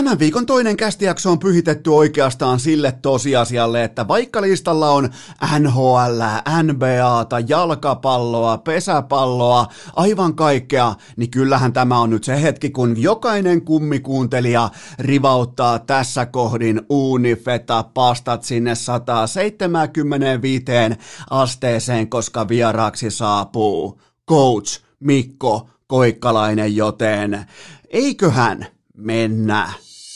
Tämän viikon toinen kästijakso on pyhitetty oikeastaan sille tosiasialle, että vaikka listalla on NHL, NBAta, jalkapalloa, pesäpalloa, aivan kaikkea, niin kyllähän tämä on nyt se hetki, kun jokainen kummikuuntelija rivauttaa tässä kohdin uunifeta pastat sinne 175 asteeseen, koska vieraaksi saapuu coach Mikko Koikkalainen, joten eiköhän mennä.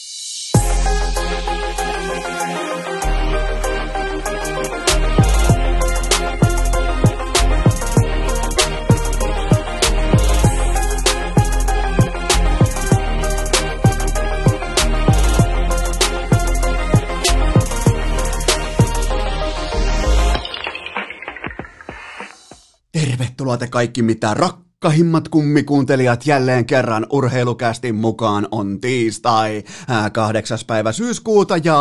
Tervetuloa te kaikki mitä rakkahimmat kummikuuntelijat jälleen kerran Urheilukästin mukaan. On tiistai 8. päivä syyskuuta ja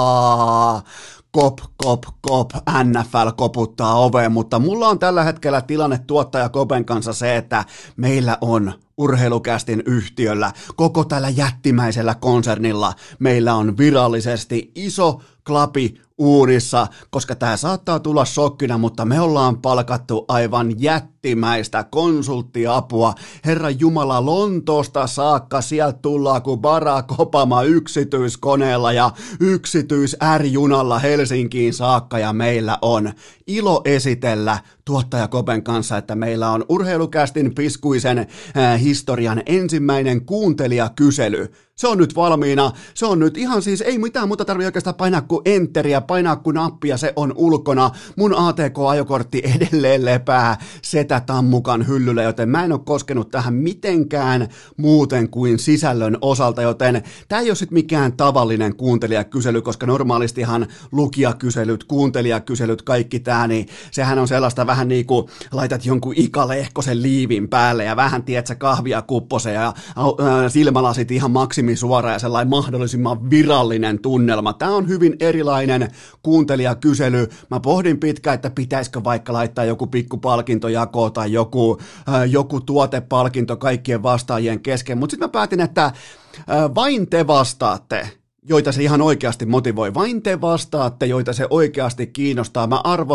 kop, NFL koputtaa oveen, mutta mulla on tällä hetkellä tilanne tuottaja Kopen kanssa se, että meillä on Urheilukästin yhtiöllä, koko tällä jättimäisellä konsernilla, meillä on virallisesti iso klapi uunissa, koska tämä saattaa tulla shokkina, mutta me ollaan palkattu aivan jättimäistä konsulttiapua. Herra Jumala, Lontoosta saakka sieltä tullaan kuin Barack Obama yksityiskoneella ja yksityis-R-junalla Helsinkiin saakka, ja meillä on ilo esitellä tuottaja Kopen kanssa, että meillä on Urheilukästin piskuisen historian ensimmäinen kuuntelijakysely. Se on nyt valmiina, se on nyt ihan siis, ei mitään muuta tarvitse oikeastaan painaa kuin enteriä, painaa kuin nappia, se on ulkona. Mun ATK-ajokortti edelleen lepää setätammukan hyllyllä, joten mä en ole koskenut tähän mitenkään muuten kuin sisällön osalta, joten tää ei ole sit mikään tavallinen kuuntelijakysely, koska normaalistihan lukijakyselyt, kuuntelijakyselyt, kaikki tää, niin sehän on sellaista vähän niin kuin laitat jonkun ikalehkosen liivin päälle ja vähän tiedät kahvia kupposeen ja silmälasit ihan maksimisuora ja sellainen mahdollisimman virallinen tunnelma. Tämä on hyvin erilainen kuuntelijakysely. Mä pohdin pitkään, että pitäisikö vaikka laittaa joku pikku palkintojako tai joku tuotepalkinto kaikkien vastaajien kesken, mutta sitten mä päätin, että vain te vastaatte, joita se ihan oikeasti motivoi. Vain te vastaatte, joita se oikeasti kiinnostaa.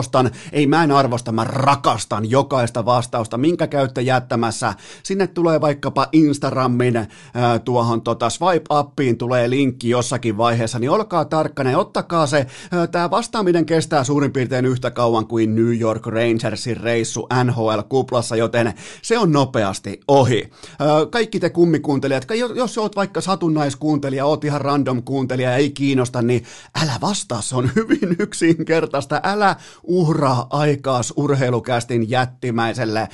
Mä en arvosta, mä rakastan jokaista vastausta, minkä käytte jättämässä. Sinne tulee vaikkapa Instagramin tuohon swipe-appiin tulee linkki jossakin vaiheessa, niin olkaa tarkkana ja ottakaa se. Tämä vastaaminen kestää suurin piirtein yhtä kauan kuin New York Rangersin reissu NHL-kuplassa, joten se on nopeasti ohi. Kaikki te kummikuuntelijat, jos oot vaikka satunnaiskuuntelija, oot ihan random kuuntelija, ei kiinnosta, niin älä vastaa, se on hyvin yksinkertaista. Älä uhraa aikaas Urheilukästin jättimäiselle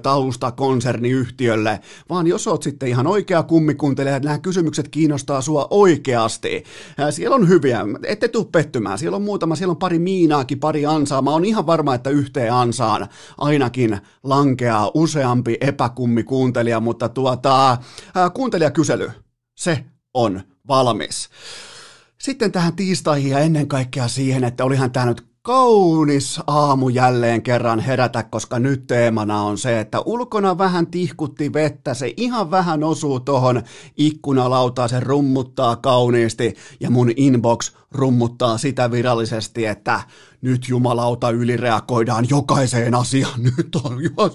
taustakonserniyhtiölle, vaan jos oot sitten ihan oikea kummikuuntelija, että nämä kysymykset kiinnostaa sua oikeasti. Siellä on hyviä, ette tuu pettymään, siellä on muutama, siellä on pari miinaakin, pari ansaa. Mä oon ihan varma, että yhteen ansaan ainakin lankeaa useampi epäkummikuuntelija, mutta kuuntelijakysely, se on valmis. Sitten tähän tiistaihin ja ennen kaikkea siihen, että olihan tämä nyt kaunis aamu jälleen kerran herätä, koska nyt teemana on se, että ulkona vähän tihkutti vettä, se ihan vähän osuu tohon ikkunalautaan, se rummuttaa kauniisti ja mun inbox rummuttaa sitä virallisesti, että nyt jumalauta ylireagoidaan jokaiseen asiaan. Nyt on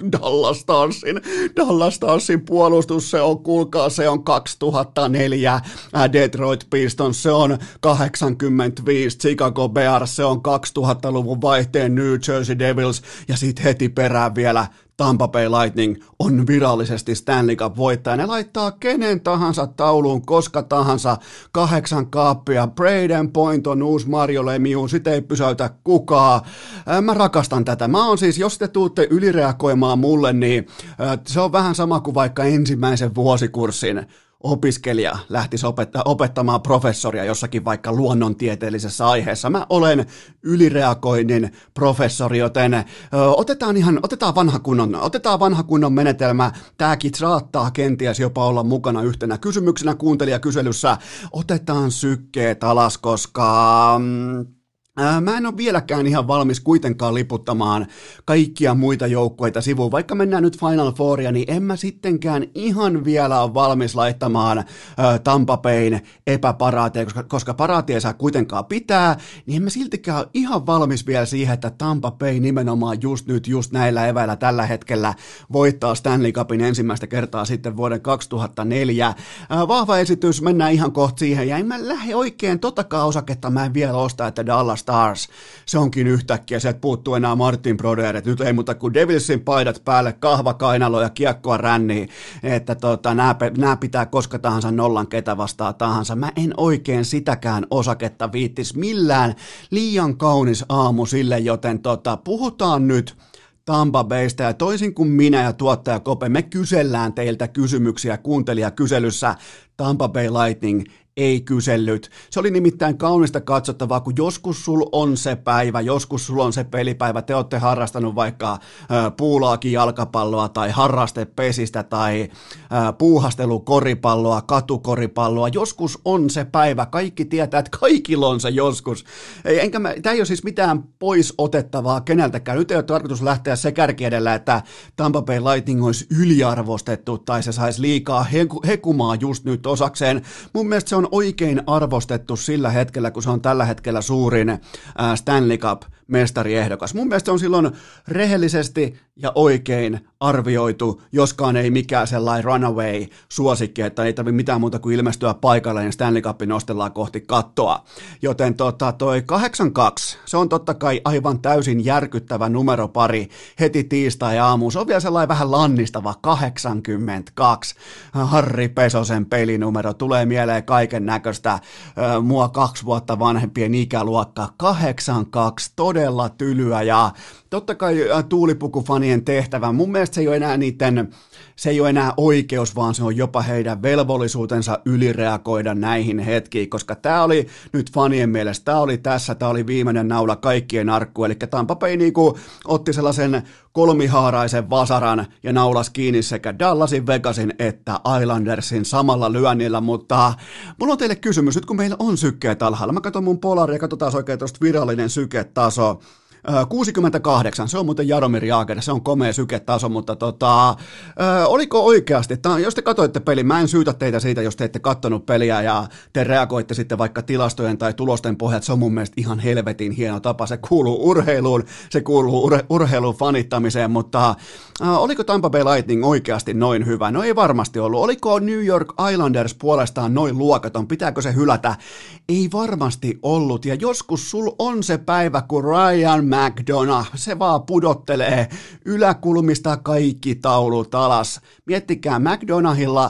Dallas Starsin puolustus, se on, kuulkaa, se on 2004 Detroit Pistons, se on 85 Chicago Bears, se on 2000-luvun vaihteen New Jersey Devils ja sitten heti perään vielä Tampa Bay Lightning on virallisesti Stanley Cup-voittaja. Ne laittaa kenen tahansa tauluun, koska tahansa, 8 kaappia. Braden Point on uusi Mario Lemieux, sitä ei pysäytä kukaan. Mä rakastan tätä. Mä oon siis, jos te tuutte ylireagoimaan mulle, niin se on vähän sama kuin vaikka ensimmäisen vuosikurssin opiskelija lähtisi opettamaan professoria jossakin vaikka luonnontieteellisessä aiheessa. Mä olen ylireagoinnin professori, joten otetaan vanha kunnon menetelmä. Tääkin saattaa kenties jopa olla mukana yhtenä kysymyksenä kuuntelijakyselyssä. Otetaan sykkeet alas, koska Mä en ole vieläkään ihan valmis kuitenkaan liputtamaan kaikkia muita joukkueita sivuun. Vaikka mennään nyt Final Fouria, niin en mä sittenkään ihan vielä ole valmis laittamaan Tampa Bayn epäparaatia, koska paraatia ei saa kuitenkaan pitää, niin en mä siltikään ole ihan valmis vielä siihen, että Tampa Bay nimenomaan just nyt, just näillä eväillä tällä hetkellä voittaa Stanley Cupin ensimmäistä kertaa sitten vuoden 2004. Vahva esitys, mennään ihan kohta siihen, ja en mä lähde oikein totakaan osaketta, mä en vielä osta, että Dallas Stars, se onkin yhtäkkiä, sieltä puuttuu enää Martin Brodeur, että nyt ei muuta kuin Devilsin paidat päälle, kahva kainalo ja kiekkoa ränniin, että nämä pitää koska tahansa nollan ketä vastaan tahansa. Mä en oikein sitäkään osaketta viittis millään, liian kaunis aamu sille, joten puhutaan nyt Tampa Baysta, ja toisin kuin minä ja tuottaja Kope, me kysellään teiltä kysymyksiä kuuntelijakyselyssä. Tampa Bay Lightning ei kysellyt. Se oli nimittäin kaunista katsottavaa, kun joskus sul on se päivä, joskus sul on se pelipäivä, te olette harrastanut vaikka puulaakin jalkapalloa tai harrastepesistä tai puuhastelukoripalloa, katukoripalloa, joskus on se päivä, kaikki tietää, että kaikilla on se joskus. Tämä ei ole siis mitään pois otettavaa keneltäkään, nyt ei ole tarkoitus lähteä se kärki edellä, että Tampa Bay Lightning olisi yliarvostettu tai se saisi liikaa hekumaa just nyt osakseen. Mun mielestä se on oikein arvostettu sillä hetkellä, kun se on tällä hetkellä suurin Stanley Cup-mestariehdokas. Mun mielestä se on silloin rehellisesti ja oikein arvioitu, joskaan ei mikään sellainen runaway-suosikki, että ei tarvitse mitään muuta kuin ilmestyä paikalle, niin Stanley Cup nostellaan kohti kattoa. Joten toi 8-2, se on totta kai aivan täysin järkyttävä numeropari heti tiistai-aamuun. Se on vielä sellainen vähän lannistava 82. Harri Pesosen pelinumero tulee mieleen kaiken näköistä mua 2 vuotta vanhempien ikäluokka. 82, todella tylyä, ja totta kai tuulipukufanien tehtävä. Mun mielestä se ei ole enää oikeus, vaan se on jopa heidän velvollisuutensa ylireagoida näihin hetkiin, koska tämä oli nyt fanien mielestä, tämä oli viimeinen naula kaikkien arkkuun, eli Tampa Bay otti sellaisen kolmihaaraisen vasaran ja naulas kiinni sekä Dallasin, Vegasin että Islandersin samalla lyönnillä, mutta mulla on teille kysymys, nyt kun meillä on sykkeet alhaalla, mä katson mun polaria ja katsotaan oikein tuosta virallinen syketaso. 68, se on muuten Jaromir Jaager, se on komea syketaso, mutta oliko oikeasti, jos te katsoitte pelin, mä en syytä teitä siitä, jos te ette kattonut peliä ja te reagoitte sitten vaikka tilastojen tai tulosten pohjalta, se on mun mielestä ihan helvetin hieno tapa, se kuuluu urheiluun, se kuuluu urheilun fanittamiseen, mutta oliko Tampa Bay Lightning oikeasti noin hyvä? No ei varmasti ollut. Oliko New York Islanders puolestaan noin luokaton? Pitääkö se hylätä? Ei varmasti ollut, ja joskus sul on se päivä, kun Ryan McDonough, se vaan pudottelee yläkulmista kaikki taulut alas. Miettikää, McDonoughilla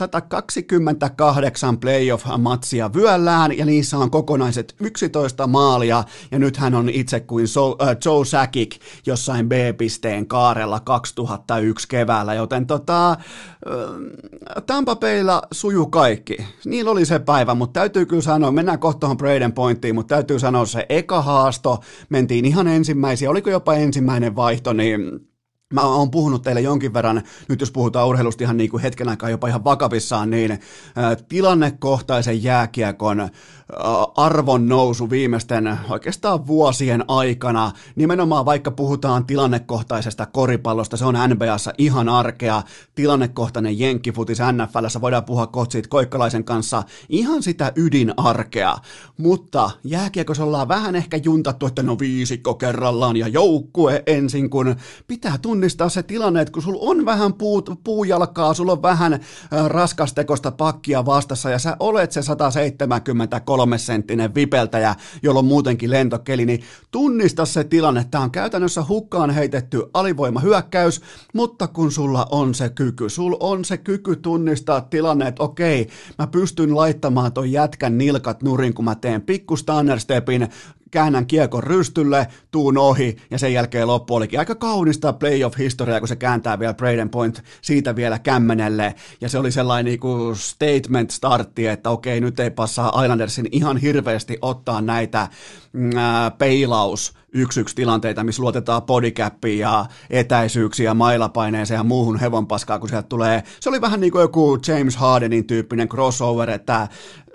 128 playoff-matsia vyöllään, ja niissä on kokonaiset 11 maalia, ja nyt hän on itse kuin Joe Sakic jossain B-pisteen kaarella 2001 keväällä, joten Tampa Baylla sujuu kaikki. Niillä oli se päivä, mutta täytyy kyllä sanoa, mennään kohta tuohon Braden Pointtiin, mutta täytyy sanoa se eka haasto, mentiin ihan ensimmäisiä, oliko jopa ensimmäinen vaihto, niin mä oon puhunut teille jonkin verran, nyt jos puhutaan urheilusta ihan niin kuin hetken aikaa jopa ihan vakavissaan, niin tilannekohtaisen jääkiekon arvon nousu viimeisten oikeastaan vuosien aikana, nimenomaan vaikka puhutaan tilannekohtaisesta koripallosta, se on NBAssa ihan arkea, tilannekohtainen jenkkifutis NFL:ssä, voidaan puhua kohta siitä Koikkalaisen kanssa, ihan sitä ydinarkea, mutta jääkiekossa ollaan vähän ehkä juntattu, että no viisikko kerrallaan ja joukkue ensin, kun pitää tunnistaa se tilanne, että kun sulla on vähän puujalkaa, sulla on vähän raskastekosta pakkia vastassa ja sä olet se 173-senttinen vipeltäjä, jolla on muutenkin lentokeli, niin tunnista se tilanne. Tämä on käytännössä hukkaan heitetty alivoimahyökkäys, mutta kun sulla on se kyky tunnistaa tilanne, että okei, mä pystyn laittamaan ton jätkän nilkat nurin, kun mä teen pikku Stanner-stepin, käännän kiekon rystylle, tuun ohi ja sen jälkeen loppu olikin aika kaunista playoff-historiaa, kun se kääntää vielä Braden Point siitä vielä kämmenelle ja se oli sellainen niinku statement startti, että okei, nyt ei passaa Islandersin ihan hirveästi ottaa näitä peilaus 1-1 tilanteita, missä luotetaan bodycappiin ja etäisyyksiä mailapaineeseen ja muuhun hevonpaskaa, kun sieltä tulee. Se oli vähän niin kuin joku James Hardenin tyyppinen crossover, että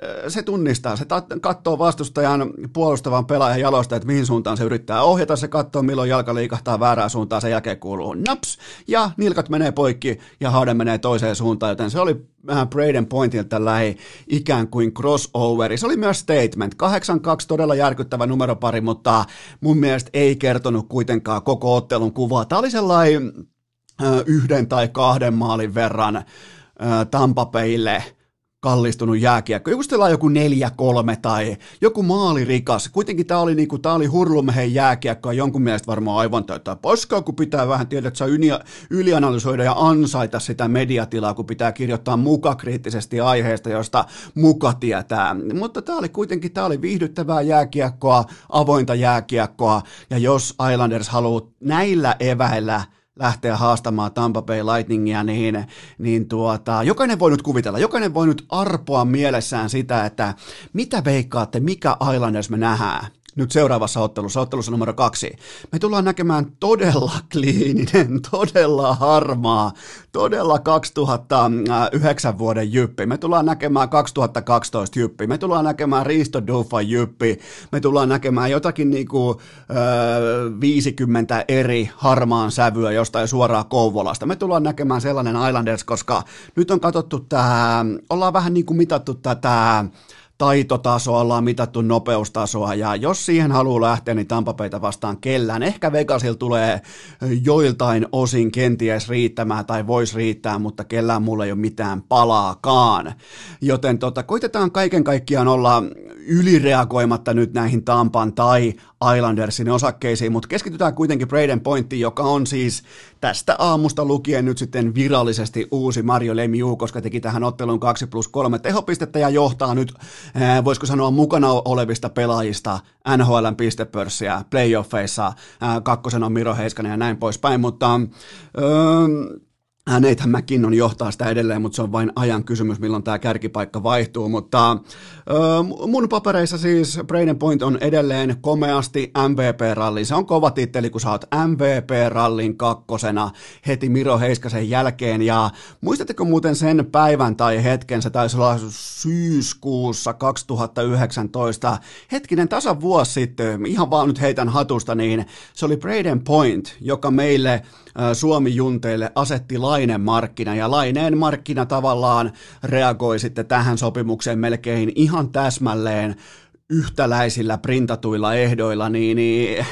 se tunnistaa, se katsoo vastustajan puolustavan pelaajan jalosta, että mihin suuntaan se yrittää ohjata, se katsoo milloin jalka liikahtaa väärään suuntaan, sen jälkeen kuuluu naps, ja nilkat menee poikki, ja Harden menee toiseen suuntaan, joten se oli Braden Pointilta ikään kuin crossoveri. Se oli myös statement. 8-2 todella järkyttävä numeropari, mutta mun mielestä ei kertonut kuitenkaan koko ottelun kuvaa. Tämä oli sellainen 1 tai 2 maalin verran Tampa Baylle kallistunut jääkiekko. Joku 4-3 tai joku maalirikas. Kuitenkin tämä oli hurlumheen jääkiekko ja jonkun mielestä varmaan aivan täyttää paskaa, kun pitää vähän tiedä, että saa ylianalysoida ja ansaita sitä mediatilaa, kun pitää kirjoittaa muka kriittisesti aiheesta, josta muka tietää. Mutta tämä oli viihdyttävää jääkiekkoa, avointa jääkiekkoa, ja jos Islanders haluaa näillä eväillä lähteä haastamaan Tampa Bay Lightningia, niin jokainen voi nyt kuvitella, jokainen voi nyt arpoa mielessään sitä, että mitä veikkaatte, mikä Islanders me nähdään nyt seuraavassa ottelussa numero 2. Me tullaan näkemään todella kliininen, todella harmaa, todella 2009 vuoden jyppi. Me tullaan näkemään 2012 jyppi. Me tullaan näkemään Risto Dufan jyppi. Me tullaan näkemään jotakin 50 eri harmaan sävyä jostain suoraan Kouvolasta. Me tullaan näkemään sellainen Islanders, koska nyt on katsottu ollaan vähän mitattu tätä taitotasoa, ollaan mitattu nopeustasoa, ja jos siihen haluaa lähteä, niin Tampa Bayta vastaan kellään. Ehkä Vegasilla tulee joiltain osin kenties riittämään tai voisi riittää, mutta kellään mulla ei ole mitään palaakaan. Joten koitetaan kaiken kaikkiaan olla ylireagoimatta nyt näihin Tampan tai Islandersin osakkeisiin, mutta keskitytään kuitenkin Braden Pointtiin, joka on siis tästä aamusta lukien nyt sitten virallisesti uusi Mario Lemieux, koska teki tähän otteluun 2+3 tehopistettä ja johtaa nyt, voisiko sanoa, mukana olevista pelaajista NHL:n pistepörssiä playoffeissa, kakkosen on Miro Heiskanen ja näin poispäin, mutta Nathan McKinnon johtaa sitä edelleen, mutta se on vain ajan kysymys, milloin tämä kärkipaikka vaihtuu, mutta mun papereissa siis Braden Point on edelleen komeasti MVP-rallin. Se on kova titteli, kun sä oot MVP-rallin kakkosena heti Miro Heiskasen jälkeen, ja muistatteko muuten sen päivän tai hetken, se taisi olla syyskuussa 2019, hetkinen tasan vuosi sitten, ihan vaan nyt heitän hatusta, niin se oli Braden Point, joka meille Suomi-junteille asetti Laineen markkina, ja Laineen markkina tavallaan reagoi sitten tähän sopimukseen melkein ihan täsmälleen yhtäläisillä printatuilla ehdoilla, niin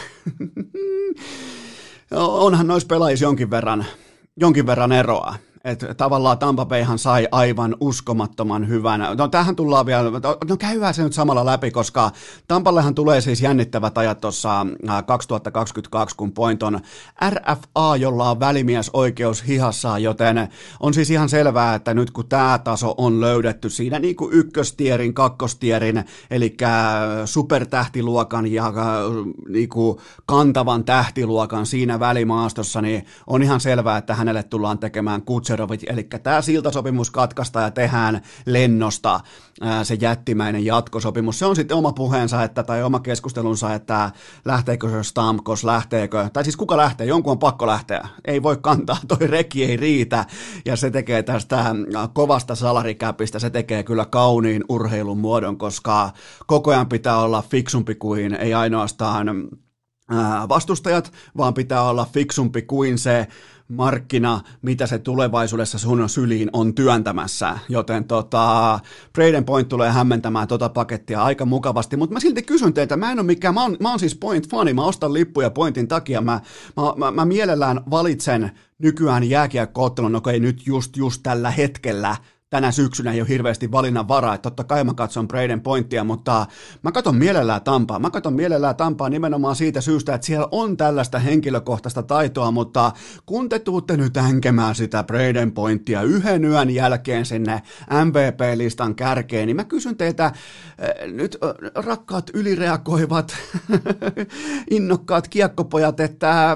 onhan noissa pelaajissa jonkin verran eroa. Että tavallaan Tampa Bayhan sai aivan uskomattoman hyvän. No tähän tullaan vielä, käydään se nyt samalla läpi, koska Tampallehan tulee siis jännittävät ajat tuossa 2022, kun Point on RFA, jolla on välimiesoikeus hihassaan, joten on siis ihan selvää, että nyt kun tämä taso on löydetty siinä niin kuin ykköstierin, kakkostierin, eli supertähtiluokan ja niin kuin kantavan tähtiluokan siinä välimaastossa, niin on ihan selvää, että hänelle tullaan tekemään eli tämä siltasopimus katkaistaan ja tehdään lennosta se jättimäinen jatkosopimus. Se on sitten oma puheensa tai oma keskustelunsa, että lähteekö se Stamkos, lähteekö, tai siis kuka lähtee, jonkun on pakko lähteä. Ei voi kantaa, toi reki ei riitä, ja se tekee tästä kovasta salarikäpistä, se tekee kyllä kauniin urheilun muodon, koska koko ajan pitää olla fiksumpi kuin ei ainoastaan vastustajat, vaan pitää olla fiksumpi kuin se markkina, mitä se tulevaisuudessa sun syliin on työntämässä, joten Braden Point tulee hämmentämään pakettia aika mukavasti, mutta mä silti kysyn teiltä, mä oon siis Point-fani, mä ostan lippuja Pointin takia, mä mielellään valitsen nykyään jääkiekko-ottelun, okei nyt just tällä hetkellä, tänä syksynä ei ole hirveästi valinnan varaa, että totta kai mä katson Braden Pointtia, mutta mä katson mielellään Tampaa. Mä katson mielellään Tampaa nimenomaan siitä syystä, että siellä on tällaista henkilökohtaista taitoa, mutta kun te tuutte nyt änkemään sitä Braden Pointtia yhden yön jälkeen sinne MVP-listan kärkeen, niin mä kysyn teiltä nyt rakkaat ylireagoivat innokkaat kiekkopojat, että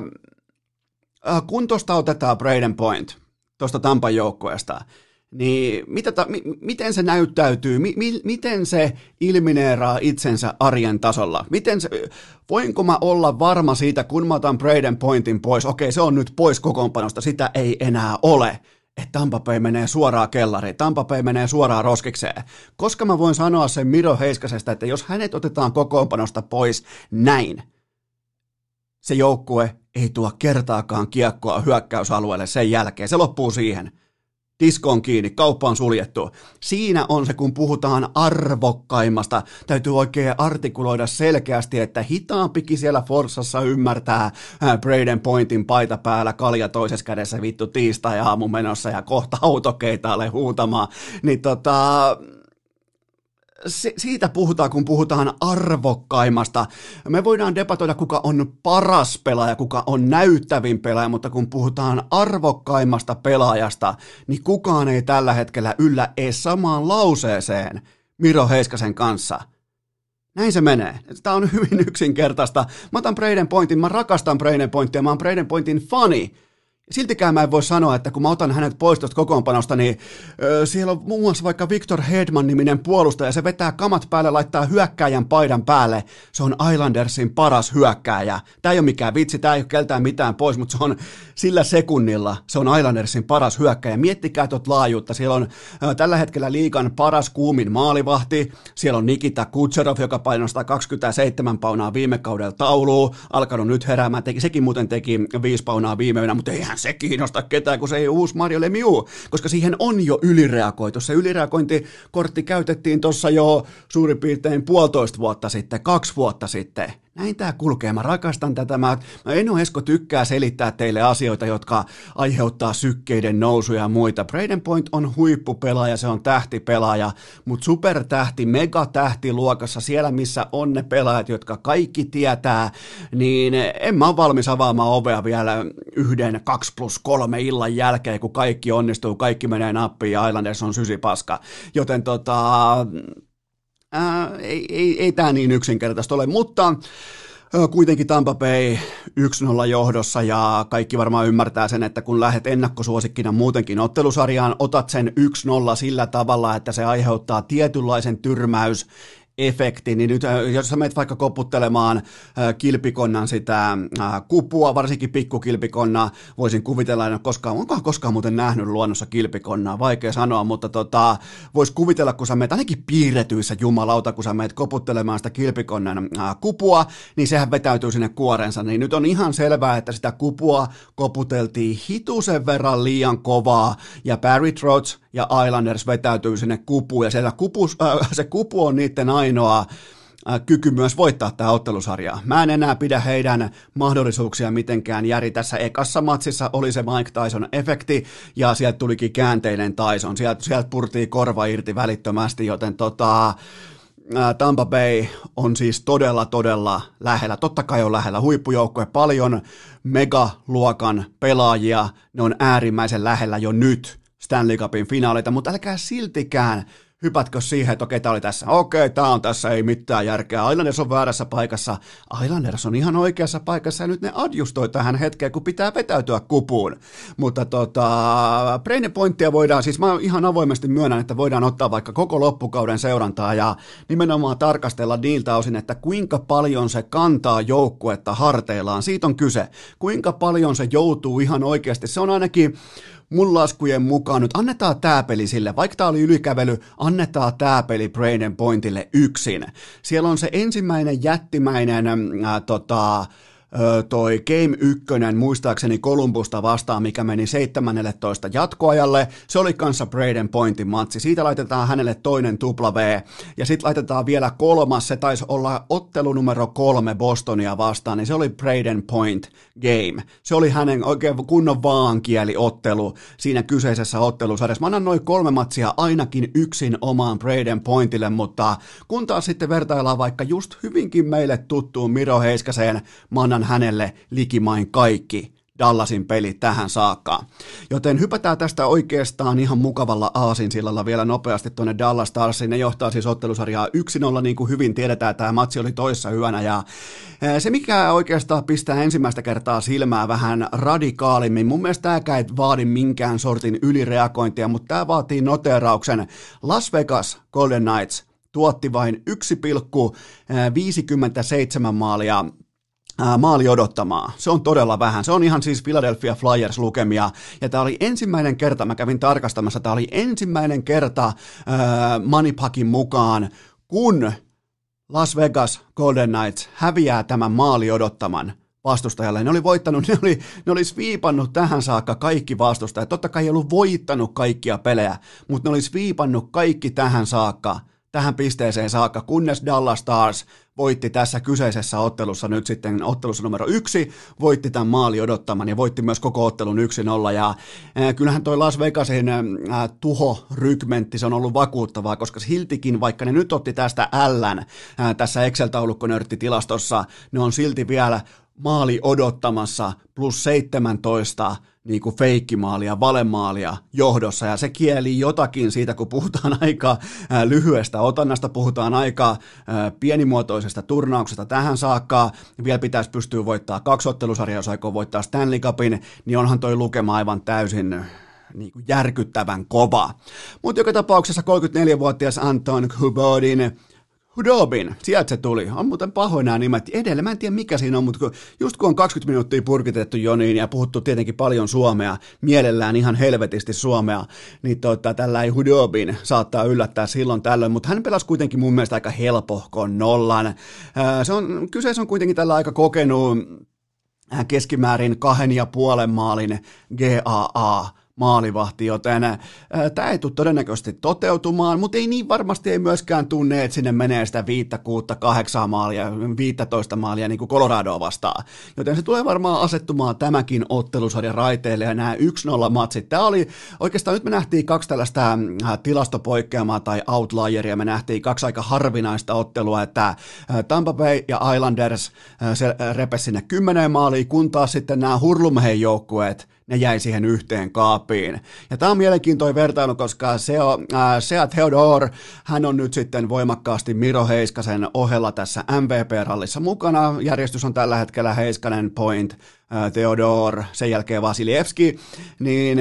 kun tuosta otetaan Braden Point tuosta Tampan joukkueesta, niin miten se näyttäytyy, miten se ilmineeraa itsensä arjen tasolla? Voinko mä olla varma siitä, kun mä otan Braden Pointin pois, okei se on nyt pois kokoonpanosta, sitä ei enää ole, että Tampa Bay menee suoraan kellariin, Tampa Bay menee suoraan roskikseen. Koska mä voin sanoa sen Miro Heiskasesta, että jos hänet otetaan kokoonpanosta pois näin, se joukkue ei tuo kertaakaan kiekkoa hyökkäysalueelle sen jälkeen. Se loppuu siihen. Disko on kiinni, kauppa on suljettu. Siinä on se, kun puhutaan arvokkaimmasta. Täytyy oikein artikuloida selkeästi, että hitaampikin siellä Forssassa ymmärtää Braden Pointin paita päällä, kalja toisessa kädessä vittu tiistai-aamu menossa ja kohta autokeitaalle huutamaan. Niin siitä puhutaan, kun puhutaan arvokkaimmasta. Me voidaan debatoida, kuka on paras pelaaja, kuka on näyttävin pelaaja, mutta kun puhutaan arvokkaimmasta pelaajasta, niin kukaan ei tällä hetkellä yllä edes samaan lauseeseen Miro Heiskasen kanssa. Näin se menee. Tämä on hyvin yksinkertaista. Mä otan Braden Pointin, mä rakastan Braden Pointia, mä oon Braden Pointin fani. Siltikään mä en voi sanoa, että kun mä otan hänet pois tuosta kokoonpanosta, niin siellä on muun muassa vaikka Victor Hedman-niminen puolustaja, se vetää kamat päälle, laittaa hyökkääjän paidan päälle. Se on Islandersin paras hyökkääjä. Tämä ei ole mikään vitsi, tämä ei ole keltään mitään pois, mutta se on sillä sekunnilla, se on Islandersin paras hyökkääjä. Miettikää tuota laajuutta, siellä on tällä hetkellä liigan paras kuumin maalivahti, siellä on Nikita Kucherov, joka painoi 127 paunaa viime kaudella tauluun, alkanut nyt heräämään, sekin muuten teki 5 paunaa viime yönä, mutta eihän se kiinnosta ketään, kun se ei ole uusi Mario Lemieux, koska siihen on jo ylireagoitu. Se ylireagointikortti käytettiin tuossa jo suurin piirtein 1,5 vuotta sitten, 2 vuotta sitten. Näin tämä kulkee. Mä rakastan tätä. Mä Eno Esko tykkää selittää teille asioita, jotka aiheuttaa sykkeiden nousuja ja muita. Braden Point on huippupelaaja, se on tähtipelaaja, mutta supertähti, megatähti luokassa, siellä missä on ne pelaajat, jotka kaikki tietää, niin en mä ole valmis avaamaan ovea vielä 2+3 illan jälkeen, kun kaikki onnistuu, kaikki menee nappiin ja Islanders on sysipaska. Joten ei tämä niin yksinkertaista ole, mutta kuitenkin Tampa Bay 1-0 johdossa ja kaikki varmaan ymmärtää sen, että kun lähdet ennakkosuosikkina muutenkin ottelusarjaan, otat sen 1-0 sillä tavalla, että se aiheuttaa tietynlaisen tyrmäysefekti, niin nyt jos sä menet vaikka koputtelemaan kilpikonnan sitä kupua, varsinkin pikkukilpikonnaa, voisin kuvitella, en onkohan koskaan muuten nähnyt luonnossa kilpikonnaa, vaikea sanoa, mutta vois kuvitella, kun sä menet ainakin piirretyissä jumalauta, kun sä menet koputtelemaan sitä kilpikonnan kupua, niin sehän vetäytyy sinne kuorensa, niin nyt on ihan selvää, että sitä kupua koputeltiin hitusen verran liian kovaa, ja Barry Trotz ja Islanders vetäytyy sinne kupuun, ja siellä se kupu on niiden ainoa kyky myös voittaa tämä ottelusarjaa. Mä en enää pidä heidän mahdollisuuksia mitenkään järi. Tässä ekassa matsissa oli se Mike Tyson-efekti, ja sieltä tulikin käänteinen Tyson. Sieltä purtiin korva irti välittömästi, joten Tampa Bay on siis todella lähellä. Totta kai on lähellä huippujoukkue, paljon megaluokan pelaajia, ne on äärimmäisen lähellä jo nyt Stanley Cupin finaaleita, mutta älkää siltikään hypätkö siihen, että okei, tämä oli tässä. Okei, tämä on tässä, ei mitään järkeä. Islanders on väärässä paikassa. Islanders on ihan oikeassa paikassa ja nyt ne adjustoi tähän hetkeen, kun pitää vetäytyä kupuun. Mutta Braden Pointia voidaan, siis mä ihan avoimesti myönnän, että voidaan ottaa vaikka koko loppukauden seurantaa ja nimenomaan tarkastella niiltä osin, että kuinka paljon se kantaa joukkuetta harteillaan. Siitä on kyse. Kuinka paljon se joutuu ihan oikeasti. Se on ainakin mun laskujen mukaan nyt annetaan tää peli sille, vaikka tää oli ylikävely, annetaan tää peli Braden Pointille yksin. Siellä on se ensimmäinen jättimäinen toi Game 1, muistaakseni Columbusta vastaan, mikä meni 17 jatkoajalle, se oli kanssa Braden Pointin matsi. Siitä laitetaan hänelle toinen W, ja sitten laitetaan vielä kolmas, se taisi olla ottelu numero 3 Bostonia vastaan, niin se oli Braden Point game. Se oli hänen oikein kunnon vaankieliottelu siinä kyseisessä ottelusarjassa. Mä annan noin 3 matsia ainakin yksin omaan Braden Pointille, mutta kun taas sitten vertaillaan vaikka just hyvinkin meille tuttuun Miro Heiskaseen, mä annan hänelle likimain kaikki Dallasin pelit tähän saakka. Joten hypätään tästä oikeastaan ihan mukavalla aasinsillalla vielä nopeasti tuonne Dallas Starsiin. Ne johtaa siis ottelusarjaa 1-0, niin kuin hyvin tiedetään, tämä matsi oli toissa yönä. Ja se, mikä oikeastaan pistää ensimmäistä kertaa silmää vähän radikaalimmin, mun mielestä tämäkään ei vaadi minkään sortin ylireagointia, mutta tämä vaatii noteerauksen. Las Vegas Golden Knights tuotti vain 1,57 maalia maali odottamaa. Se on todella vähän. Se on ihan siis Philadelphia Flyers lukemia. Ja tämä oli ensimmäinen kerta, mä kävin tarkastamassa, tämä oli ensimmäinen kerta Moneypuckin mukaan, kun Las Vegas Golden Knights häviää tämän maali odottaman vastustajalle. Ne oli voittanut, ne oli sviipannut tähän saakka kaikki vastustajat. Totta kai ei ollut voittanut kaikkia pelejä, mutta ne oli sviipannut kaikki tähän saakka, tähän pisteeseen saakka, kunnes Dallas Stars voitti tässä kyseisessä ottelussa nyt sitten ottelussa numero 1, voitti tämän maali odottaman ja voitti myös koko ottelun 1-0 ja kyllähän toi Las Vegasin tuho-rykmentti, se on ollut vakuuttavaa, koska siltikin, vaikka ne nyt otti tästä L:n tässä Excel-taulukkonörttitilastossa, ne on silti vielä maali odottamassa plus 17 niin kuin feikkimaalia, valemaalia johdossa, ja se kieli jotakin siitä, kun puhutaan aika lyhyestä otannasta, puhutaan aika pienimuotoisesta turnauksesta tähän saakka, vielä pitäisi pystyä voittaa 2 ottelusarjaa, jos aikoo voittaa Stanley Cupin, niin onhan toi lukema aivan täysin niin kuin järkyttävän kova. Mutta joka tapauksessa 34-vuotias Anton Khudobin, sieltä se tuli. On muuten pahoin nämä nimet. Edelleen mä en tiedä mikä siinä on, mutta just kun on 20 minuuttia purkitettu Joniin ja puhuttu tietenkin paljon suomea, mielellään ihan helvetisti suomea, niin tällä ei Khudobin saattaa yllättää silloin tällöin, mutta hän pelasi kuitenkin mun mielestä aika helpohkon nollan. Kyseessä on kuitenkin tällä aika kokenut keskimäärin 2,5 maalin GAA maalivahti, joten tämä ei tule todennäköisesti toteutumaan, mutta ei niin varmasti ei myöskään tunne, että sinne menee sitä 5, 6, 8 maalia, 15 maalia niin kuin Coloradoa vastaan. Joten se tulee varmaan asettumaan tämäkin ottelusarjan raiteille ja nämä 1-0 matsit. Tämä oli oikeastaan, nyt me nähtiin 2 tällaista tilastopoikkeamaa tai outlieria, me nähtiin 2 aika harvinaista ottelua, että Tampa Bay ja Islanders se repesi sinne 10 maaliin, kun taas sitten nämä hurlumheen joukkueet ne jäi siihen yhteen kaapiin. Ja tämä on mielenkiintoinen vertailu, koska Sea Theodore, hän on nyt sitten voimakkaasti Miro Heiskasen ohella tässä MVP-rallissa mukana. Järjestys on tällä hetkellä Heiskanen, Point, Theodore, sen jälkeen Vasilevski, niin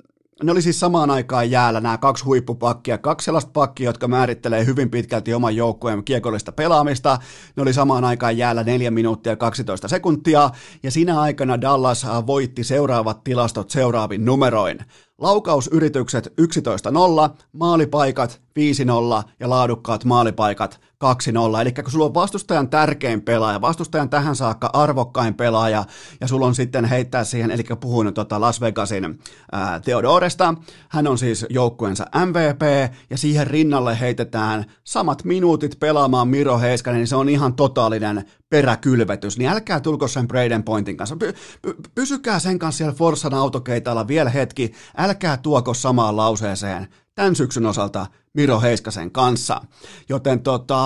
ne oli siis samaan aikaan jäällä nämä 2 huippupakkia, 2 sellaista pakkia, jotka määrittelee hyvin pitkälti oman joukkueen kiekollista pelaamista. Ne oli samaan aikaan jäällä 4 minuuttia 12 sekuntia, ja siinä aikana Dallas voitti seuraavat tilastot seuraavin numeroin. Laukausyritykset 11-0, maalipaikat 5-0 ja laadukkaat maalipaikat 2-0. Eli kun sulla on vastustajan tärkein pelaaja, vastustajan tähän saakka arvokkain pelaaja, ja sulla on sitten heittää siihen, eli puhuin Las Vegasin Theodoresta, hän on siis joukkueensa MVP, ja siihen rinnalle heitetään samat minuutit pelaamaan Miro Heiskanen, niin se on ihan totaalinen peräkylvetys, niin älkää tulko sen Braden Pointin kanssa. Pysykää sen kanssa siellä Forssan autokeitaalla vielä hetki, älkää tuoko samaan lauseeseen tämän syksyn osalta Miro Heiskasen kanssa. Joten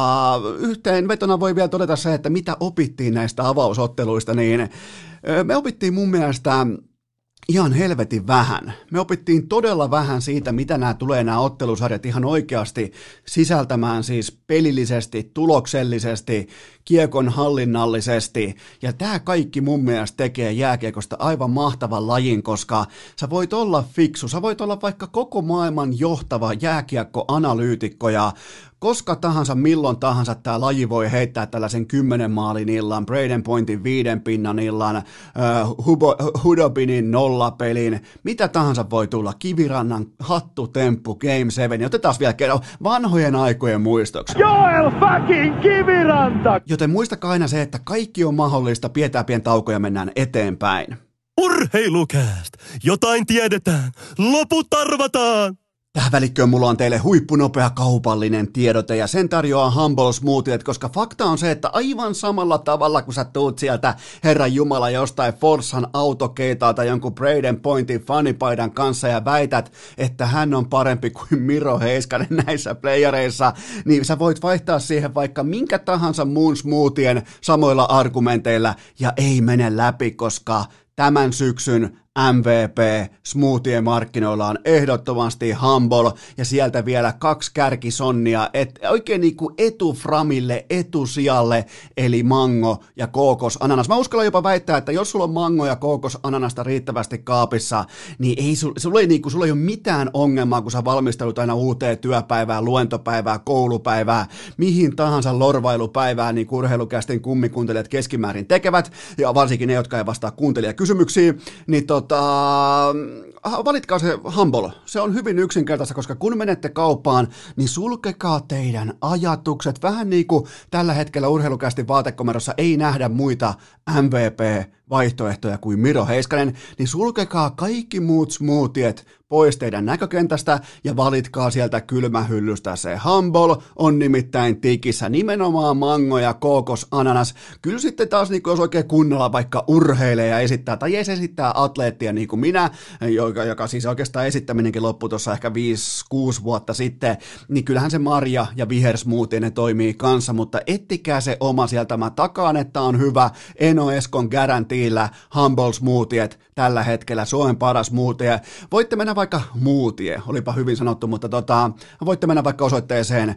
yhteenvetona voi vielä todeta se, että mitä opittiin näistä avausotteluista, niin me opittiin mun mielestä ihan helvetin vähän. Me opittiin todella vähän siitä, mitä nämä ottelusarjat ihan oikeasti sisältämään siis pelillisesti, tuloksellisesti, kiekon hallinnallisesti, ja tämä kaikki mun mielestä tekee jääkiekosta aivan mahtavan lajin, koska sä voit olla fiksu, sä voit olla vaikka koko maailman johtava jääkiekkoanalyytikko, ja koska tahansa, milloin tahansa tämä laji voi heittää tällaisen 10 maalin illan, Braden Pointin 5 pinnan illan, Khudobinin nollapelin, mitä tahansa voi tulla, Kivirannan hattutemppu, Game 7, otetaan vielä kerran vanhojen aikojen muistoksi. Joel fucking Kiviranta! Joten muistakaa aina se, että kaikki on mahdollista, pidetään pieni tauko ja mennään eteenpäin. Urheilukääst! Jotain tiedetään, loput arvataan! Tähän välikköön mulla on teille huippunopea kaupallinen tiedote ja sen tarjoaa Humble Smoothieet, koska fakta on se, että aivan samalla tavalla kun sä tuut sieltä Herran Jumala jostain Forssan autokeitaa tai jonkun Braden Pointin fanipaidan kanssa ja väität, että hän on parempi kuin Miro Heiskanen näissä playereissa, niin sä voit vaihtaa siihen vaikka minkä tahansa muun smoothien samoilla argumenteilla ja ei mene läpi, koska tämän syksyn MVP smoothie-markkinoilla on ehdottomasti Humble ja sieltä vielä 2 kärkisonnia, oikein niin kuin etuframille, etusijalle, eli mango ja kookosananas. Mä uskallan jopa väittää, että jos sulla on mango ja kookosananasta riittävästi kaapissa, niin ei sulla ei ole mitään ongelmaa, kun sä valmistelut aina uuteen työpäivään, luentopäivään, koulupäivään, mihin tahansa lorvailupäivään, niin urheilukästin kummikuuntelijat keskimäärin tekevät, ja varsinkin ne, jotka ei vastaa kuuntelijakysymyksiin, niin valitkaa se Humble. Se on hyvin yksinkertaista, koska kun menette kauppaan, niin sulkekaa teidän ajatukset. Vähän niin kuin tällä hetkellä urheilukästin vaatekomerossa ei nähdä muita MVP-vaihtoehtoja kuin Miro Heiskanen, niin sulkekaa kaikki muut smoothiet pois teidän näkökentästä ja valitkaa sieltä kylmähyllystä se Humble on nimittäin tikissä, nimenomaan mango ja kookosananas. Kyllä sitten taas, niin jos oikein kunnolla vaikka urheilee ja esittää, tai edes esittää atleettia niin kuin minä, joka siis oikeastaan esittäminenkin loppui tuossa ehkä 5-6 vuotta sitten, niin kyllähän se marja ja vihersmoothie ne toimii kanssa, mutta ettikää se oma sieltä, mä takaan, että on hyvä Eno Eskon guaranteellä Humble smoothiet tällä hetkellä, Suomen paras smoothie. Voitte mennä vaikka smoothie, olipa hyvin sanottu, mutta voitte mennä vaikka osoitteeseen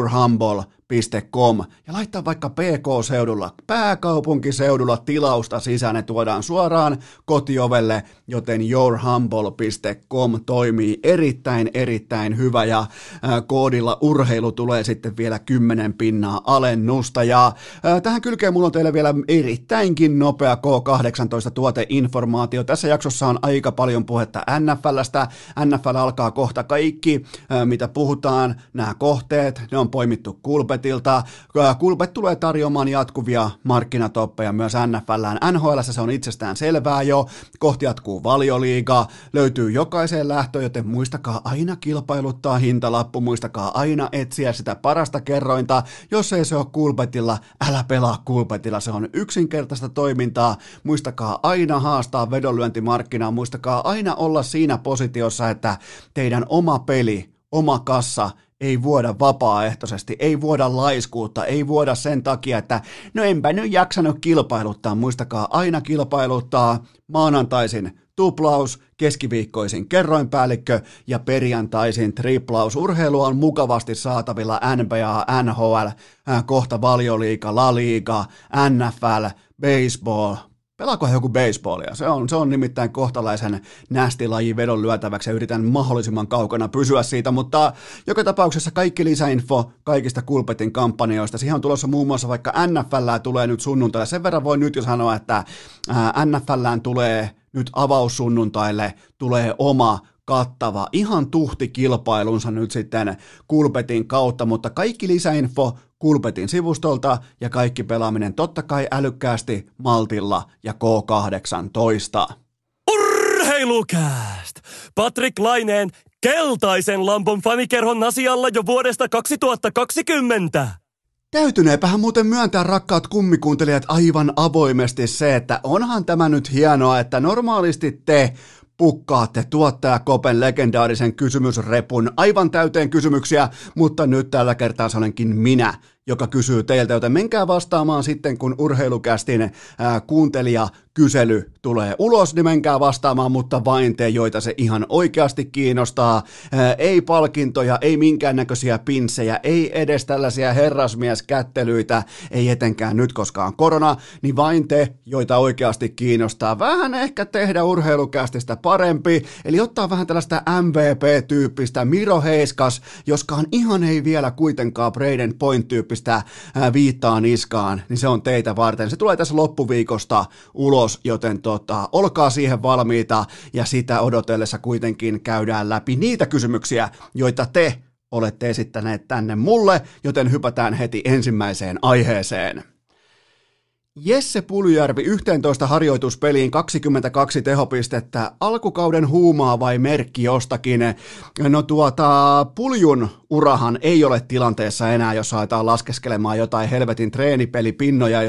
yourhumble.com ja laittaa vaikka PK-seudulla, pääkaupunkiseudulla tilausta sisään, ne tuodaan suoraan kotiovelle, joten yourhumble.com toimii erittäin hyvä ja koodilla urheilu tulee sitten vielä 10 pinnaa alennusta ja tähän kylkeen mulla on teille vielä erittäinkin nopea K18 tuoteinformaatio. Tässä jaksossa on aika paljon puhetta NFLstä. NFL alkaa kohta kaikki, mitä puhutaan, nämä kohteet, ne on poimittu Kulpetilta. Kulpet tulee tarjoamaan jatkuvia markkinatoppeja myös NFLään. NHL:ssä se on itsestään selvää jo, kohti jatkuu Valioliiga, löytyy jokaiseen lähtöön, joten muistakaa aina kilpailuttaa hintalappu, muistakaa aina etsiä sitä parasta kerrointa. Jos ei se ole Kulpetilla, älä pelaa Kulpetilla, se on yksinkertaista toimintaa. Muistakaa aina haastaa vedonlyöntimarkkinaa, muistakaa aina olla siinä positiossa, että teidän oma peli, oma kassa ei vuoda vapaaehtoisesti, ei vuoda laiskuutta, ei vuoda sen takia, että no enpä nyt jaksanut kilpailuttaa. Muistakaa aina kilpailuttaa maanantaisin tuplaus, keskiviikkoisin kerroinpäällikkö ja perjantaisin triplaus. Urheilua on mukavasti saatavilla NBA, NHL, kohta Valioliiga, La Liga, NFL, baseball. Pelaakohan joku baseballia? Se on nimittäin kohtalaisen nästilaji vedon lyötäväksi ja yritän mahdollisimman kaukana pysyä siitä, mutta joka tapauksessa kaikki lisäinfo kaikista Kulpetin kampanjoista. Siihen on tulossa muun muassa vaikka NFLää tulee nyt sunnuntaille. Sen verran voi nyt jo sanoa, että NFLään tulee nyt avaussunnuntaille tulee oma kattava, ihan tuhti kilpailunsa nyt sitten Kulpetin kautta, mutta kaikki lisäinfo Kulpetin sivustolta ja kaikki pelaaminen totta kai älykkäästi, maltilla ja K18. Urheilukääst! Patrick Laineen keltaisen lampon fanikerhon asialla jo vuodesta 2020. Täytyneepähän muuten myöntää, rakkaat kummikuuntelijat, aivan avoimesti se, että onhan tämä nyt hienoa, että normaalisti te pukkaatte tuottaja Kopen legendaarisen kysymysrepun aivan täyteen kysymyksiä, mutta nyt tällä kertaa se olenkin minä, joka kysyy teiltä, joten menkää vastaamaan sitten, kun Urheilukästin kuuntelijakysely tulee ulos, niin menkää vastaamaan, mutta vain te, joita se ihan oikeasti kiinnostaa. Ei palkintoja, ei minkäännäköisiä pinssejä, ei edes tällaisia herrasmieskättelyitä, ei etenkään nyt, koska on korona, niin vain te, joita oikeasti kiinnostaa. Vähän ehkä tehdä Urheilukästistä parempi, eli ottaa vähän tällaista MVP-tyyppistä Miro Heiskas, joskaan ihan ei vielä kuitenkaan Braden Point-tyyppistä viittaa niskaan, niin se on teitä varten. Se tulee tässä loppuviikosta ulos, joten olkaa siihen valmiita ja sitä odotellessa kuitenkin käydään läpi niitä kysymyksiä, joita te olette esittäneet tänne mulle, joten hypätään heti ensimmäiseen aiheeseen. Jesse Puljujärvi 11 harjoituspeliin 22 tehopistettä, alkukauden huumaa vai merkki jostakin? No Puljun urahan ei ole tilanteessa enää, jos aletaan laskeskelemaan jotain helvetin treenipelipinnoja,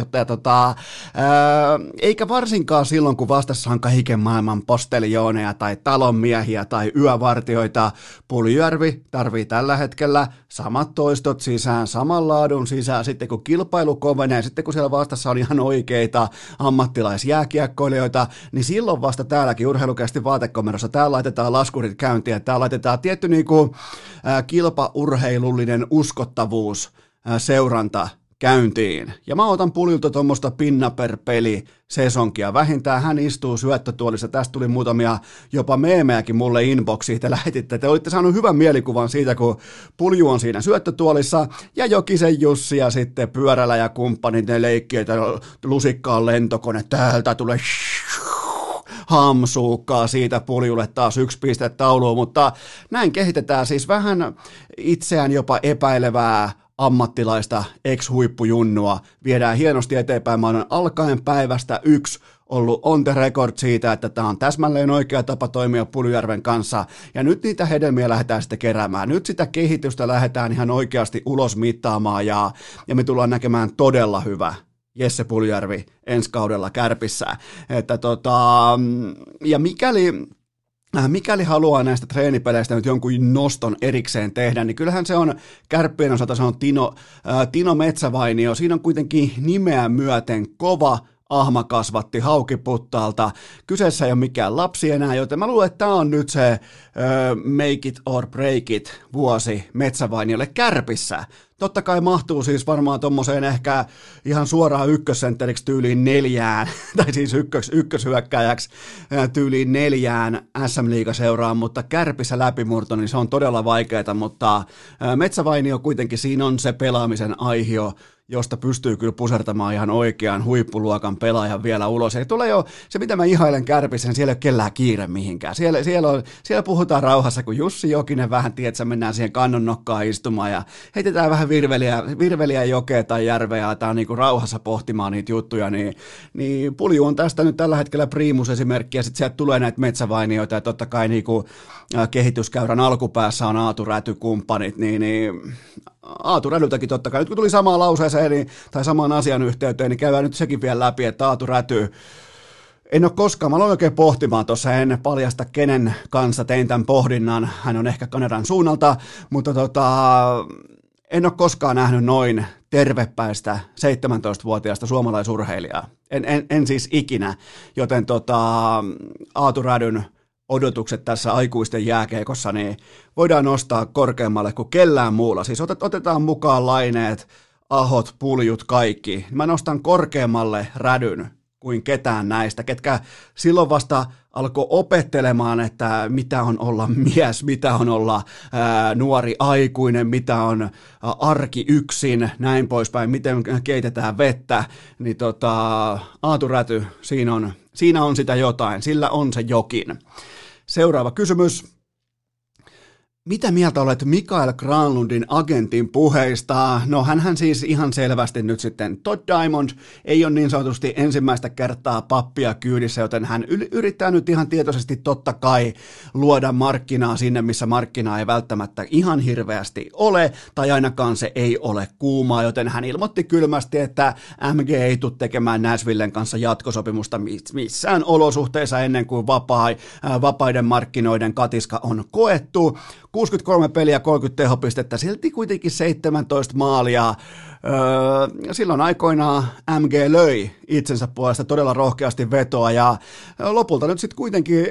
eikä varsinkaan silloin, kun vastassa on kaiken maailman posteljooneja tai talonmiehiä tai yövartioita. Puljujärvi tarvii tällä hetkellä samat toistot sisään, saman laadun sisään, sitten kun kilpailu kovenee, sitten kun siellä vastassa on ihan oikeita ammattilaisjääkiekkoilijoita, niin silloin vasta täälläkin urheilukästi vaatekomerossa, täällä laitetaan laskurit käyntiin, täällä laitetaan tietty kilpaurheilullinen uskottavuus, seuranta käyntiin. Ja mä otan Puljulta tuommoista pinna per peli sesonkia. Vähintään hän istuu syöttötuolissa. Tästä tuli muutamia jopa meemejäkin mulle inboxiin. Te lähetitte. Te olitte saanut hyvän mielikuvan siitä, kun Pulju on siinä syöttötuolissa ja Jokisen Jussi ja sitten Pyörällä ja kumppanit, ne leikkii, että lusikkaan lentokone. Täältä tulee hamsuukkaa siitä Puljulle taas 1 piste tauluun, mutta näin kehitetään siis vähän itseään jopa epäilevää ammattilaista ex-huippujunnua. Viedään hienosti eteenpäin. Mä olen alkaen päivästä 1 ollut on the record siitä, että tämä on täsmälleen oikea tapa toimia Puljujärven kanssa, ja nyt niitä hedelmiä lähdetään sitten keräämään. Nyt sitä kehitystä lähdetään ihan oikeasti ulos mittaamaan, ja me tullaan näkemään todella hyvä Jesse Puljujärvi ensi kaudella Kärpissä. Ja mikäli haluaa näistä treenipeleistä nyt jonkun noston erikseen tehdä, niin kyllähän se on Kärppien osalta, se on Tino Metsävainio. Siinä on kuitenkin nimeä myöten kova ahma kasvatti Haukiputtaalta. Kyseessä ei ole mikään lapsi enää, joten mä luulen, että tämä on nyt se make it or break it vuosi Metsävainiolle Kärpissä. Totta kai mahtuu siis varmaan tommoseen ehkä ihan suoraan ykkössentteriksi tyyliin 4, tai siis ykköshyökkääjäksi tyyliin 4 SM-liigaseuraan, mutta Kärpissä läpimurto, niin se on todella vaikeaa, mutta Metsävainio kuitenkin siinä on se pelaamisen aihio, josta pystyy kyllä pusertamaan ihan oikean huippuluokan pelaajan vielä ulos. Ja tulee jo se, mitä mä ihailen Kärpissä, niin siellä ei ole kellään kiire mihinkään. Siellä puhutaan rauhassa, kun Jussi Jokinen vähän tietsä, mennään siihen kannon nokkaan istumaan ja heitetään vähän virveliä jokea tai järveä ja aletaan niinku rauhassa pohtimaan niitä juttuja, niin Pulju on tästä nyt tällä hetkellä priimusesimerkki, ja sitten sieltä tulee näitä Metsävainioita, ja totta kai niinku kehityskäyrän alkupäässä on Aatu Räty-kumppanit, niin Aatu Rädyltäkin totta kai, nyt kun tuli samaan lauseeseen tai samaan asian yhteyteen, niin käydään nyt sekin vielä läpi, että Aatu Räty, en ole koskaan, mä aloin oikein pohtimaan tuossa, en paljasta kenen kanssa tein tämän pohdinnan, hän on ehkä Kanadan suunnalta, mutta en ole koskaan nähnyt noin tervepäistä 17-vuotiaasta suomalaisurheilijaa, en siis ikinä, joten Aatu Rädyn odotukset tässä aikuisten jääkeikossa, niin voidaan nostaa korkeammalle kuin kellään muulla. Siis otetaan mukaan Laineet, Ahot, Puljut, kaikki. Mä nostan korkeammalle Rädyn kuin ketään näistä, ketkä silloin vasta alkoi opettelemaan, että mitä on olla mies, mitä on olla nuori aikuinen, mitä on arki yksin, näin poispäin, miten keitetään vettä, niin Aatu Räty, siinä on sitä jotain, sillä on se jokin. Seuraava kysymys. Mitä mieltä olet Mikael Granlundin agentin puheista? No hänhän siis ihan selvästi nyt sitten Todd Diamond ei ole niin sanotusti ensimmäistä kertaa pappia kyydissä, joten hän yrittää nyt ihan tietoisesti totta kai luoda markkinaa sinne, missä markkinaa ei välttämättä ihan hirveästi ole, tai ainakaan se ei ole kuumaa, joten hän ilmoitti kylmästi, että MG ei tule tekemään Nashvillen kanssa jatkosopimusta missään olosuhteissa ennen kuin vapaiden markkinoiden katiska on koettu. 63 peliä, 30 tehopistettä, silti kuitenkin 17 maalia. Silloin aikoinaan MG löi itsensä puolesta todella rohkeasti vetoa ja lopulta nyt sitten kuitenkin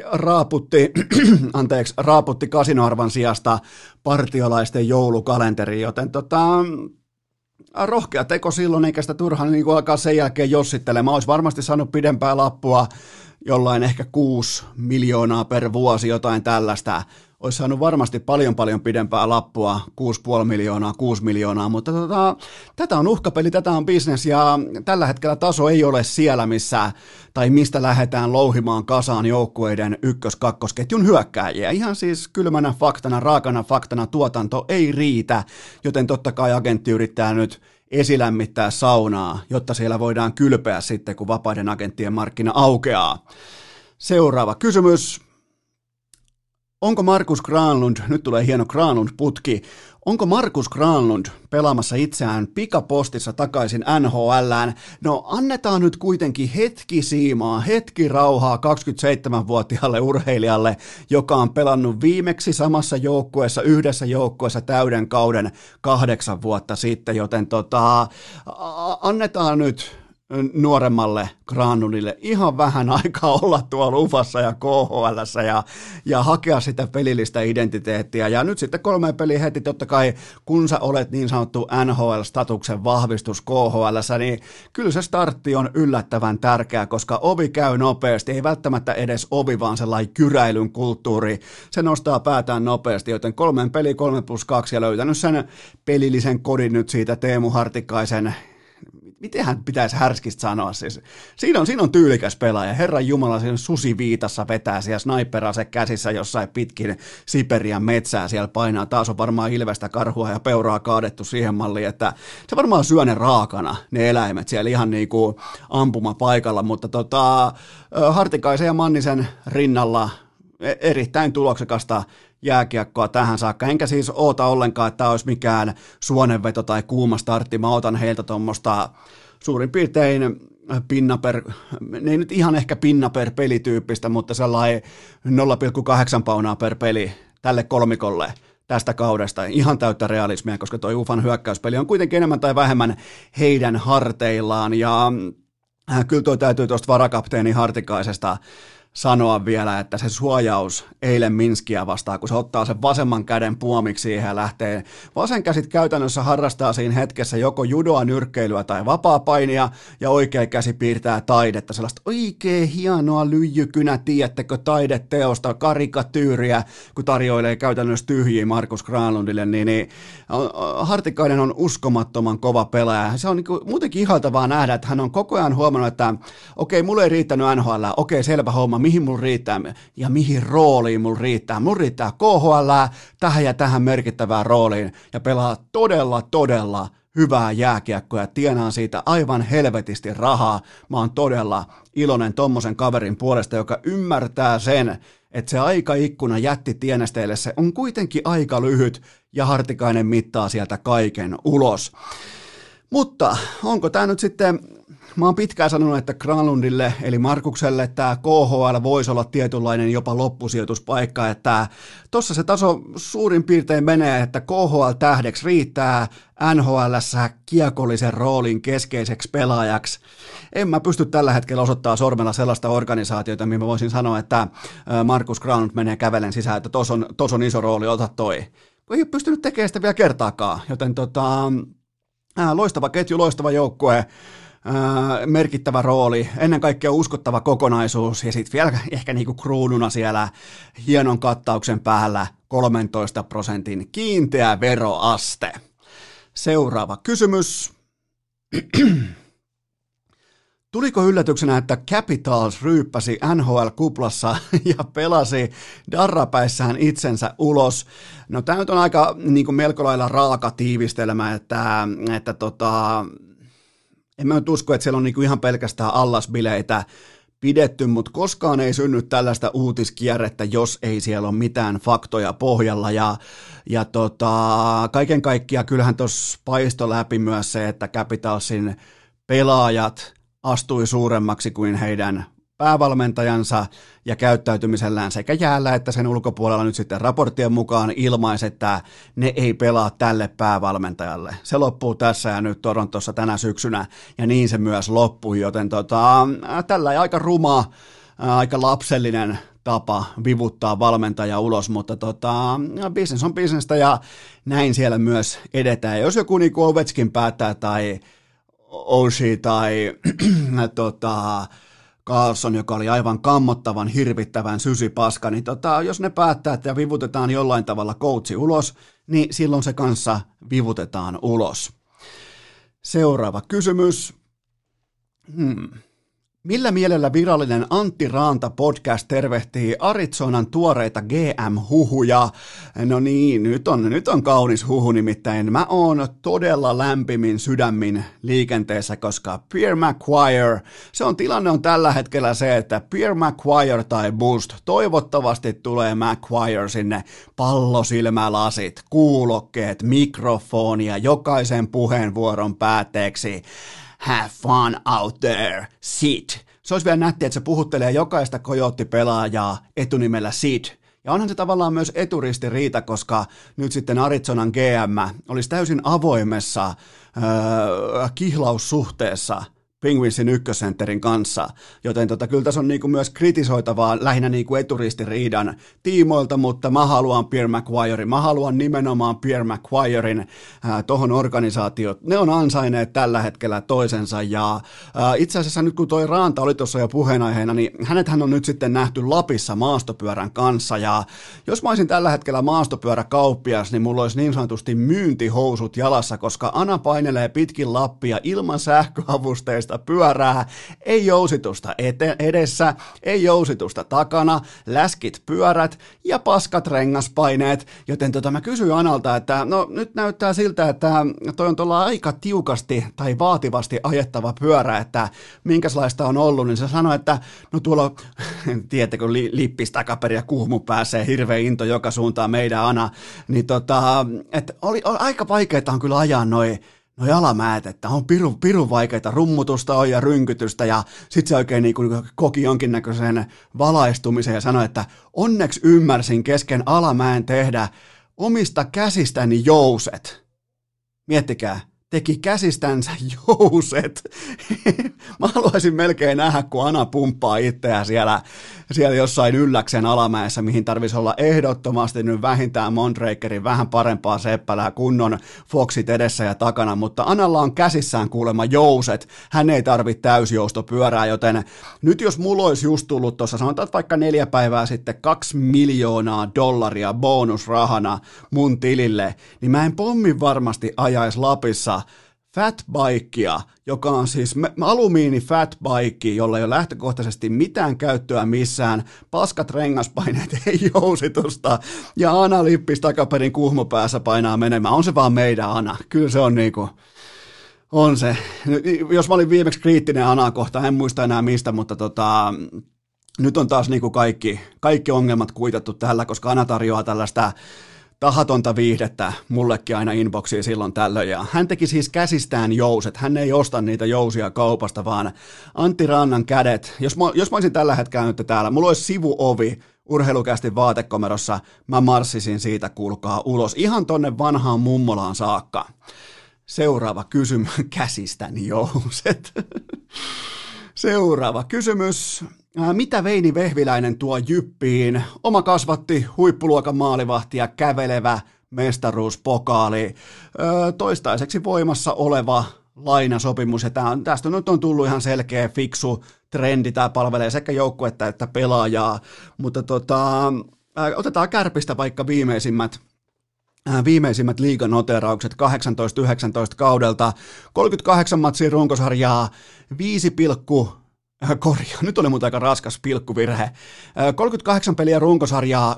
raaputti kasinoarvan sijasta partiolaisten joulukalenteri, joten rohkea teko silloin, eikä sitä turhaan niin alkaa sen jälkeen jossittelemaan. Olisi varmasti saanut pidempää lappua, jollain ehkä 6 miljoonaa per vuosi, jotain tällaista. Olisi saanut varmasti paljon pidempää lappua, 6,5 miljoonaa, 6 miljoonaa, mutta tätä on uhkapeli, tätä on business ja tällä hetkellä taso ei ole siellä, mistä lähdetään louhimaan kasaan joukkueiden ykkös-kakkosketjun hyökkääjiä. Ihan siis kylmänä faktana, raakana faktana tuotanto ei riitä, joten totta kai agentti yrittää nyt esilämmittää saunaa, jotta siellä voidaan kylpeä sitten, kun vapaiden agenttien markkina aukeaa. Seuraava kysymys. onko Markus Granlund, nyt tulee hieno Granlund-putki, onko Markus Granlund pelaamassa itseään pikapostissa takaisin NHLään? No annetaan nyt kuitenkin hetki siimaa, hetki rauhaa 27-vuotiaalle urheilijalle, joka on pelannut viimeksi samassa joukkueessa, yhdessä joukkueessa täyden kauden 8 vuotta sitten, joten annetaan nyt nuoremmalle Granlundille ihan vähän aikaa olla tuolla Ufassa ja KHL:ssä ja hakea sitä pelillistä identiteettiä. Ja nyt sitten 3 peliä heti, totta kai kun sä olet niin sanottu NHL-statuksen vahvistus KHL:ssä, niin kyllä se startti on yllättävän tärkeä, koska ovi käy nopeasti, ei välttämättä edes ovi, vaan sellainen kyräilyn kulttuuri. Se nostaa päätään nopeasti, joten 3 peliä 3+2 ja löytänyt sen pelillisen kodin nyt siitä Teemu Hartikaisen. Miten hän pitäisi härskistä sanoa siis? Siinä on tyylikäs pelaaja. Herran Jumala, siinä Susi Viitassa vetää siellä sniperase käsissä jossain pitkin Siperian metsää. Siellä painaa. Taas on varmaan ilvestä, karhua ja peuraa kaadettu siihen malliin, että se varmaan syö ne raakana, ne eläimet siellä ihan niin kuin ampumapaikalla. Mutta Hartikaisen ja Mannisen rinnalla erittäin tuloksekasta jääkiekkoa tähän saakka, enkä siis oota ollenkaan, että tämä olisi mikään suonenveto tai kuuma startti, mä otan heiltä tuommoista suurin piirtein ei nyt ihan ehkä pinna per pelityyppistä, mutta sellainen 0,8 paunaa per peli tälle kolmikolle tästä kaudesta, ihan täyttä realismia, koska toi UFAn hyökkäyspeli on kuitenkin enemmän tai vähemmän heidän harteillaan, ja kyllä toi täytyy tuosta varakapteeni Hartikaisesta sanoa vielä, että se suojaus eilen Minskiä vastaan, kun se ottaa sen vasemman käden puomiksi siihen ja lähtee. Vasen käsit käytännössä harrastaa siinä hetkessä joko judoa, nyrkkeilyä tai vapaapainia, ja oikea käsi piirtää taidetta, sellaista oikein hienoa lyijykynä, tiedättekö, taideteosta, karikatyyriä, kun tarjoilee käytännössä tyhjiä Markus Granlundille, niin Hartikainen on uskomattoman kova pelaaja. Se on niin kuin muutenkin ihaltavaa nähdä, että hän on koko ajan huomannut, että okei, mulla ei riittänyt NHL, okei, selvä homma, mihin mulla riittää ja mihin rooliin mulla riittää. Mulla riittää KHL tähän ja tähän merkittävään rooliin ja pelaa todella hyvää jääkiekkoa ja tienaan siitä aivan helvetisti rahaa. Mä oon todella iloinen tommosen kaverin puolesta, joka ymmärtää sen, että se aikaikkuna jätti tienesteille, se on kuitenkin aika lyhyt ja Hartikainen mittaa sieltä kaiken ulos. Mutta onko tämä nyt sitten, mä oon pitkään sanonut, että Granlundille eli Markukselle tämä KHL voisi olla tietynlainen jopa loppusijoituspaikka, että tossa se taso suurin piirtein menee, että KHL-tähdeksi riittää NHL:ssä kiekollisen roolin keskeiseksi pelaajaksi. En mä pysty tällä hetkellä osoittaa sormella sellaista organisaatiota, mihin mä voisin sanoa, että Markus Granlund menee kävelen sisään, että tos on iso rooli, ota toi. Kun ei ole pystynyt tekemään sitä vielä kertaakaan, joten loistava ketju, loistava joukkue, merkittävä rooli, ennen kaikkea uskottava kokonaisuus ja sitten vielä ehkä niinku kruununa siellä hienon kattauksen päällä 13% kiinteä veroaste. Seuraava kysymys. Tuliko yllätyksenä, että Capitals ryyppäsi NHL-kuplassa ja pelasi darrapäissään itsensä ulos? No tämä nyt on aika niin kuin melko lailla raaka tiivistelmä, että en mä nyt usko, että siellä on niin kuin ihan pelkästään allasbileitä pidetty, mutta koskaan ei synny tällaista uutiskierrettä, jos ei siellä ole mitään faktoja pohjalla. Ja kaiken kaikkiaan kyllähän tuossa paistoi läpi myös se, että Capitalsin pelaajat astui suuremmaksi kuin heidän päävalmentajansa ja käyttäytymisellään sekä jäällä että sen ulkopuolella nyt sitten raporttien mukaan ilmaisi, että ne ei pelaa tälle päävalmentajalle. Se loppuu tässä ja nyt Torontossa tänä syksynä ja niin se myös loppui, joten tällä aika ruma, aika lapsellinen tapa vivuttaa valmentaja ulos, mutta business on businessta ja näin siellä myös edetään. Ja jos joku niin kuin Ovechkin päättää tai Oshie tai Carlson, joka oli aivan kammottavan, hirvittävän sysipaska, niin jos ne päättää, että vivutetaan jollain tavalla coachi ulos, niin silloin se kanssa vivutetaan ulos. Seuraava kysymys. Millä mielellä virallinen Antti Raanta podcast tervehtii Arizonan tuoreita GM-huhuja? No niin, nyt on kaunis huhu, nimittäin mä oon todella lämpimin sydämin liikenteessä, koska Pierre McGuire, tilanne on tällä hetkellä se, että Pierre McGuire tai bust, toivottavasti tulee McGuire sinne, pallosilmälasit, kuulokkeet, mikrofonia, jokaisen puheenvuoron päätteeksi. Have fun out there, Sid. Se olisi vielä nättiä, että se puhuttelee jokaista Coyote-pelaajaa etunimellä Sid. Ja onhan se tavallaan myös eturistiriita, koska nyt sitten Arizonan GM olisi täysin avoimessa kihlaussuhteessa Penguinsin ykkössentterin kanssa, joten kyllä tässä on niinku myös kritisoitavaa lähinnä niinku eturistiriidan tiimoilta, mutta mä haluan Pierre McGuiren, mä haluan nimenomaan Pierre McGuiren tohon organisaatioon. Ne on ansainneet tällä hetkellä toisensa ja itse asiassa nyt kun toi Raanta oli tuossa jo puheenaiheena, niin hänethän on nyt sitten nähty Lapissa maastopyörän kanssa ja jos mä olisin tällä hetkellä maastopyöräkauppias, niin mulla olisi niin sanotusti myyntihousut jalassa, koska Ana painelee pitkin Lappia ilman sähköavusteista pyörää, ei jousitusta edessä, ei jousitusta takana, läskit pyörät ja paskat rengaspaineet, joten mä kysyin Analta, että no nyt näyttää siltä, että toi on tuolla aika tiukasti tai vaativasti ajettava pyörä, että minkälaista on ollut, niin se sanoi, että no tuolla, tiedättekö, lippis takaperin ja kuhmu pääsee, hirveä into joka suuntaan meidän Ana, niin että oli aika vaikeaa on kyllä ajaa noi alamäet, että on pirun vaikeita, rummutusta on ja rynkytystä ja sit se oikein niin kuin koki jonkinnäköisen valaistumisen ja sanoi, että onneksi ymmärsin kesken alamäen tehdä omista käsistäni jouset. Miettikää, teki käsistänsä jouset. Mä haluaisin melkein nähdä, kun Ana pumppaa itseään siellä jossain Ylläksen alamäessä, mihin tarvitsisi olla ehdottomasti nyt vähintään Mondrakerin vähän parempaa seppälää, kunnon Foxit edessä ja takana, mutta Analla on käsissään kuulemma jouset, hän ei tarvitse täysjoustopyörää, joten nyt jos mulla olisi just tullut tuossa, sanotaan vaikka 4 päivää sitten $2 miljoonaa bonusrahana mun tilille, niin mä en pommin varmasti ajaisi Lapissa fatbikea, joka on siis alumiini fatbike, jolla ei ole lähtökohtaisesti mitään käyttöä missään, paskat rengaspaineet, ei jousitusta, ja Ana lippis takaperin kuhmopäässä painaa menemään. On se vaan meidän Ana. Kyllä se on niinku, on se. Jos mä olin viimeksi kriittinen Anaa kohtaan, en muista enää mistä, mutta nyt on taas niinku kaikki ongelmat kuitattu tällä, koska Ana tarjoaa tällaista tahatonta viihdettä mullekin aina inboxiin silloin tällöin, ja hän teki siis käsistään jouset, hän ei osta niitä jousia kaupasta, vaan Antti Rannan kädet, jos mä olisin tällä hetkellä nyt täällä, mulla olisi sivuovi Urheilukästin vaatekomerossa, mä marssisin siitä, kuulkaa, ulos, ihan tonne vanhaan mummolaan saakka. Seuraava kysymys, käsistäni jouset. Seuraava kysymys. Mitä Veini Vehviläinen tuo Jyppiin? Oma kasvatti, huippuluokan maalivahti ja kävelevä mestaruuspokaali. Toistaiseksi voimassa oleva lainasopimus, ja tästä nyt on tullut ihan selkeä fiksu trendi, tämä palvelee sekä joukkuetta että pelaajaa, mutta otetaan Kärpistä vaikka viimeisimmät liiganoteraukset 18-19 kaudelta, 38 matsia runkosarjaa, nyt oli muuten aika raskas pilkkuvirhe. 38 peliä runkosarjaa,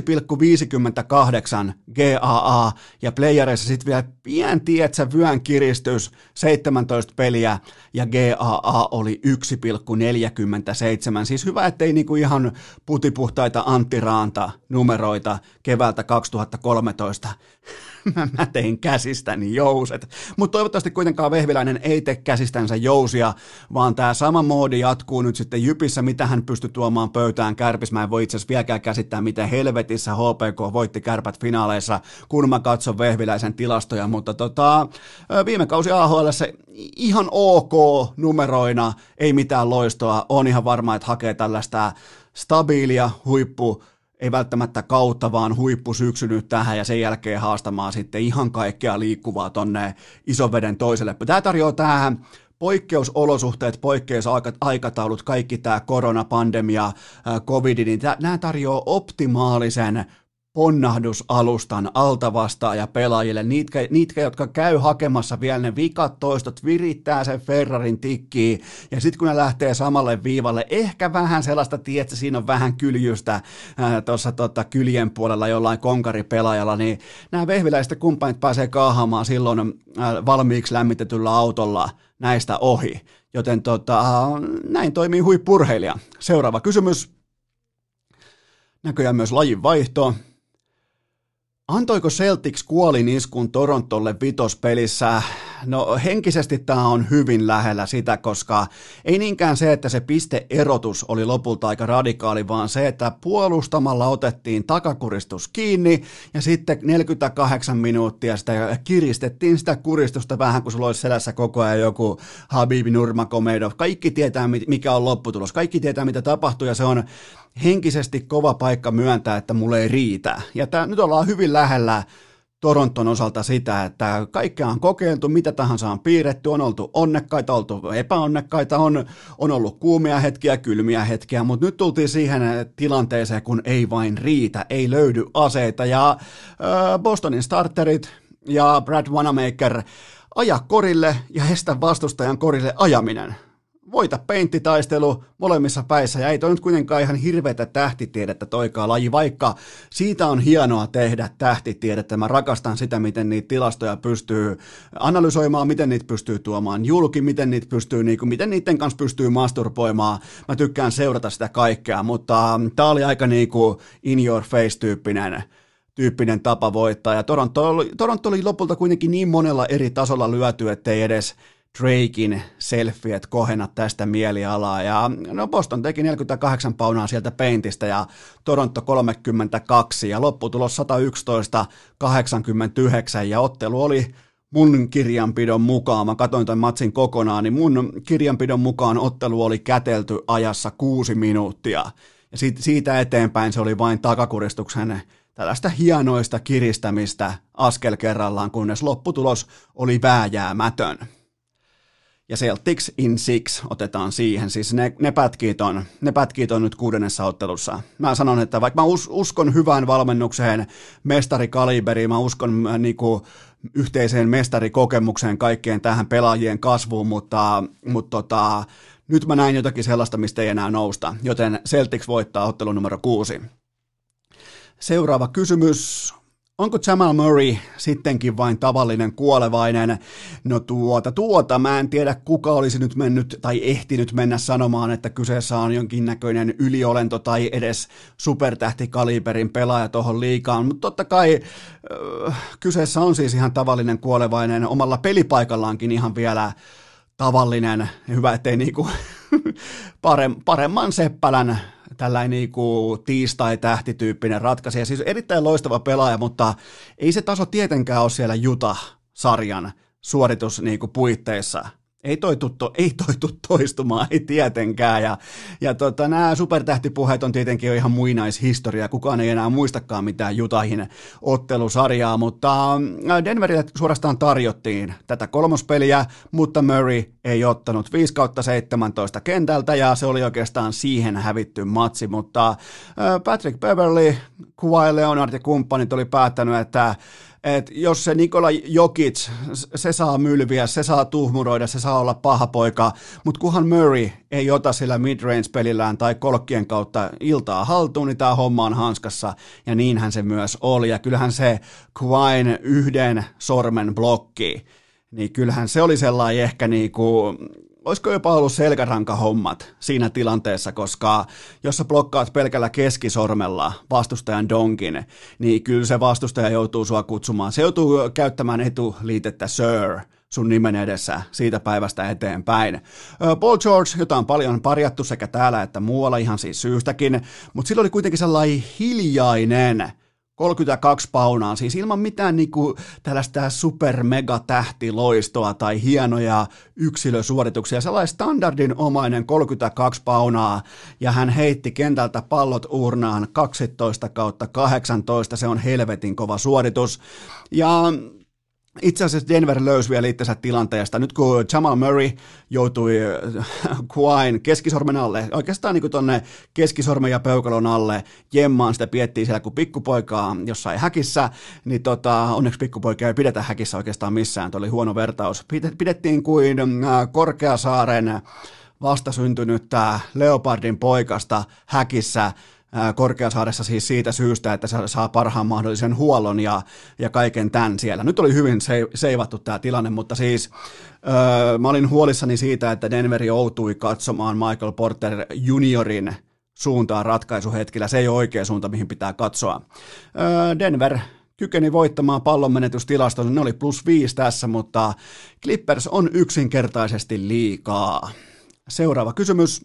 1,58 GAA ja playereissa sitten vielä vyön kiristys, 17 peliä ja GAA oli 1,47. Siis hyvä, ettei niinku ihan putipuhtaita Antti Raanta numeroita keväältä 2013. Mä tein käsistäni jouset. Mutta toivottavasti kuitenkaan Vehviläinen ei tee käsistänsä jousia, vaan tämä sama moodi jatkuu nyt sitten Jypissä, mitä hän pystyi tuomaan pöytään Kärpissä. Mä en voi itse asiassa vieläkään käsittää, miten helvetissä HPK voitti Kärpät finaaleissa, kun mä katson Vehviläisen tilastoja, mutta viime kausi AHL se ihan ok numeroina, ei mitään loistoa, on ihan varma, että hakee tällaista stabiilia ei välttämättä kautta, vaan huippusyksy nyt tähän ja sen jälkeen haastamaan sitten ihan kaikkea liikkuvaa tonne Isoveden toiselle. Tämä tarjoaa tähän poikkeusolosuhteet, poikkeusaikataulut, kaikki tämä koronapandemia, covid, niin nämä tarjoaa optimaalisen ponnahdusalustan altavastaaja pelaajille, niitä, jotka käy hakemassa vielä ne vikat toistot, virittää sen Ferrarin tikkiin, ja sitten kun ne lähtee samalle viivalle, ehkä vähän sellaista, tiedätkö, siinä on vähän kyljystä tuossa kyljen puolella jollain konkaripelaajalla, niin nämä vehviläiset kumppanit pääsee kaahaamaan silloin valmiiksi lämmitetyllä autolla näistä ohi, joten näin toimii huippurheilija. Seuraava kysymys. Näköjään myös lajin vaihto. Antoiko Celtics kuoliniskun Torontolle vitospelissä? No henkisesti tämä on hyvin lähellä sitä, koska ei niinkään se, että se pisteerotus oli lopulta aika radikaali, vaan se, että puolustamalla otettiin takakuristus kiinni ja sitten 48 minuuttia sitä kiristettiin sitä kuristusta vähän, kun sulla olisi selässä koko ajan joku Habib Nurmagomedov. Kaikki tietää, mikä on lopputulos, kaikki tietää, mitä tapahtuu ja se on henkisesti kova paikka myöntää, että mulle ei riitä. Ja nyt ollaan hyvin lähellä Toronton osalta sitä, että kaikkea on kokeiltu, mitä tahansa on piirretty, on oltu onnekkaita, oltu epäonnekkaita, on ollut kuumia hetkiä, kylmiä hetkiä, mutta nyt tultiin siihen tilanteeseen, kun ei vain riitä, ei löydy aseita, ja Bostonin starterit ja Brad Wanamaker aja korille ja estä vastustajan korille ajaminen. Voita penttitaistelu molemmissa päissä, ja ei toi nyt kuitenkaan ihan hirveätä tähtitiedettä toikaan laji, vaikka siitä on hienoa tehdä tähtitiedettä. Mä rakastan sitä, miten niitä tilastoja pystyy analysoimaan, miten niitä pystyy tuomaan julki, miten niitä pystyy, miten niiden kanssa pystyy masturboimaan. Mä tykkään seurata sitä kaikkea, mutta tää oli aika in your face tyyppinen tapa voittaa, ja Toronto oli lopulta kuitenkin niin monella eri tasolla lyöty, ettei edes Drakein selfiet kohenna tästä mielialaa, ja no Boston teki 48 paunaa sieltä peintistä ja Toronto 32 ja lopputulos 111-89 ja ottelu oli mun kirjanpidon mukaan, mä katsoin tämän matsin kokonaan, niin mun kirjanpidon mukaan ottelu oli kätelty ajassa 6 minuuttia ja siitä eteenpäin se oli vain takakuristuksen tällaista hienoista kiristämistä askel kerrallaan, kunnes lopputulos oli vääjäämätön. Ja Celtics in 6 otetaan siihen, siis ne pätkii ton nyt 6. ottelussa. Mä sanon, että vaikka mä uskon hyvään valmennukseen, mestarikaliberiin, mä uskon yhteiseen mestarikokemukseen, kaikkeen tähän pelaajien kasvuun, mutta nyt mä näin jotakin sellaista, mistä ei enää nousta, joten Celtics voittaa ottelun numero 6. Seuraava kysymys. Onko Jamal Murray sittenkin vain tavallinen kuolevainen? No mä en tiedä kuka olisi nyt mennyt tai ehtinyt mennä sanomaan, että kyseessä on jonkinnäköinen yliolento tai edes supertähtikaliberin pelaaja tuohon liigaan, mutta totta kai kyseessä on siis ihan tavallinen kuolevainen, omalla pelipaicallaankin ihan vielä tavallinen, hyvä ettei paremman seppälän tällainen tiistai-tähtityyppinen ratkaisija, siis erittäin loistava pelaaja, mutta ei se taso tietenkään ole siellä Utah-sarjan suorituspuitteissa. Ei toi toistumaan, ei tietenkään, ja nämä supertähtipuheet on tietenkin jo ihan muinaishistoria, kukaan ei enää muistakaan mitään Utahin ottelusarjaa, mutta Denverille suorastaan tarjottiin tätä kolmospeliä, mutta Murray ei ottanut 5/17 kentältä, ja se oli oikeastaan siihen hävitty matsi, mutta Patrick Beverley, Kawhi Leonard ja kumppanit oli päättänyt, että jos se Nikola Jokic, se saa mylviä, se saa tuhmuroida, se saa olla paha poika, mutta kunhan Murray ei ota sillä midrange-pelillään tai kolkkien kautta iltaa haltuun, niin tämä homma on hanskassa, ja niinhän se myös oli, ja kyllähän se Kawhin yhden sormen blokki, niin kyllähän se oli sellainen ehkä olisiko jopa ollut selkärankahommat siinä tilanteessa, koska jos sä blokkaat pelkällä keskisormella vastustajan donkin, niin kyllä se vastustaja joutuu sua kutsumaan. Se joutuu käyttämään etuliitettä Sir sun nimen edessä siitä päivästä eteenpäin. Paul George, jota on paljon parjattu sekä täällä että muualla ihan siis syystäkin, mutta sillä oli kuitenkin sellainen hiljainen 32 paunaa, siis ilman mitään tällaista super-mega-tähtiloistoa tai hienoja yksilösuorituksia, sellainen standardinomainen 32 paunaa, ja hän heitti kentältä pallot urnaan 12/18, se on helvetin kova suoritus, ja Itse asiassa Denver löysi vielä itsensä tilanteesta. Nyt kun Jamal Murray joutui Kawhin keskisormen alle, oikeastaan niin kuin tuonne keskisormen ja peukalon alle, jemmaan sitä piettiin siellä kuin pikkupoikaa jossain häkissä, niin onneksi pikkupoikaa ei pidetä häkissä oikeastaan missään. Tuo oli huono vertaus. Pidettiin kuin Korkeasaaren vastasyntynyttä Leopardin poikasta häkissä, Korkeasaaressa siis siitä syystä, että se saa parhaan mahdollisen huollon ja kaiken tämän siellä. Nyt oli hyvin seivattu tämä tilanne, mutta siis mä olin huolissani siitä, että Denver joutui katsomaan Michael Porter juniorin suuntaan ratkaisuhetkillä. Se ei ole oikea suunta, mihin pitää katsoa. Denver kykeni voittamaan pallonmenetystilaston, ne oli +5 tässä, mutta Clippers on yksinkertaisesti liikaa. Seuraava kysymys.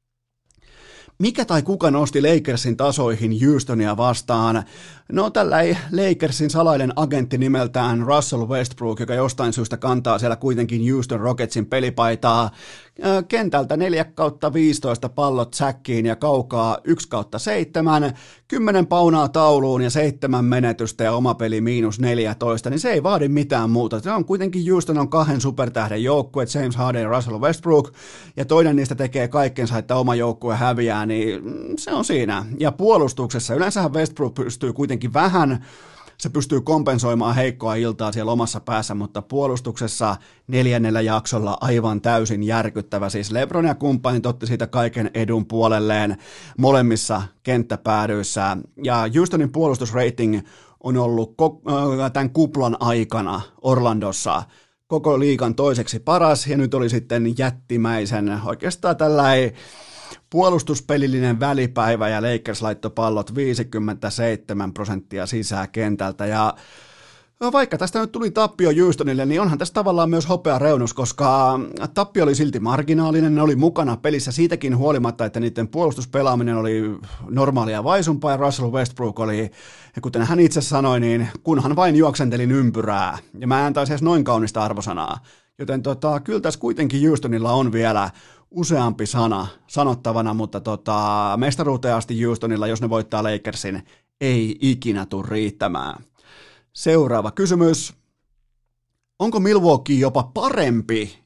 Mikä tai kuka nosti Lakersin tasoihin Houstonia vastaan? No tällä ei Lakersin salainen agentti nimeltään Russell Westbrook, joka jostain syystä kantaa siellä kuitenkin Houston Rocketsin pelipaitaa. Kentältä 4/15 pallot säkkiin ja kaukaa 1/7, 10 paunaa tauluun ja 7 menetystä ja oma peli -14, niin se ei vaadi mitään muuta. Se on kuitenkin Houston on 2 supertähden joukkue, James Harden ja Russell Westbrook, ja toinen niistä tekee kaikkensa, että oma joukkue häviää, niin se on siinä. Ja puolustuksessa yleensähän Westbrook pystyy kuitenkin vähän, se pystyy kompensoimaan heikkoa iltaa siellä omassa päässä, mutta puolustuksessa 4. jaksolla aivan täysin järkyttävä. Siis LeBron ja kumppanit otti siitä kaiken edun puolelleen molemmissa kenttäpäädyissä. Ja Houstonin puolustusrating on ollut tämän kuplan aikana Orlandossa koko liigan toiseksi paras, ja nyt oli sitten jättimäisen oikeastaan tällainen puolustuspelillinen välipäivä, ja Lakers laittoi pallot 57% sisään kentältä, ja vaikka tästä nyt tuli tappio Houstonille, niin onhan tässä tavallaan myös hopea reunus, koska tappio oli silti marginaalinen, ne oli mukana pelissä siitäkin huolimatta, että niiden puolustuspelaaminen oli normaalia vaisumpaa, ja Russell Westbrook oli, kuten hän itse sanoi, niin kunhan vain juoksentelin ympyrää, ja mä en taisi edes noin kaunista arvosanaa, joten kyllä tässä kuitenkin Houstonilla on vielä useampi sana sanottavana, mutta mestaruuteen asti Houstonilla, jos ne voittaa Lakersin, ei ikinä tule riittämään. Seuraava kysymys. Onko Milwaukee jopa parempi?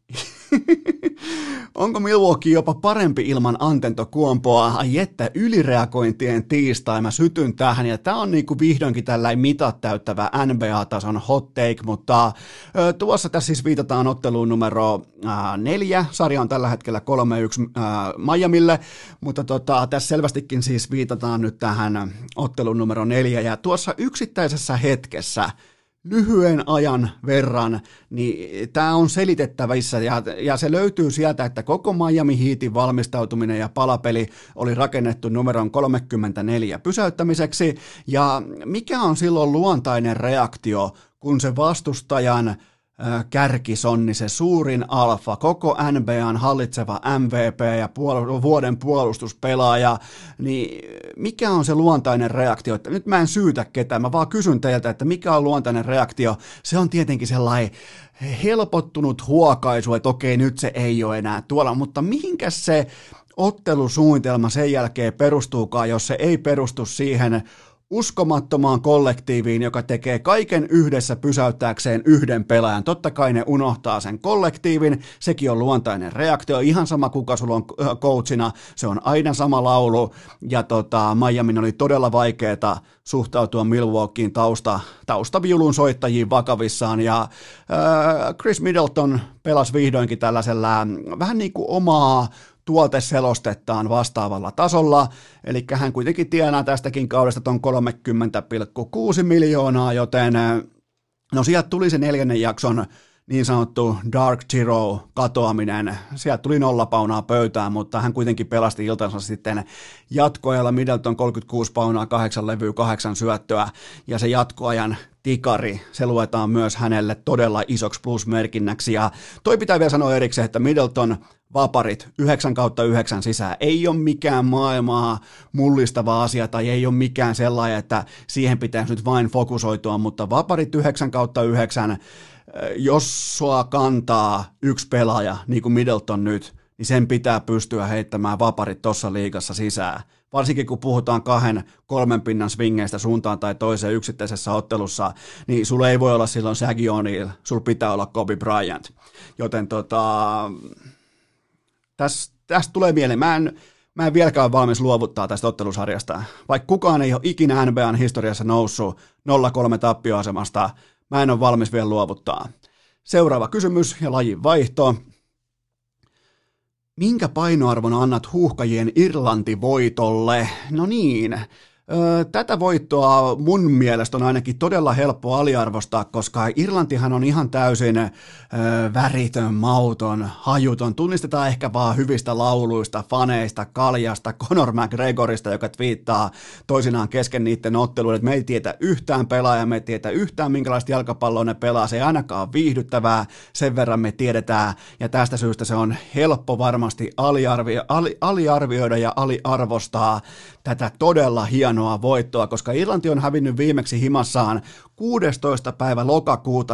Onko Milwaukee jopa parempi ilman Antento Kuompoa? Ai että, ylireagointien tiistai, mä sytyn tähän, ja tää on niinku vihdoinkin tällainen mitat täyttävä NBA-tason hot take, mutta tuossa tässä siis viitataan otteluun numero 4, sarja on tällä hetkellä 3-1 Miamille, mutta tässä selvästikin siis viitataan nyt tähän otteluun numero 4, ja tuossa yksittäisessä hetkessä lyhyen ajan verran, niin tämä on selitettävissä ja se löytyy sieltä, että koko Miami Heatin valmistautuminen ja palapeli oli rakennettu numeron 34 pysäyttämiseksi, ja mikä on silloin luontainen reaktio, kun se vastustajan kärkisonni, se suurin alfa, koko NBAn hallitseva MVP ja vuoden puolustuspelaaja, niin mikä on se luontainen reaktio? Että nyt mä en syytä ketään, mä vaan kysyn teiltä, että mikä on luontainen reaktio? Se on tietenkin sellainen helpottunut huokaisu, että okei, nyt se ei ole enää tuolla, mutta mihinkäs se ottelusuunnitelma sen jälkeen perustuukaan, jos se ei perustu siihen uskomattomaan kollektiiviin, joka tekee kaiken yhdessä pysäyttääkseen yhden pelaajan. Totta kai ne unohtaa sen kollektiivin, sekin on luontainen reaktio, ihan sama kuka sulla on coachina, se on aina sama laulu, ja Miamin oli todella vaikeaa suhtautua Milwaukeein taustaviulun soittajiin vakavissaan, ja Chris Middleton pelasi vihdoinkin tällaisella vähän niin kuin omaa tuoteselostettaan vastaavalla tasolla, eli hän kuitenkin tienaa tästäkin kaudesta ton 30,6 miljoonaa, joten no sieltä tuli se 4. jakson niin sanottu Dark Zero katoaminen, sieltä tuli 0 paunaa pöytään, mutta hän kuitenkin pelasti iltansa sitten jatkoajalla. Middleton 36 paunaa, 8 levyä, 8 syöttöä, ja se jatkoajan tikari, se luetaan myös hänelle todella isoksi plusmerkinnäksi, ja toi pitää vielä sanoa erikseen, että Middleton vaparit 9/9 sisään ei ole mikään maailmaa mullistava asia tai ei ole mikään sellainen, että siihen pitäisi nyt vain fokusoitua, mutta vaparit 9/9, jos sua kantaa yksi pelaaja, niin kuin Middleton nyt, niin sen pitää pystyä heittämään vaparit tuossa liigassa sisään. varsinkin kun puhutaan 2-3 pinnan swingeistä suuntaan tai toiseen yksittäisessä ottelussa, niin sulla ei voi olla silloin Shaggy O'Neal, sulla pitää olla Kobe Bryant. Joten tästä tulee mieleen, mä en vieläkään ole valmis luovuttaa tästä ottelusarjasta. Vaikka kukaan ei ole ikinä NBAn historiassa noussut 0-3 tappioasemasta, mä en ole valmis vielä luovuttaa. Seuraava kysymys ja lajin vaihto. Minkä painoarvon annat Huuhkajien Irlanti-voitolle? No niin, tätä voittoa mun mielestä on ainakin todella helppo aliarvostaa, koska Irlantihan on ihan täysin väritön, mauton, hajuton. Tunnistetaan ehkä vaan hyvistä lauluista, faneista, kaljasta, Conor McGregorista, joka twiittaa toisinaan kesken niiden otteluiden. Me ei tietä yhtään pelaajaa, me ei tietä yhtään minkälaista jalkapalloa ne pelaa. Se ei ainakaan ole viihdyttävää, sen verran me tiedetään. Ja tästä syystä se on helppo varmasti aliarvioida ja aliarvostaa tätä todella hienoa voittoa, koska Irlanti on hävinnyt viimeksi himassaan 16. päivä lokakuuta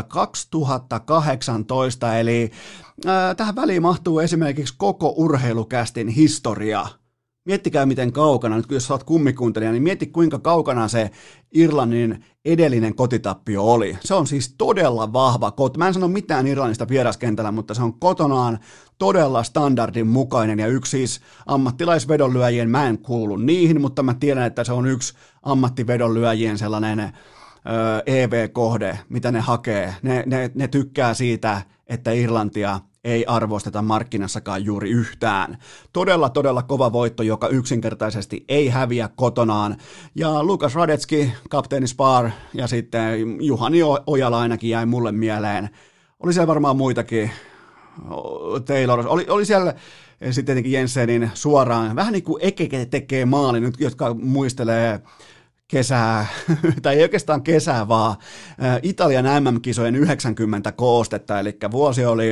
2018, eli tähän väliin mahtuu esimerkiksi koko urheilukästin historia. Miettikää miten kaukana, nyt jos sä oot kummikuuntelija, niin mieti kuinka kaukana se Irlannin edellinen kotitappio oli. Se on siis todella vahva mä en sano mitään Irlannista vieraskentällä, mutta se on kotonaan todella standardin mukainen ja yksi siis ammattilaisvedonlyöjien, mä en kuulu niihin, mutta mä tiedän, että se on yksi ammattivedonlyöjien sellainen EV-kohde, mitä ne hakee. Ne tykkää siitä, että Irlantia ei arvosteta markkinassakaan juuri yhtään. Todella kova voitto, joka yksinkertaisesti ei häviä kotonaan. Ja Lukas Radetski, kapteeni Spar ja sitten Juhani Ojala ainakin jäi mulle mieleen. Oli siellä varmaan muitakin. Taylor, oli siellä sitten tietenkin Jensenin suoraan, vähän niin kuin Ekeke tekee maali nyt, jotka muistelee kesää, tai ei oikeastaan kesää, vaan Italian MM-kisojen 90 koostetta, eli vuosi oli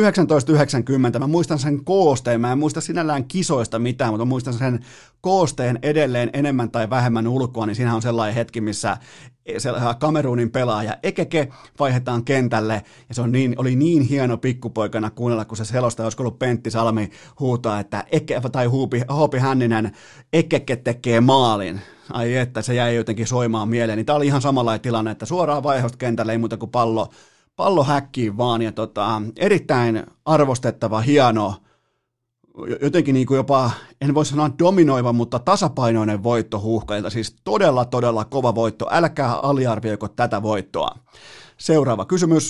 1990, mä muistan sen koosteen, mä en muista sinällään kisoista mitään, mutta muistan sen koosteen edelleen enemmän tai vähemmän ulkoa, niin siinä on sellainen hetki, missä Kameruunin pelaaja Ekeke vaihdetaan kentälle, ja se oli niin hieno pikkupoikana kuunnella, kun se selostaja, olisiko ollut Pentti Salmi, huutaa, että Hoopi Hänninen, Ekeke tekee maalin. Ai että, se jäi jotenkin soimaan mieleen. Niin tämä oli ihan samanlainen tilanne, että suoraan vaihdosta kentälle, ei muuta kuin pallo häkkiin vaan, ja erittäin arvostettava, hieno, jotenkin niin kuin jopa, en voi sanoa dominoiva, mutta tasapainoinen voitto Huuhkajilta, siis todella kova voitto, älkää aliarvioiko tätä voittoa. Seuraava kysymys.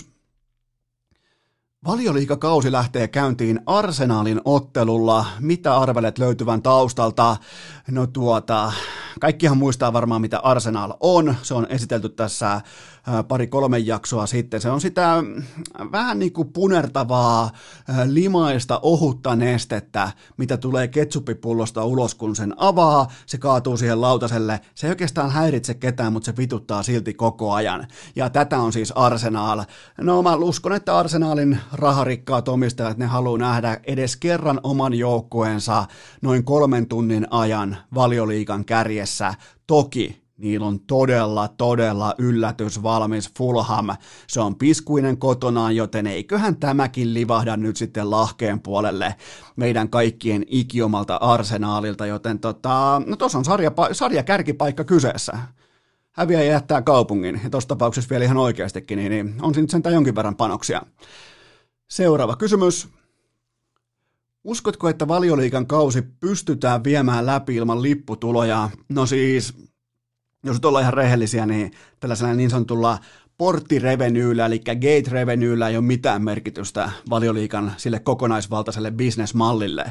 Valioliigakausi lähtee käyntiin Arsenalin ottelulla. Mitä arvelet löytyvän taustalta? No kaikkihan muistaa varmaan mitä Arsenal on. Se on esitelty tässä 2-3 jaksoa sitten. Se on sitä vähän niin kuin punertavaa, limaista, ohutta nestettä, mitä tulee ketsuppipullosta ulos, kun sen avaa. Se kaatuu siihen lautaselle. Se ei oikeastaan häiritse ketään, mutta se vituttaa silti koko ajan. Ja tätä on siis Arsenal. No mä uskon, että Arsenalin raharikkaat omistajat, ne haluaa nähdä edes kerran oman joukkueensa noin 3 tunnin ajan Valioliigan kärjessä. Toki niillä on todella yllätysvalmis Fulham. Se on piskuinen kotonaan, joten eiköhän tämäkin livahda nyt sitten lahkeen puolelle meidän kaikkien ikiomalta Arsenalilta, joten no tuossa on sarja kärkipaikka kyseessä. Häviäjä jättää kaupungin, ja tuossa tapauksessa vielä ihan oikeastikin, niin on siinä nyt sentään jonkin verran panoksia. Seuraava kysymys. Uskotko, että Valioliigan kausi pystytään viemään läpi ilman lipputuloja? No siis, jos nyt ollaan ihan rehellisiä, niin tällaisella niin sanotulla porttirevenyllä, eli gate revenyllä ei ole mitään merkitystä Valioliigan sille kokonaisvaltaiselle bisnesmallille.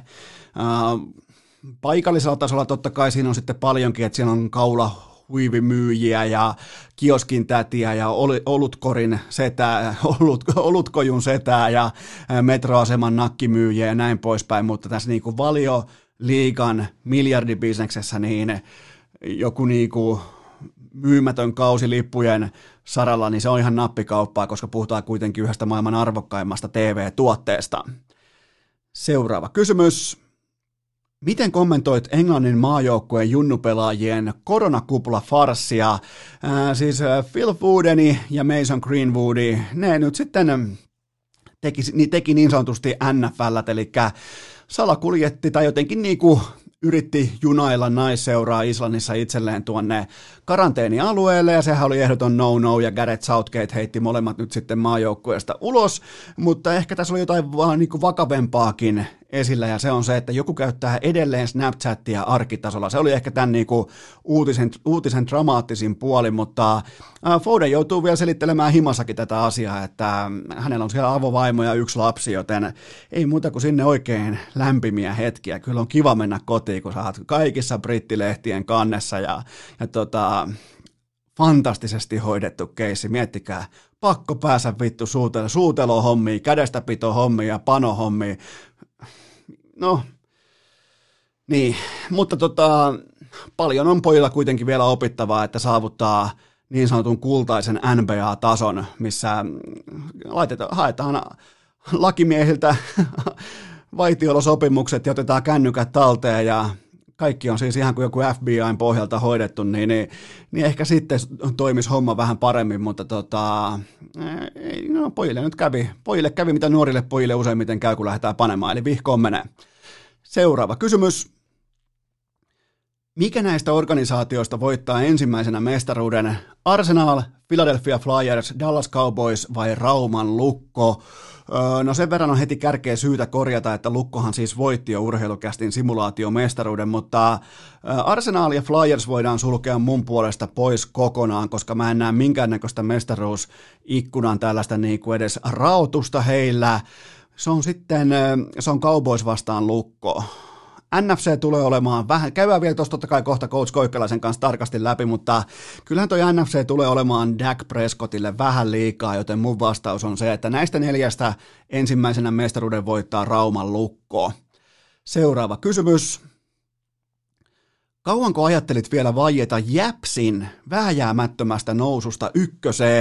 Paikallisella tasolla totta kai siinä on sitten paljonkin, että siellä on huivimyyjiä ja kioskin tätiä ja olutkorin setää, olutkojun setää ja metroaseman nakkimyyjiä ja näin poispäin, mutta tässä niin kuin Valioliigan miljardibisneksessä niin joku niin kuin myymätön kausi lippujen saralla, niin se on ihan nappikauppaa, koska puhutaan kuitenkin yhdestä maailman arvokkaimmasta TV-tuotteesta. Seuraava kysymys. Miten kommentoit Englannin maajoukkueen junnupelaajien koronakupla-farssia? Siis Phil Foodeni ja Mason Greenwoodi, ne nyt sitten teki niin sanotusti NFL:t, eli salakuljetti tai jotenkin niinku yritti junailla naisseuraa Islannissa itselleen tuonne karanteenialueelle, ja sehän oli ehdoton no-no, ja Gareth Southgate heitti molemmat nyt sitten maajoukkueesta ulos, mutta ehkä tässä oli jotain vaan niin kuin vakavempaakin esillä, ja se on se, että joku käyttää edelleen Snapchatia arkitasolla. Se oli ehkä tämän niin kuin uutisen dramaattisin puoli, mutta Foden joutuu vielä selittelemään himassakin tätä asiaa, että hänellä on siellä avovaimo ja 1 lapsi, joten ei muuta kuin sinne oikein lämpimiä hetkiä. Kyllä on kiva mennä kotiin, kun sä oot kaikissa brittilehtien kannessa ja fantastisesti hoidettu keissi. Miettikää, pakko päässä vittu suutelohommiin, kädestäpitohommiin ja panohommiin. No, niin, mutta paljon on pojilla kuitenkin vielä opittavaa, että saavuttaa niin sanotun kultaisen NBA-tason, missä haetaan lakimiehiltä vaitiolosopimukset ja otetaan kännykät talteen ja kaikki on siis ihan kuin joku FBI:n pohjalta hoidettu, niin ehkä sitten toimisi homma vähän paremmin, mutta pojille kävi mitä nuorille pojille useimmiten käy, kun lähdetään panemaan, eli vihkoon menee. Seuraava kysymys. Mikä näistä organisaatioista voittaa ensimmäisenä mestaruuden? Arsenal, Philadelphia Flyers, Dallas Cowboys vai Rauman Lukko? No sen verran on heti kärkeä syytä korjata, että Lukkohan siis voitti jo urheilukästin simulaatiomestaruuden, mutta Arsenal ja Flyers voidaan sulkea mun puolesta pois kokonaan, koska mä en näe minkäännäköistä mestaruusikkunan tällaista niin kuin edes raotusta heillä. Se on Cowboys vastaan Lukko. NFC tulee olemaan vähän, käydään vielä tuossa totta kai kohta Coach Koikkalaisen kanssa tarkasti läpi, mutta kyllähän toi NFC tulee olemaan Dak Prescottille vähän liikaa, joten mun vastaus on se, että näistä 4 ensimmäisenä mestaruuden voittaa Rauman Lukko. Seuraava kysymys. Kauanko ajattelit vielä vaieta Jäpsin vääjäämättömästä noususta 1?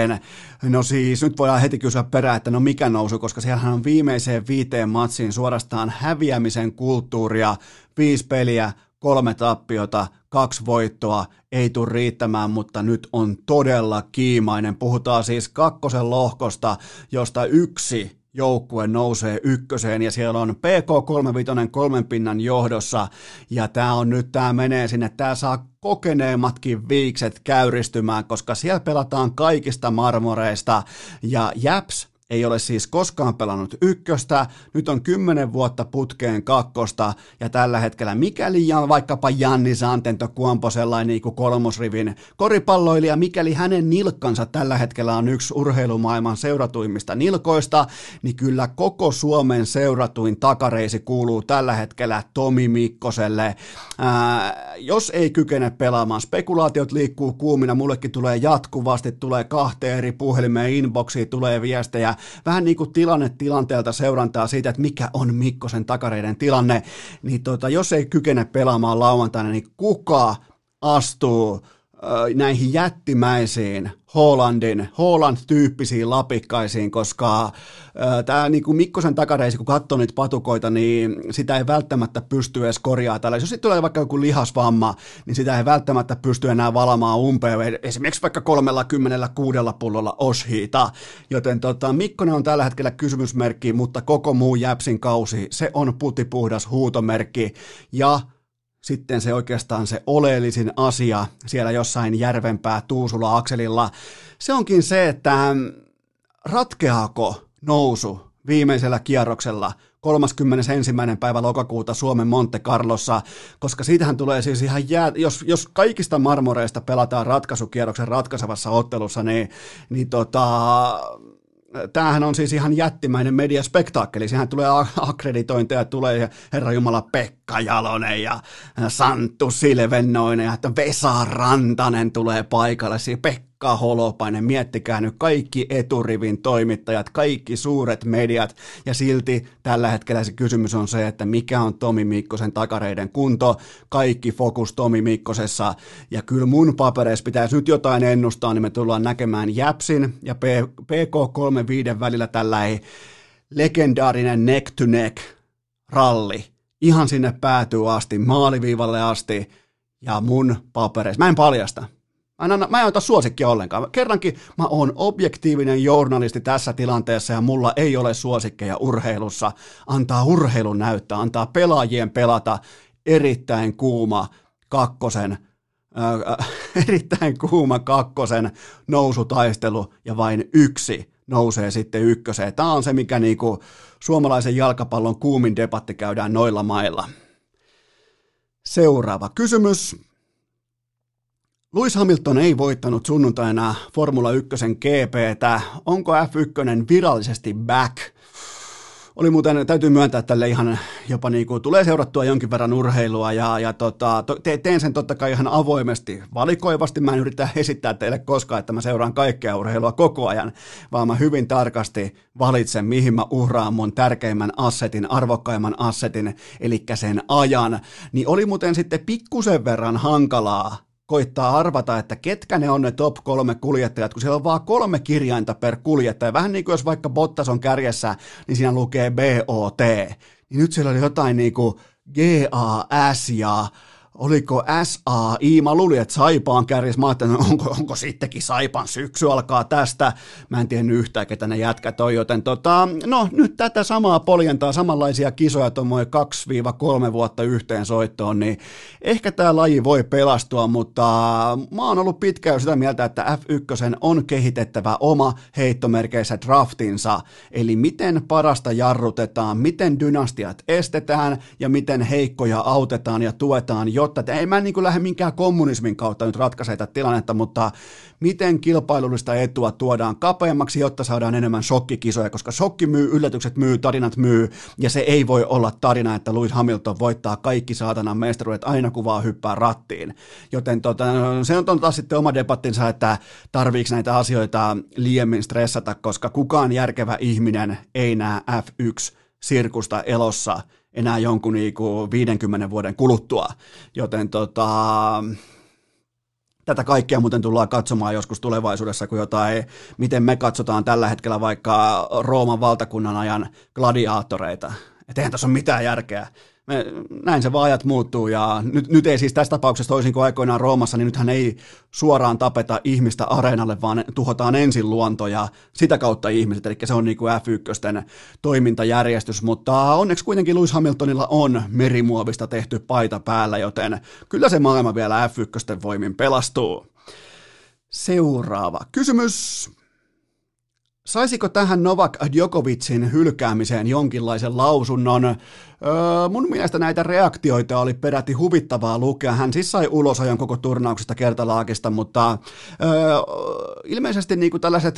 No siis nyt voidaan heti kysyä perään, että no mikä nousu, koska siellähän on viimeiseen 5 matsiin suorastaan häviämisen kulttuuria, 5 peliä, 3 tappiota, 2 voittoa, ei tule riittämään, mutta nyt on todella kiimainen. Puhutaan siis 2. lohkosta, josta 1 joukkue nousee 1 ja siellä on PK35 3 pinnan johdossa ja tämä menee sinne, tämä saa kokeneemmatkin viikset käyristymään, koska siellä pelataan kaikista marmoreista ja Japs ei ole siis koskaan pelannut 1, nyt on 10 vuotta putkeen 2 ja tällä hetkellä mikäli vaikkapa Giannis Antetokounmpo sellainen niin kuin 3. rivin koripalloilija, mikäli hänen nilkkansa tällä hetkellä on yksi urheilumaailman seuratuimmista nilkoista, niin kyllä koko Suomen seuratuin takareisi kuuluu tällä hetkellä Tomi Mikkoselle. Jos ei kykene pelaamaan, spekulaatiot liikkuu kuumina, mullekin tulee jatkuvasti, tulee 2 eri puhelimeen, inboxiin tulee viestejä, vähän niin kuin tilanteelta seurantaa siitä, että mikä on Mikkosen takareiden tilanne, niin jos ei kykene pelaamaan lauantaina, niin kuka astuu näihin jättimäisiin Haaland-tyyppisiin lapikkaisiin, koska tämä niin kuin Mikkosen takareisi, kun katsoo niitä patukoita, niin sitä ei välttämättä pysty edes korjaamaan tällä. Jos sitten tulee vaikka joku lihasvamma, niin sitä ei välttämättä pysty enää valamaan umpeen, esimerkiksi vaikka 36 pullolla Oshiita, joten Mikkonen on tällä hetkellä kysymysmerkki, mutta koko muu Jäpsin kausi, se on putipuhdas huutomerkki, ja sitten se oikeastaan se oleellisin asia siellä jossain Järvenpää Tuusula-akselilla, se onkin se, että ratkeaako nousu viimeisellä kierroksella 31. päivä lokakuuta Suomen Monte Carlossa, koska siitähän tulee siis ihan jos kaikista marmoreista pelataan ratkaisukierroksen ratkaisevassa ottelussa, niin tämähän on siis ihan jättimäinen mediaspektaakkeli. Siihen tulee akkreditointeja, tulee herranjumala Pekka Jalonen ja Santtu Silvennoinen ja Vesa Rantanen tulee paikalle. Siinä Pekka Holopainen, miettikää nyt kaikki eturivin toimittajat, kaikki suuret mediat ja silti tällä hetkellä se kysymys on se, että mikä on Tomi Mikkosen takareiden kunto, kaikki fokus Tomi Mikkosessa ja kyllä mun papereissa pitäisi nyt jotain ennustaa, niin me tullaan näkemään Jäpsin ja PK35 välillä tällainen legendaarinen neck-to-neck ralli ihan sinne päätyy asti, maaliviivalle asti ja mun papereissa, mä en paljasta. Mä en ota suosikkia ollenkaan. Kerrankin mä oon objektiivinen journalisti tässä tilanteessa ja mulla ei ole suosikkeja urheilussa. Antaa urheilun näyttää, antaa pelaajien pelata. erittäin kuuma kakkosen nousutaistelu ja vain yksi nousee sitten ykköseen. Tämä on se, mikä niinku suomalaisen jalkapallon kuumin debatti käydään noilla mailla. Seuraava kysymys. Lewis Hamilton ei voittanut sunnuntaina Formula 1 GP:tä. Onko F1 virallisesti back? Oli muuten, täytyy myöntää, että tälle ihan jopa niinku tulee seurattua jonkin verran urheilua ja teen sen totta kai ihan avoimesti, valikoivasti. Mä en yritä esittää teille koskaan, että mä seuraan kaikkea urheilua koko ajan, vaan mä hyvin tarkasti valitsen, mihin mä uhraan mun tärkeimmän assetin, arvokkaimman assetin, eli sen ajan. Niin oli muuten sitten pikkusen verran hankalaa koittaa arvata, että ketkä ne on ne top 3 kuljettajat, kun siellä on vaan 3 kirjainta per kuljettaja. Vähän niin kuin jos vaikka Bottas on kärjessä, niin siinä lukee BOT. Niin nyt siellä oli jotain niin kuin GAS ja oliko SAI. Mä luulin, että Saipaan kärjessä. Mä ajattelin, onko sittenkin Saipan syksy alkaa tästä. Mä en tiennyt yhtään, ketä ne jätkät on, joten no nyt tätä samaa poljentaa, samanlaisia kisoja tuommoin 2-3 vuotta yhteen soittoon, niin ehkä tämä laji voi pelastua, mutta mä oon ollut pitkään jo sitä mieltä, että F1 on kehitettävä oma heittomerkeissä draftinsa, eli miten parasta jarrutetaan, miten dynastiat estetään ja miten heikkoja autetaan ja tuetaan, jotta ei mä niin lähde minkään kommunismin kautta nyt ratkaise tätä tilannetta, mutta miten kilpailullista etua tuodaan kapeammaksi, jotta saadaan enemmän shokkikisoja, koska shokki myy, yllätykset myy, tarinat myy, ja se ei voi olla tarina, että Lewis Hamilton voittaa kaikki saatanan mestaruudet aina kun vaan hyppää rattiin. Joten se on taas sitten oma debattinsa, että tarviiko näitä asioita liiemmin stressata, koska kukaan järkevä ihminen ei näe F1-sirkusta elossa enää jonkun 50 vuoden kuluttua, joten tätä kaikkea muuten tullaan katsomaan joskus tulevaisuudessa, kun jotain, miten me katsotaan tällä hetkellä vaikka Rooman valtakunnan ajan gladiaattoreita. Et eihän tässä ole mitään järkeä. Näin se vaan ajat muuttuu ja nyt ei siis tässä tapauksessa toisin kuin aikoinaan Roomassa, niin nythän ei suoraan tapeta ihmistä areenalle, vaan tuhotaan ensin luonto ja sitä kautta ihmiset, eli se on niin kuin F1 toimintajärjestys, mutta onneksi kuitenkin Lewis Hamiltonilla on merimuovista tehty paita päällä, joten kyllä se maailma vielä F1 voimin pelastuu. Seuraava kysymys. Saisiko tähän Novak Djokovicin hylkäämiseen jonkinlaisen lausunnon? Mun mielestä näitä reaktioita oli peräti huvittavaa lukea. Hän siis sai ulosajon koko turnauksesta kertalaakista, mutta ilmeisesti niin kuin tällaiset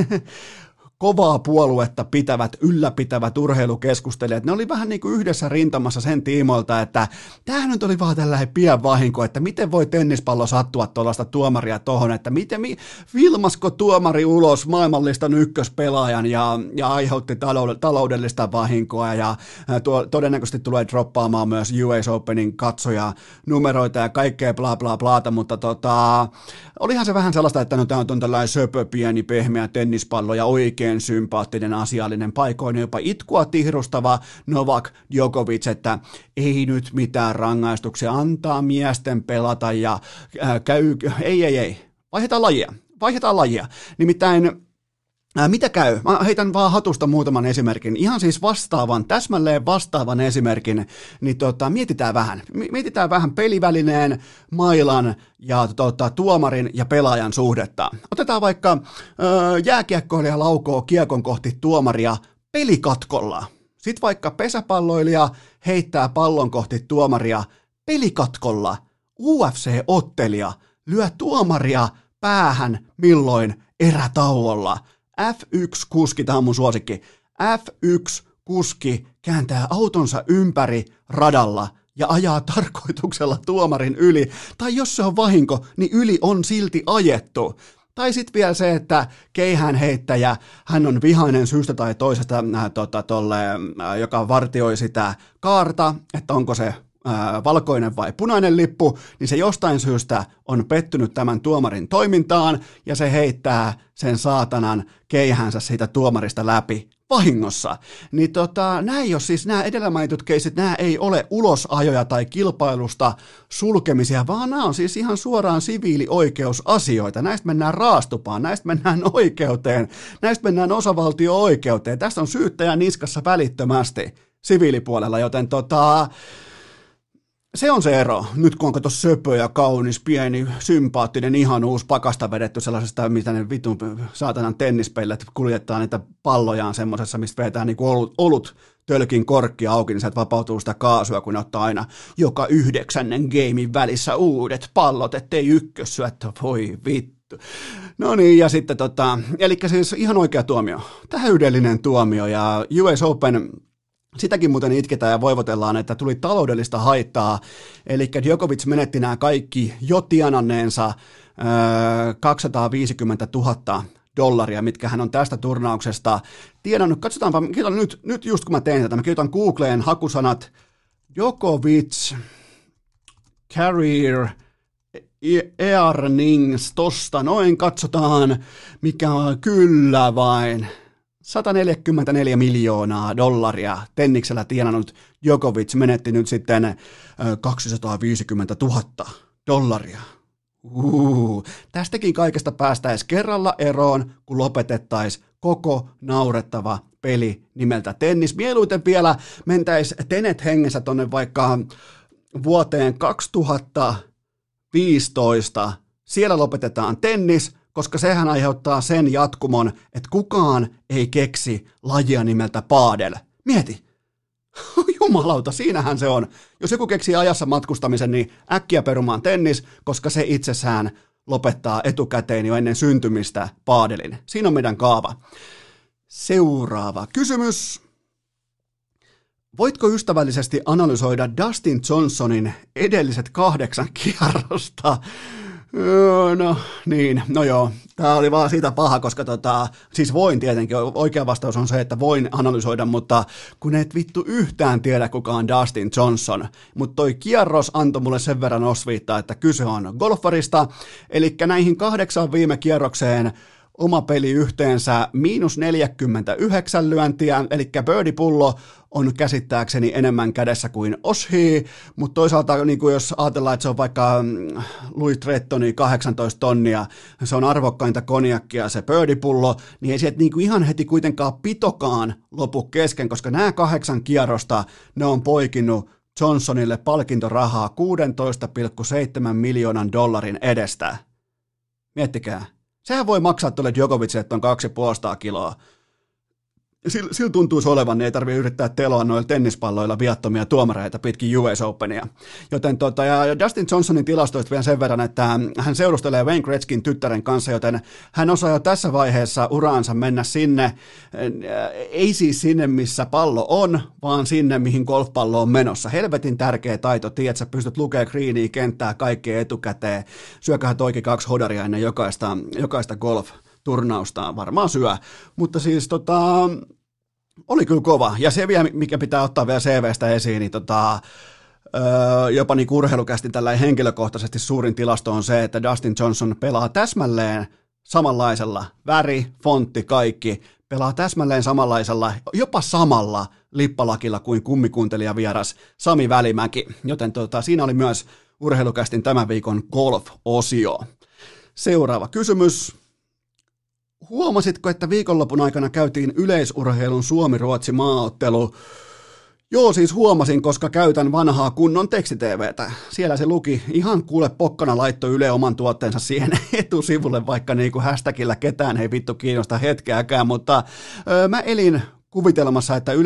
kovaa puoluetta ylläpitävät urheilukeskustelijat, ne oli vähän niin kuin yhdessä rintamassa sen tiimoilta, että tämähän nyt oli vaan tällainen pian vahinko, että miten voi tennispallo sattua tuollaista tuomaria tohon, että filmasko tuomari ulos maailmanlistan ykköspelaajan ja aiheutti taloudellista vahinkoa ja todennäköisesti tulee droppaamaan myös US Openin katsoja numeroita ja kaikkea bla bla blaata, mutta olihan se vähän sellaista, että no tämä on tällainen söpö, pieni, pehmeä tennispallo ja oikein sympaattinen, asiallinen, paikoin jopa itkua tihrustava Novak Djokovic, että ei nyt mitään rangaistuksia, antaa miesten pelata ja ei, vaihdetaan lajia. Nimittäin mitä käy? Mä heitän vaan hatusta muutaman esimerkin, ihan siis täsmälleen vastaavan esimerkin, niin mietitään vähän pelivälineen, mailan ja tuomarin ja pelaajan suhdetta. Otetaan vaikka jääkiekkoilija laukoo kiekon kohti tuomaria pelikatkolla. Sitten vaikka pesäpalloilija heittää pallon kohti tuomaria pelikatkolla. UFC-ottelija lyö tuomaria päähän milloin erätauolla. F1-kuski, tämä on mun suosikki, F1-kuski kääntää autonsa ympäri radalla ja ajaa tarkoituksella tuomarin yli, tai jos se on vahinko, niin yli on silti ajettu. Tai sitten vielä se, että keihäänheittäjä, hän on vihainen syystä tai toisesta joka vartioi sitä kaarta, että onko se valkoinen vai punainen lippu, niin se jostain syystä on pettynyt tämän tuomarin toimintaan ja se heittää sen saatanan keihänsä siitä tuomarista läpi vahingossa. Niin nämä edellä mainitut keisit, nämä ei ole ulosajoja tai kilpailusta sulkemisia, vaan nämä on siis ihan suoraan siviilioikeusasioita. Näistä mennään raastupaan, näistä mennään oikeuteen, näistä mennään osavaltio-oikeuteen. Tästä on syyttäjä niskassa välittömästi siviilipuolella, joten Se on se ero. Nyt kun on kato söpö ja kaunis, pieni, sympaattinen, ihan uusi pakasta vedetty sellaisesta, mitä ne vitun saatanan tennispellet kuljettaa niitä pallojaan semmosessa, mistä vetää niinku olut tölkin korkki auki, niin sieltä vapautuu sitä kaasua, kun ne ottaa aina joka 9. gamein välissä uudet pallot, ettei ykkössyöttö, voi vittu. No niin, ja sitten eli siis ihan oikea tuomio, täydellinen tuomio, ja US Open, sitäkin muuten itketään ja voivotellaan, että tuli taloudellista haittaa, eli Djokovic menetti nämä kaikki jo tienanneensa $250,000, mitkä hän on tästä turnauksesta tienannut. Katsotaanpa, nyt just kun mä teen tätä, mä kirjoitan Googleen hakusanat Djokovic career earnings tosta, noin katsotaan, mikä on kyllä vain. $144 miljoonaa tenniksellä tienannut Djokovic menetti nyt sitten $250,000. Tästäkin kaikesta päästäisiin kerralla eroon, kun lopetettaisiin koko naurettava peli nimeltä tennis. Mieluiten vielä mentäisiin Tenet hengessä tonne vaikka vuoteen 2015. Siellä lopetetaan tennis, koska sehän aiheuttaa sen jatkumon, että kukaan ei keksi lajia nimeltä paadel. Mieti. Jumalauta, siinähän se on. Jos joku keksii ajassa matkustamisen, niin äkkiä perumaan tennis, koska se itsessään lopettaa etukäteen jo ennen syntymistä paadelin. Siinä on meidän kaava. Seuraava kysymys. Voitko ystävällisesti analysoida Dustin Johnsonin edelliset 8 kierrosta? No niin, no joo, tämä oli vaan siitä paha, koska siis voin tietenkin, oikea vastaus on se, että voin analysoida, mutta kun et vittu yhtään tiedä kuka on Dustin Johnson, mutta toi kierros antoi mulle sen verran osviittaa, että kyse on golfarista, eli näihin 8 viime kierrokseen oma peli yhteensä -49 lyöntiä, eli birdie-pullo on käsittääkseni enemmän kädessä kuin oshi, mutta toisaalta niin kuin jos ajatellaan, että se on vaikka Louis Trettoni 18 tonnia, se on arvokkainta konjakkia se birdie-pullo, niin ei sieltä niin kuin ihan heti kuitenkaan pitokaan lopu kesken, koska nämä 8 kierrosta ne on poikinut Johnsonille palkintorahaa $16,7 miljoonan edestä. Miettikää. Sehän voi maksaa tuolle Djokovicille, että on 2,5 kiloa. Sillä tuntuisi olevan, niin ei tarvitse yrittää teloa noilla tennispalloilla viattomia tuomareita pitkin US Openia. Joten ja Dustin Johnsonin tilastoista vielä sen verran, että hän seurustelee Wayne Gretzkyn tyttären kanssa, joten hän osaa jo tässä vaiheessa uraansa mennä sinne, ei siis sinne, missä pallo on, vaan sinne, mihin golfpallo on menossa. Helvetin tärkeä taito, tiedät, sä pystyt lukemaan greenia, kenttää, kaikkea etukäteen. Syököhän toikin 2 hodaria ennen jokaista golf-turnausta, varmaan syö, mutta siis oli kyllä kova, ja se vielä, mikä pitää ottaa vielä CVstä esiin, niin jopa niin urheilukästi tällä henkilökohtaisesti suurin tilasto on se, että Dustin Johnson pelaa täsmälleen samanlaisella, väri, fontti, kaikki, pelaa täsmälleen samanlaisella, jopa samalla lippalakilla kuin kummikuntelija vieras Sami Välimäki, joten siinä oli myös urheilukästin tämän viikon golf-osio. Seuraava kysymys. Huomasitko, että viikonlopun aikana käytiin yleisurheilun Suomi-Ruotsi maaottelu? Joo, siis huomasin, koska käytän vanhaa kunnon tekstitvtä. Siellä se luki, ihan kuule pokkana laittoi Yle oman tuotteensa siihen etusivulle, vaikka niinku hashtagillä ketään ei vittu kiinnosta hetkeäkään, mutta mä elin kuvitelmassa, että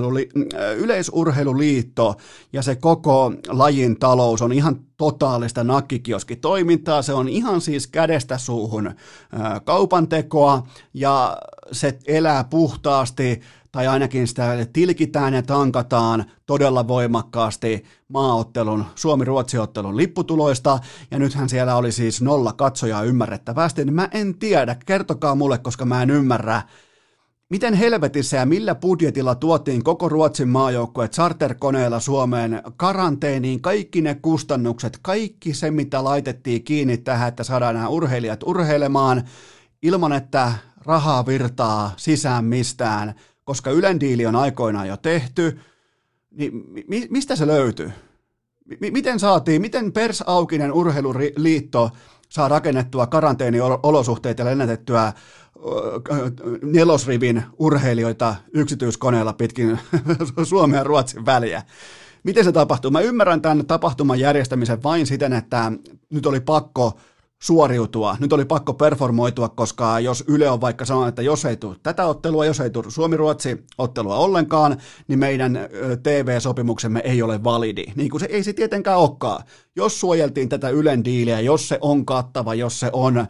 yleisurheiluliitto ja se koko lajin talous on ihan totaalista nakkikioskitoimintaa, se on ihan siis kädestä suuhun kaupantekoa ja se elää puhtaasti tai ainakin sitä tilkitään ja tankataan todella voimakkaasti maaottelun, Suomi-Ruotsi-ottelun lipputuloista, ja nythän siellä oli siis 0 katsojaa ymmärrettävästi, niin mä en tiedä, kertokaa mulle, koska mä en ymmärrä, miten helvetissä ja millä budjetilla tuotiin koko Ruotsin maajoukkue charterkoneella Suomeen karanteeniin, kaikki ne kustannukset, kaikki se, mitä laitettiin kiinni tähän, että saadaan nämä urheilijat urheilemaan, ilman että rahaa virtaa sisään mistään, koska Ylen diili on aikoinaan jo tehty, niin mistä se löytyy? Miten persaukinen urheiluliitto saa rakennettua karanteeniolosuhteita ja lennätettyä nelosrivin urheilijoita yksityiskoneella pitkin Suomen ja Ruotsin väliä? Miten se tapahtuu? Mä ymmärrän tämän tapahtuman järjestämisen vain siten, että nyt oli pakko suoriutua, nyt oli pakko performoitua, koska jos Yle on vaikka sanonut, että jos ei tule tätä ottelua, jos ei tule Suomi-Ruotsi-ottelua ollenkaan, niin meidän TV-sopimuksemme ei ole validi. Niin kuin se ei se tietenkään olekaan. Jos suojeltiin tätä Ylen diiliä, jos se on kattava, jos se on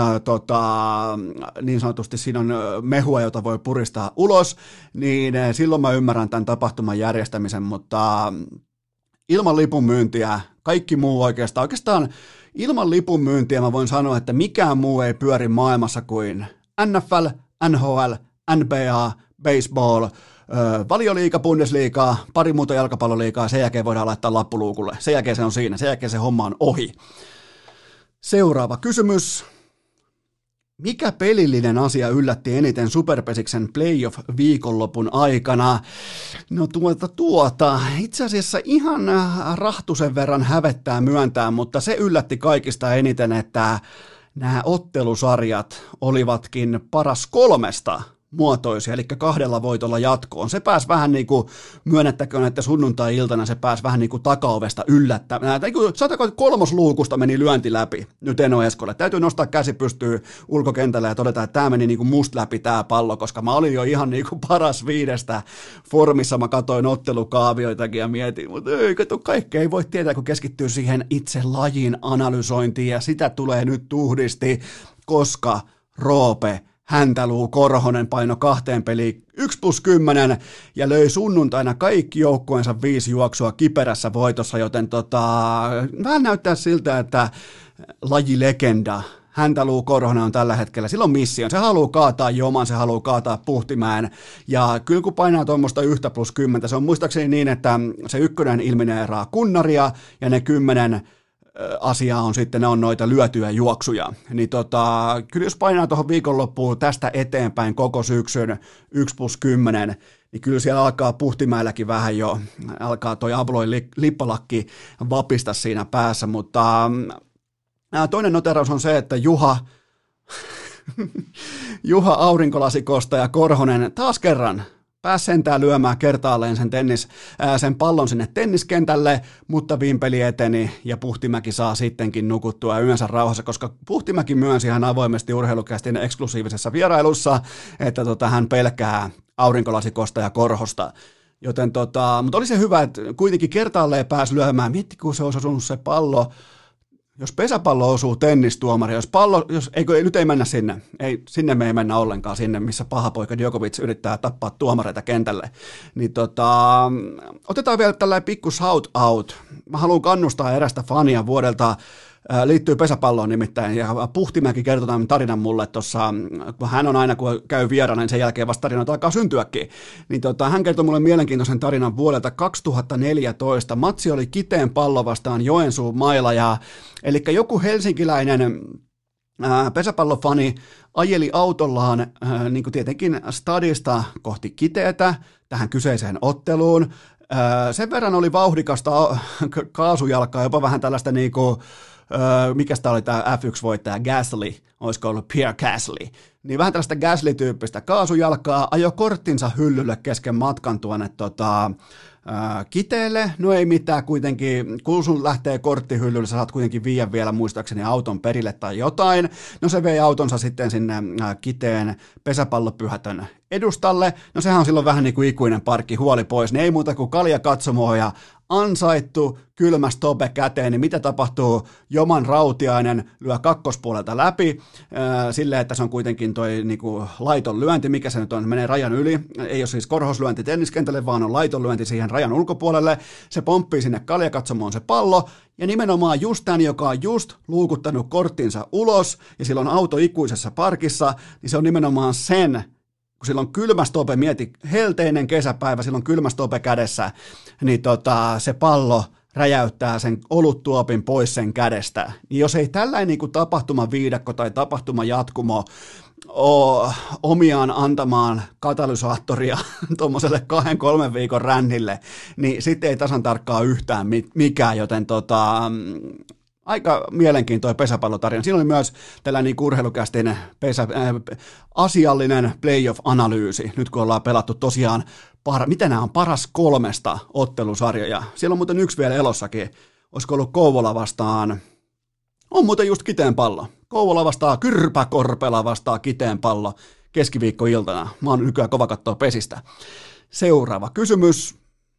niin sanotusti siinä on mehua, jota voi puristaa ulos, niin silloin mä ymmärrän tämän tapahtuman järjestämisen, mutta ilman lipun myyntiä, kaikki muu oikeastaan ilman lipun myyntiä mä voin sanoa, että mikään muu ei pyöri maailmassa kuin NFL, NHL, NBA, baseball, Valioliiga, Bundesliga, pari muuta jalkapalloliigaa, sen jälkeen voidaan laittaa lappuluukulle. Sen jälkeen se on siinä, sen jälkeen se homma on ohi. Seuraava kysymys. Mikä pelillinen asia yllätti eniten Superpesiksen playoff-viikonlopun aikana? No itse asiassa ihan rahtusen verran hävettää myöntää, mutta se yllätti kaikista eniten, että nämä ottelusarjat olivatkin paras kolmesta muotoisia, eli 2 voitolla jatkoon. Se pääsi vähän niin kuin, myönnettäköön, että sunnuntai-iltana se pääsi vähän niin kuin takaovesta yllättämään. Sanotaanko, että 3. luukusta meni lyönti läpi nyt Eno Eskolle. Täytyy nostaa käsi pystyyn ulkokentällä ja todeta, että tämä meni niin kuin musta läpi tämä pallo, koska mä olin jo ihan niin kuin paras 5 formissa. Mä katsoin ottelukaavioitakin ja mietin, mutta ei, kato, kaikkea ei voi tietää, kun keskittyy siihen itse lajin analysointiin ja sitä tulee nyt tuhdisti, koska Roope Häntäluu Korhonen paino 2 peliin 1+10 ja löi sunnuntaina kaikki joukkueensa 5 juoksua kiperässä voitossa, joten vähän näyttää siltä, että lajilegenda Häntäluu Korhonen on tällä hetkellä, silloin mission, se haluaa kaataa Joman, se haluaa kaataa Puhtimäen ja kyllä kun painaa tuommoista 1+10, se on muistaakseni niin, että se 1 ilmineeraa kunnaria ja ne 10 asia on sitten, ne on noita lyötyjä juoksuja, niin kyllä jos painaa tuohon viikonloppuun tästä eteenpäin koko syksyn 1+10, niin kyllä siellä alkaa Puhtimäelläkin vähän jo, alkaa toi Abloin lippalakki vapista siinä päässä, mutta toinen noteraus on se, että Juha Aurinkolasikosta ja Korhonen taas kerran pääsi sentään lyömään kertaalleen sen pallon sinne tenniskentälle, mutta vimpeli eteni ja Puhtimäki saa sittenkin nukuttua yönsä rauhassa, koska Puhtimäki myönsi ihan avoimesti Urheilukästin eksklusiivisessa vierailussa, että hän pelkää Aurinkolasikosta ja Korhosta. Joten mutta oli se hyvä, että kuitenkin kertaalleen pääsi lyömään. Mietti, kun se olisi osunut se pallo. Jos pesäpallo osuu tennistuomari, nyt ei mennä sinne, sinne me ei mennä ollenkaan, sinne missä paha poika Djokovic yrittää tappaa tuomareita kentälle, niin otetaan vielä tällainen pikku shout out. Mä haluan kannustaa erästä fania vuodelta, liittyy pesäpalloon nimittäin, ja Puhtimäki kertoi tämän tarinan mulle tuossa, kun hän on aina, kun käy vieraana, niin sen jälkeen vasta tarinoita alkaa syntyäkin, niin hän kertoi mulle mielenkiintoisen tarinan vuodelta 2014, matsi oli Kiteen pallo vastaan Joensuun mailla, eli joku helsinkiläinen pesäpallofani ajeli autollaan niin kuin tietenkin stadista kohti Kiteetä tähän kyseiseen otteluun. Sen verran oli vauhdikasta kaasujalkaa, jopa vähän tällaista niin kuin, mikä tämä oli tämä F1-voittaja, Gasly, olisiko ollut Pierre Gasly, niin vähän tällaista Gasly-tyyppistä kaasujalkaa, ajoi korttinsa hyllylle kesken matkan tuonne Kiteelle, no ei mitään kuitenkin, kun sun lähtee korttihyllylle, sä saat kuitenkin viedä vielä muistaakseni auton perille tai jotain, no se vei autonsa sitten sinne Kiteen pesäpallopyhätön edustalle, no sehän on silloin vähän niin kuin ikuinen parkki, huoli pois, niin ei muuta kuin kalja katsomoa ja ansaittu kylmä stope käteen, niin mitä tapahtuu? Joman Rautiainen lyö kakkospuolelta läpi silleen, että se on kuitenkin toi niinku laiton lyönti, mikä se nyt on, menee rajan yli, ei ole siis korhoslyönti tenniskentälle, vaan on laiton lyönti siihen rajan ulkopuolelle, se pomppii sinne kaljakatsomoon se pallo, ja nimenomaan just tämän, joka on just luukuttanut korttinsa ulos, ja sillä on auto ikuisessa parkissa, niin se on nimenomaan sen, kun sillä on kylmä stope, mieti, helteinen kesäpäivä, sillä on kylmä stope kädessä, niin se pallo räjäyttää sen oluttuopin pois sen kädestä. Niin jos ei tällainen niin kuin tapahtumaviidakko tai tapahtumajatkumo ole omiaan antamaan katalysaattoria tuommoiselle 2-3 viikon rännille, niin sitten ei tasan tarkkaan yhtään mikään, joten aika mielenkiintoinen pesäpallotarina. Siinä oli myös tällainen niin urheilukästin asiallinen playoff-analyysi, nyt kun ollaan pelattu tosiaan miten nämä on paras 3 ottelusarjoja. Siellä on muuten yksi vielä elossakin. Olisiko ollut Kouvola vastaan, on muuten just Kiteen Pallo. Kouvola vastaa Kyrpäkorpela vastaa Kiteen Pallo keskiviikkoiltana. Mä oon nykyään kova kattoo pesistä. Seuraava kysymys.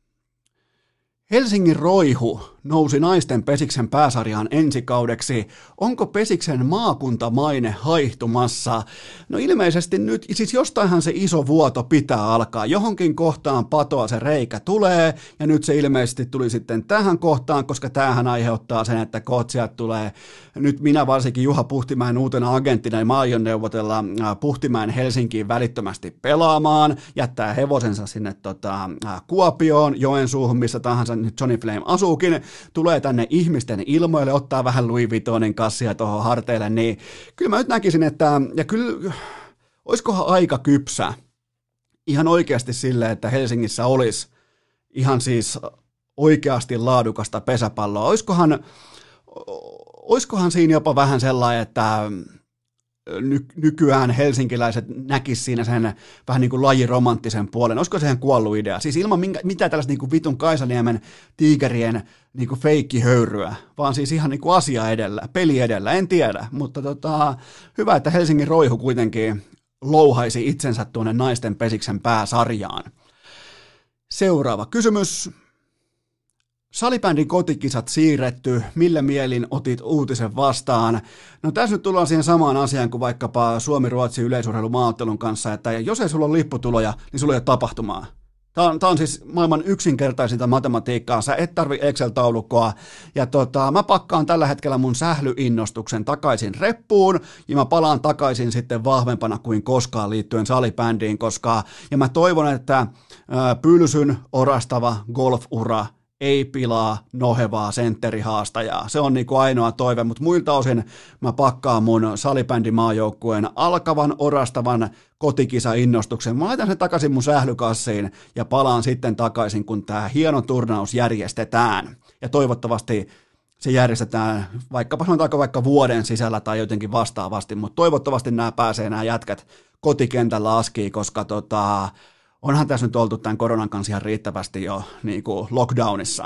Helsingin Roihu nousi naisten Pesiksen pääsarjaan ensi kaudeksi. Onko Pesiksen maakuntamaine haihtumassa? No ilmeisesti nyt, siis jostainhan se iso vuoto pitää alkaa. Johonkin kohtaan patoa se reikä tulee, ja nyt se ilmeisesti tuli sitten tähän kohtaan, koska tämähän aiheuttaa sen, että kotsiat tulee. Nyt minä varsinkin Juha Puhtimäen uutena agenttina, niin mä aion neuvotella Puhtimäen Helsinkiin välittömästi pelaamaan, jättää hevosensa sinne Kuopioon, Joensuuhun, missä tahansa nyt Johnny Flame asuukin, tulee tänne ihmisten ilmoille, ottaa vähän Louis Vuittonin kassia tuohon harteille, niin kyllä mä nyt näkisin, että, ja kyllä, olisikohan aika kypsä ihan oikeasti silleen, että Helsingissä olisi ihan siis oikeasti laadukasta pesäpalloa. Olisikohan siinä jopa vähän sellainen, että nykyään helsinkiläiset näkisivät siinä sen vähän niin kuin lajiromanttisen puolen. Olisiko siihen kuollut idea? Siis ilman mitään tällaista niin kuin vitun Kaisaniemen tiigerien niin kuin feikkihöyryä, vaan siis ihan niin kuin asia edellä, peli edellä, en tiedä. Mutta hyvä, että Helsingin Roihu kuitenkin louhaisi itsensä tuonne naisten Pesiksen pääsarjaan. Seuraava kysymys. Salibändin kotikisat siirretty, millä mielin otit uutisen vastaan? No tässä nyt tullaan siihen samaan asiaan kuin vaikkapa Suomi-Ruotsi yleisurheilumaaottelun kanssa, että jos ei sulla ole lipputuloja, niin sulla ei ole tapahtumaa. Tämä on siis maailman yksinkertaisinta matematiikkaa, sä et tarvi Excel-taulukkoa, ja mä pakkaan tällä hetkellä mun sählyinnostuksen takaisin reppuun, ja mä palaan takaisin sitten vahvempana kuin koskaan liittyen salibändiin, ja mä toivon, että Pylsyn orastava golfura ei pilaa nohevaa sentterihaastajaa. Se on niin kuin ainoa toive, mutta muilta osin mä pakkaan mun salibändimaajoukkueen alkavan, orastavan kotikisa-innostuksen. Mä laitan sen takaisin mun sählykassiin ja palaan sitten takaisin, kun tää hieno turnaus järjestetään. Ja toivottavasti se järjestetään vaikkapa sanotaanko vaikka vuoden sisällä tai jotenkin vastaavasti, mutta toivottavasti nämä jätkät kotikentällä askiin, koska onhan tässä nyt oltu tämän koronan kanssa ihan riittävästi jo niin kuin lockdownissa.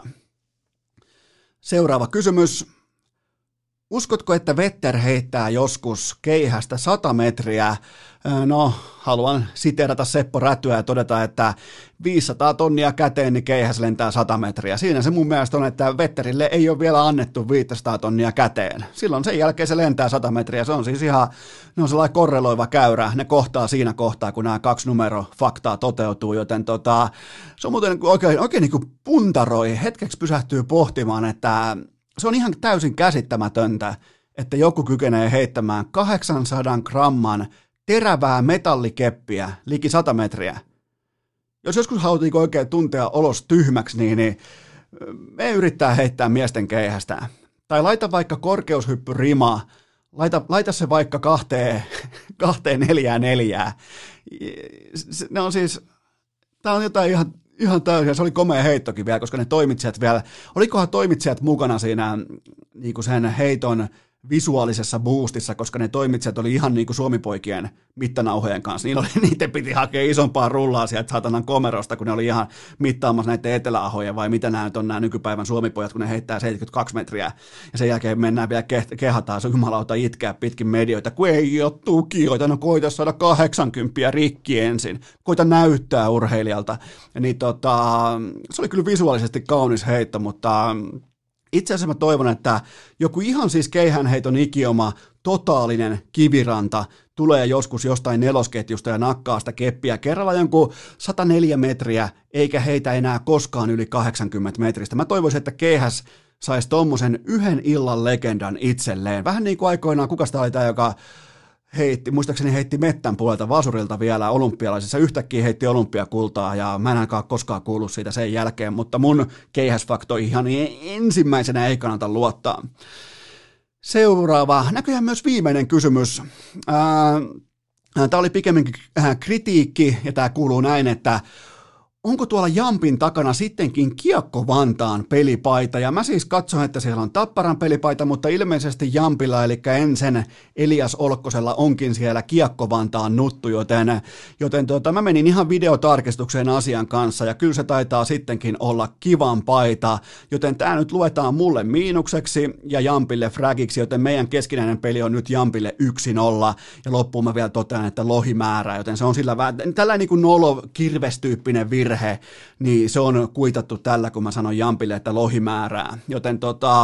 Seuraava kysymys. Uskotko, että Vetter heittää joskus keihästä 100 metriä? No, haluan siteerata Seppo Rätyä ja todeta, että 500 tonnia käteen, niin keihäs lentää 100 metriä. Siinä se mun mielestä on, että Vetterille ei ole vielä annettu 500 tonnia käteen. Silloin sen jälkeen se lentää 100 metriä. Se on siis ihan, ne on sellainen korreloiva käyrä. Ne kohtaa siinä kohtaa, kun nämä 2 numerofaktaa toteutuu, joten se on muuten oikein niin kuin puntaroi. Hetkeksi pysähtyy pohtimaan, että se on ihan täysin käsittämätöntä, että joku kykenee heittämään 800 gramman terävää metallikeppiä liki 100 metriä. Jos joskus haluat oikein tuntea olos tyhmäksi, niin me yrittää heittää miesten keihästä. Tai laita vaikka korkeushyppyrima, laita se vaikka 2-4-4. Ne on siis, tää on jotain ihan täysin, se oli komea heittokin vielä, koska ne toimitsijat vielä, olikohan toimitsijat mukana siinä niin kuin sen heiton visuaalisessa boostissa, koska ne toimitsijat oli ihan niin kuin Suomipoikien mittanauhojen kanssa. Niiden piti hakea isompaa rullaa sieltä saatanan komerosta, kun ne oli ihan mittaamassa näiden eteläahojen, vai mitä nämä nyt on nämä nykypäivän Suomipojat, kun ne heittää 72 metriä, ja sen jälkeen mennään vielä kehataan, se jumalauta itkeä pitkin medioita, kun ei ole tukijoita, no koita saada 80 rikki ensin, koita näyttää urheilijalta. Ja niin se oli kyllä visuaalisesti kaunis heitto, mutta itse asiassa mä toivon, että joku ihan siis keihänheiton ikioma totaalinen kiviranta tulee joskus jostain nelosketjusta ja nakkaa sitä keppiä kerralla jonkun 104 metriä, eikä heitä enää koskaan yli 80 metristä. Mä toivoisin, että keihäs saisi tommosen yhden illan legendan itselleen. Vähän niin kuin aikoinaan, kuka sitä oli tämä, joka muistaakseni heitti Mettän puolelta Vasurilta vielä olympialaisissa, yhtäkkiä heitti olympiakultaa ja mä en ainakaan koskaan kuullut siitä sen jälkeen, mutta mun keihäsfakto ihan ensimmäisenä ei kannata luottaa. Seuraava, näköjään myös viimeinen kysymys. Tämä oli pikemminkin kritiikki ja tämä kuuluu näin, että onko tuolla Jampin takana sittenkin Kiekko Vantaan pelipaita, ja mä siis katson, että siellä on Tapparan pelipaita, mutta ilmeisesti Jampilla, eli Ensen Elias Olkkosella onkin siellä Kiekko Vantaan nuttu, joten mä menin ihan videotarkistukseen asian kanssa, ja kyllä se taitaa sittenkin olla kivan paita, joten tää nyt luetaan mulle miinukseksi ja Jampille fragiksi, joten meidän keskinäinen peli on nyt Jampille 1-0, ja loppuun mä vielä totean, että lohi määrää, joten se on sillä tällainen niin kuin nolo-kirvestyyppinen virhe, niin se on kuitattu tällä, kun mä sanon Jampille, että lohi määrää. Joten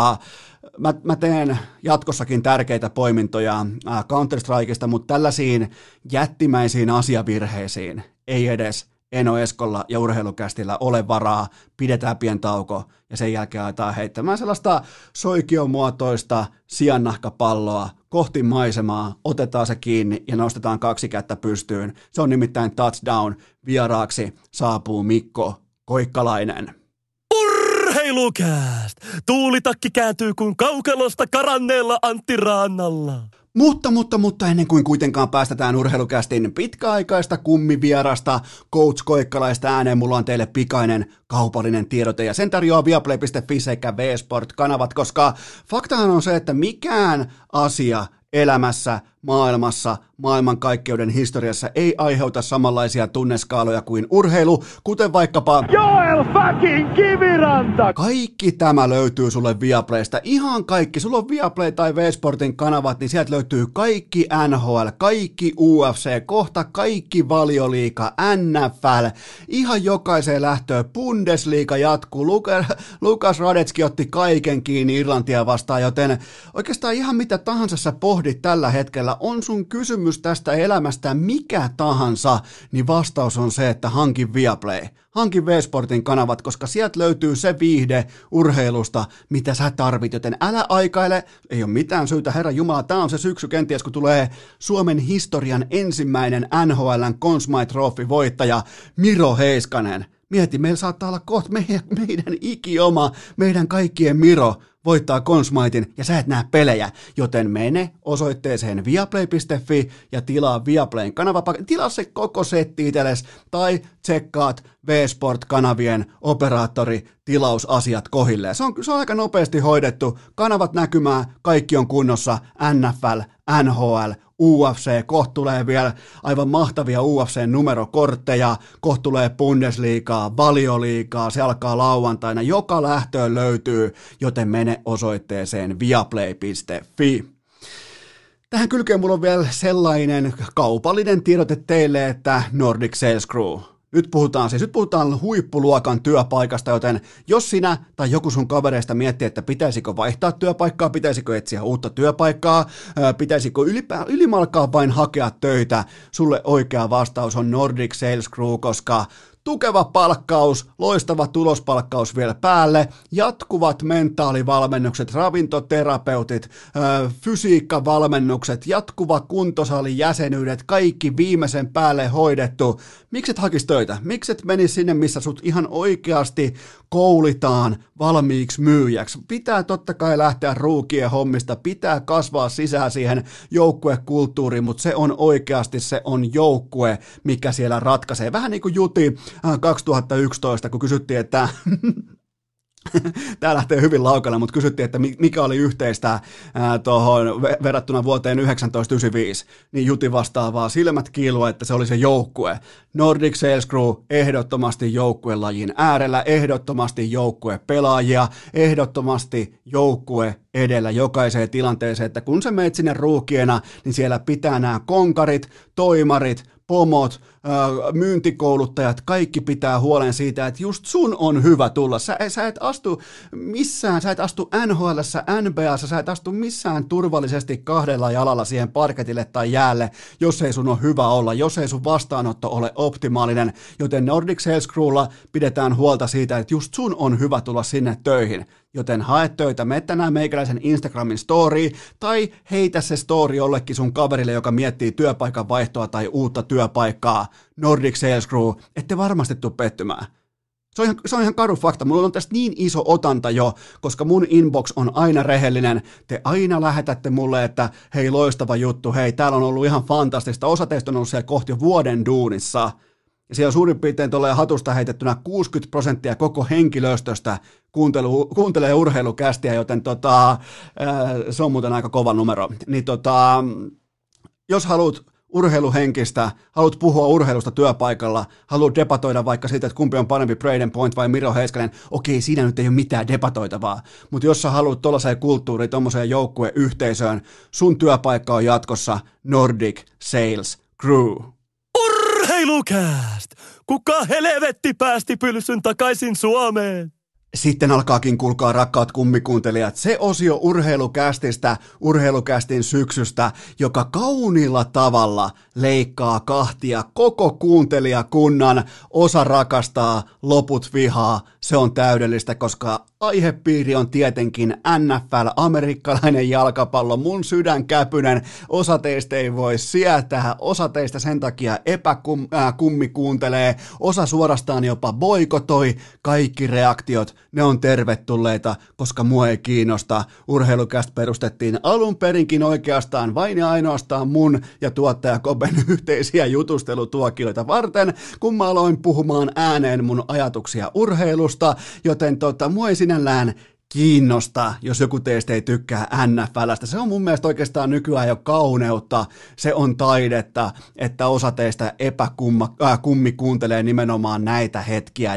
mä teen jatkossakin tärkeitä poimintoja Counter-Strikeista, mutta tällaisiin jättimäisiin asiavirheisiin ei edes Eno Eskolla ja Urheilukästillä ole varaa, pidetään pieni tauko ja sen jälkeen aletaan heittämään sellaista soikiomuotoista siannahkapalloa kohti maisemaa, otetaan se kiinni ja nostetaan 2 kättä pystyyn. Se on nimittäin touchdown, vieraaksi saapuu Mikko Koikkalainen. Urheilukääst! Tuulitakki kääntyy kuin kaukalosta karanneella Antti Raannalla. Mutta ennen kuin kuitenkaan päästetään Urheilukästin pitkäaikaista kummivierasta Coach Koikkalaista ääneen, mulla on teille pikainen kaupallinen tiedote, ja sen tarjoaa Viaplay.fi sekä V-Sport-kanavat, koska faktahan on se, että mikään asia elämässä, maailmassa, maailmankaikkeuden historiassa ei aiheuta samanlaisia tunneskaaloja kuin urheilu, kuten vaikkapa Joel fucking Kiviranta! Kaikki tämä löytyy sulle Viaplaysta, ihan kaikki. Sulla on Viaplay tai V-Sportin kanavat, niin sieltä löytyy kaikki NHL, kaikki UFC, kohta kaikki Valioliiga, NFL, ihan jokaiseen lähtöön. Bundesliga jatkuu, Lukas Radetski otti kaiken kiinni Irlantia vastaan, joten oikeastaan ihan mitä tahansa sä pohdit tällä hetkellä, on sun kysymys tästä elämästä mikä tahansa, niin vastaus on se, että hankin Viaplay. Hankin V-Sportin kanavat, koska sieltä löytyy se viihde urheilusta, mitä sä tarvit, joten älä aikaile, ei ole mitään syytä, Herra Jumala, tää on se syksy kenties, kun tulee Suomen historian ensimmäinen NHL:n Conn Smythe Trophy voittaja Miro Heiskanen. Mieti, meillä saattaa olla kohta meidän ikioma, meidän kaikkien Miro voittaa Conn Smythen ja sä et näe pelejä, joten mene osoitteeseen viaplay.fi ja tilaa Viaplayn kanava, tilaa se koko setti itsellesi tai tsekkaat V-Sport-kanavien operaattori-tilausasiat kohilleen. Se on aika nopeasti hoidettu, kanavat näkymään, kaikki on kunnossa, NFL, NHL, UFC, kohta tulee vielä aivan mahtavia UFC-numerokortteja, kohta tulee Bundesliigaa, Valioliigaa, se alkaa lauantaina, joka lähtöön löytyy, joten mene osoitteeseen viaplay.fi. Tähän kylkeen mulla on vielä sellainen kaupallinen tiedote teille, että Nordic Sales Crew. Nyt puhutaan huippuluokan työpaikasta, joten jos sinä tai joku sun kavereista miettii, että pitäisikö vaihtaa työpaikkaa, pitäisikö etsiä uutta työpaikkaa, pitäisikö ylimalkaa vain hakea töitä, sulle oikea vastaus on Nordic Sales Crew, koska tukeva palkkaus, loistava tulospalkkaus vielä päälle, jatkuvat mentaalivalmennukset, ravintoterapeutit, fysiikkavalmennukset, jatkuva kuntosalijäsenyydet, kaikki viimeisen päälle hoidettu. Mikset hakis töitä? Mikset menisi sinne, missä sut ihan oikeasti koulitaan valmiiksi myyjäksi? Pitää totta kai lähteä ruukien hommista, pitää kasvaa sisään siihen joukkuekulttuuriin, mutta se on oikeasti se on joukkue, mikä siellä ratkaisee. Vähän niin kuin Juti 2011, kun kysyttiin, että tämä lähtee hyvin laukalle, mutta kysyttiin, että mikä oli yhteistä tuohon verrattuna vuoteen 1995, niin Juti vastaa vaan silmät kiilua, että se oli se joukkue. Nordic Sales Crew ehdottomasti joukkuelajin äärellä, ehdottomasti joukkuepelaajia, ehdottomasti joukkue edellä jokaiseen tilanteeseen, että kun sä meet sinne ruukiena, niin siellä pitää nämä konkarit, toimarit, pomot, myyntikouluttajat, kaikki pitää huolen siitä, että just sun on hyvä tulla. Sä et astu missään, sä et astu NHL:ssä, NBA:ssa, sä et astu missään turvallisesti 2 jalalla siihen parketille tai jäälle, jos ei sun ole hyvä olla, jos ei sun vastaanotto ole optimaalinen, joten Nordic Sales Crewlla pidetään huolta siitä, että just sun on hyvä tulla sinne töihin. Joten hae töitä, mene tänään meikäläisen Instagramin story tai heitä se story jollekin sun kaverille, joka miettii työpaikan vaihtoa tai uutta työpaikkaa. Nordic Sales Crew, ette varmasti tule pettymään. Se on ihan karu fakta. Mulla on tästä niin iso otanta jo, koska mun inbox on aina rehellinen. Te aina lähetätte mulle, että hei, loistava juttu, hei, täällä on ollut ihan fantastista. Osa teistä on ollut siellä kohti vuoden duunissa. ja siellä on suurin piirtein tuolla hatusta heitettynä 60% koko henkilöstöstä kuuntelee urheilukästiä, joten se on muuten aika kova numero. Niin jos haluat urheiluhenkistä, haluat puhua urheilusta työpaikalla, haluat debatoida vaikka siitä, että kumpi on parempi Braden Point vai Miro Heiskanen, okei, siinä nyt ei ole mitään debatoitavaa, mutta jos sä haluat tuollaiseen kulttuuriin, tuommoiseen joukkueyhteisöön, sun työpaikka on jatkossa Nordic Sales Crew. Urheilukääst! Kuka helvetti päästi pylsyn takaisin Suomeen? Sitten alkaakin, kuulkaa rakkaat kummikuuntelijat, se osio urheilukästistä, urheilukästin syksystä, joka kauniilla tavalla leikkaa kahtia koko kuuntelijakunnan. Osa rakastaa, loput vihaa. Se on täydellistä, koska aihepiiri on tietenkin NFL, amerikkalainen jalkapallo, mun sydänkäpynen. Osa teistä ei voi sietää, osa teistä sen takia kuuntelee, osa suorastaan jopa boikotoi. Kaikki reaktiot, ne on tervetulleita, koska mua ei kiinnosta. Urheilukäst perustettiin alun perinkin oikeastaan vain ja ainoastaan mun ja tuottaja Koben yhteisiä jutustelutuokioita varten, kun mä aloin puhumaan ääneen mun ajatuksia urheilusta, joten mua ei sinällään kiinnosta, jos joku teistä ei tykkää NFL:stä. Se on mun mielestä oikeastaan nykyään jo kauneutta, se on taidetta, että osa teistä kummi kuuntelee nimenomaan näitä hetkiä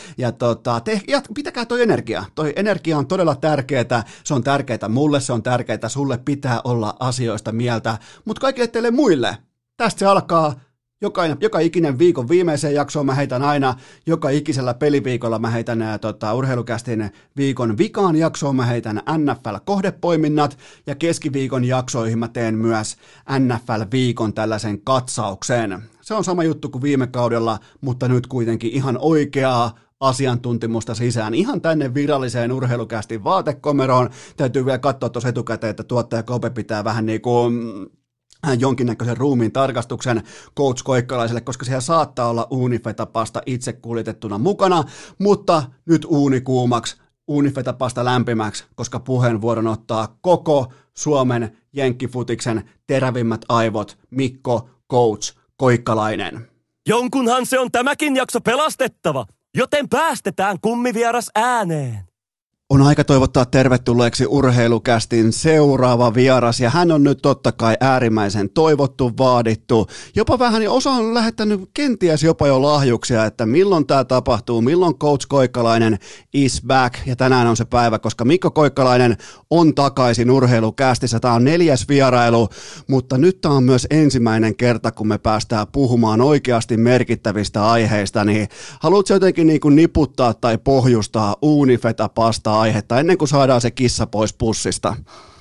pitäkää toi energia. Toi energia on todella tärkeää, se on tärkeää mulle, se on tärkeää, sulle pitää olla asioista mieltä, mutta kaikille teille muille, tästä se alkaa. Joka ikinen viikon viimeiseen jaksoon mä heitän aina, joka ikisellä peliviikolla mä heitän urheilukästin viikon vikaan jaksoon, mä heitän NFL-kohdepoiminnat ja keskiviikon jaksoihin mä teen myös NFL-viikon tällaisen katsauksen. Se on sama juttu kuin viime kaudella, mutta nyt kuitenkin ihan oikeaa asiantuntemusta sisään, ihan tänne viralliseen urheilukästin vaatekomeroon. Täytyy vielä katsoa tuossa etukäteen, että tuottaja Kope pitää vähän niin kuin jonkinnäköisen ruumiin tarkastuksen Coach Koikkalaiselle, koska siellä saattaa olla uunifetapasta itse kuljetettuna mukana, mutta nyt uunikuumaksi, uunifetapasta lämpimäksi, koska puheenvuoron ottaa koko Suomen jenkkifutiksen terävimmät aivot, Mikko Coach Koikkalainen. Jonkunhan se on tämäkin jakso pelastettava, joten päästetään kummivieras ääneen. On aika toivottaa tervetulleeksi urheilukästin seuraava vieras, ja hän on nyt totta kai äärimmäisen toivottu, vaadittu. Jopa vähän, osa on lähettänyt kenties jopa jo lahjuksia, että milloin tämä tapahtuu, milloin Coach Koikkalainen is back, ja tänään on se päivä, koska Mikko Koikkalainen on takaisin urheilukästissä. Tämä on 4. vierailu, mutta nyt tämä on myös ensimmäinen kerta, kun me päästään puhumaan oikeasti merkittävistä aiheista, niin haluatko jotenkin niin kuin niputtaa tai pohjustaa uunifetapasta aihetta ennen kuin saadaan se kissa pois pussista?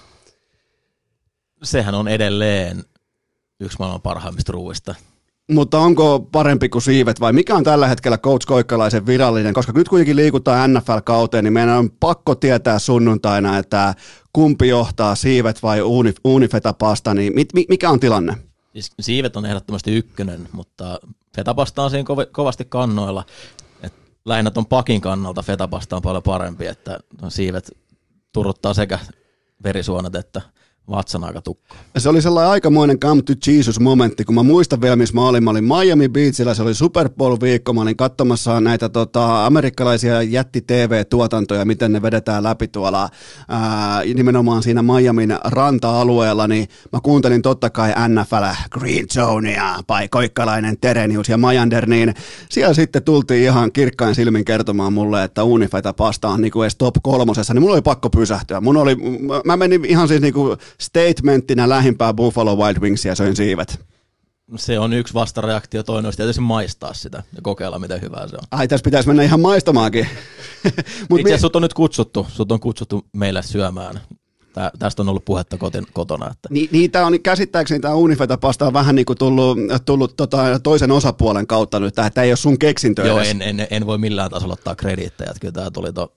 Sehän on edelleen yksi maailman parhaimmista ruuista. Mutta onko parempi kuin siivet vai mikä on tällä hetkellä Coach Koikkalaisen virallinen? Koska nyt kuitenkin liikutaan NFL-kauteen, niin meidän on pakko tietää sunnuntaina, että kumpi johtaa, siivet vai uunifetapasta, niin mikä on tilanne? Siis siivet on ehdottomasti ykkönen, mutta fetapasta on siinä kovasti kannoilla. Lähinnä ton pakin kannalta fetapasta on paljon parempi, että siivet turruttaa sekä verisuonet että vatsan aika tukko. Se oli sellainen aikamoinen come to Jesus-momentti, kun mä muistan vielä, missä mä olin Miami Beachillä, se oli Super Bowl-viikko, mä olin katsomassa näitä amerikkalaisia jätti-TV-tuotantoja, miten ne vedetään läpi tuolla nimenomaan siinä Miamin ranta-alueella, niin mä kuuntelin totta kai NFL, Green Zonea, Pai Koikkalainen, Terenius ja Majander, niin siellä sitten tultiin ihan kirkkain silmin kertomaan mulle, että uunifetapasta on niinku edes top 3, niin mulla oli pakko pysähtyä. Mä menin ihan siis niinku statementtina lähimpää Buffalo Wild Wingsia ja söin siivet. Se on yksi vastareaktio, toinen olisi tietysti maistaa sitä ja kokeilla, miten hyvää se on. Ai, tässä pitäisi mennä ihan maistamaankin. Itse asiassa sut on kutsuttu meille syömään. Tästä on ollut puhetta kotona. Että. Niin tämä on käsittääkseni tämä uunifetapasta on vähän niin kuin tullut toisen osapuolen kautta nyt, että ei ole sun keksintö Joo, edes. en voi millään tasolla ottaa krediittejä, että kyllä tämä tuli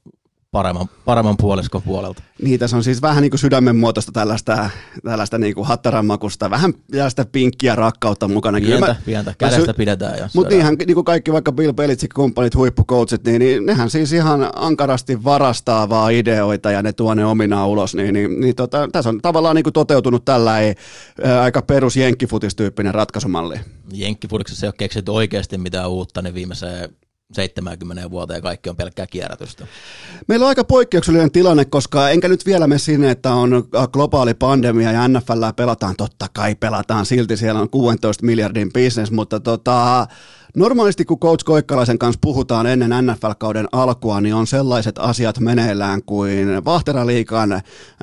paremman puoliskon puolelta. Niin, tässä on siis vähän niin kuin sydämen muotoista tällaista niin kuin hattaranmakusta, vähän tällaista pinkkiä rakkautta mukana. Pientä. Kädestä pidetään. Mutta niinhän niin kuin kaikki vaikka Bill Belichick, kumppanit, huippucoachit, niin nehän siis ihan ankarasti varastaa vaan ideoita ja ne tuo ne ominaan ulos. Tässä on tavallaan niin kuin toteutunut tällainen aika perus jenkkifutistyyppinen ratkaisumalli. Jenkkifutiksessa ei ole keksitty oikeasti mitään uutta, niin viimeiseen 70 vuoteen kaikki on pelkkää kierrätystä. Meillä on aika poikkeuksellinen tilanne, koska enkä nyt vielä mene sinne, että on globaali pandemia ja NFL pelataan, totta kai pelataan silti, siellä on 16 miljardin business, mutta normaalisti kun Coach Koikkalaisen kanssa puhutaan ennen NFL-kauden alkua, niin on sellaiset asiat meneillään kuin Vahteraliigan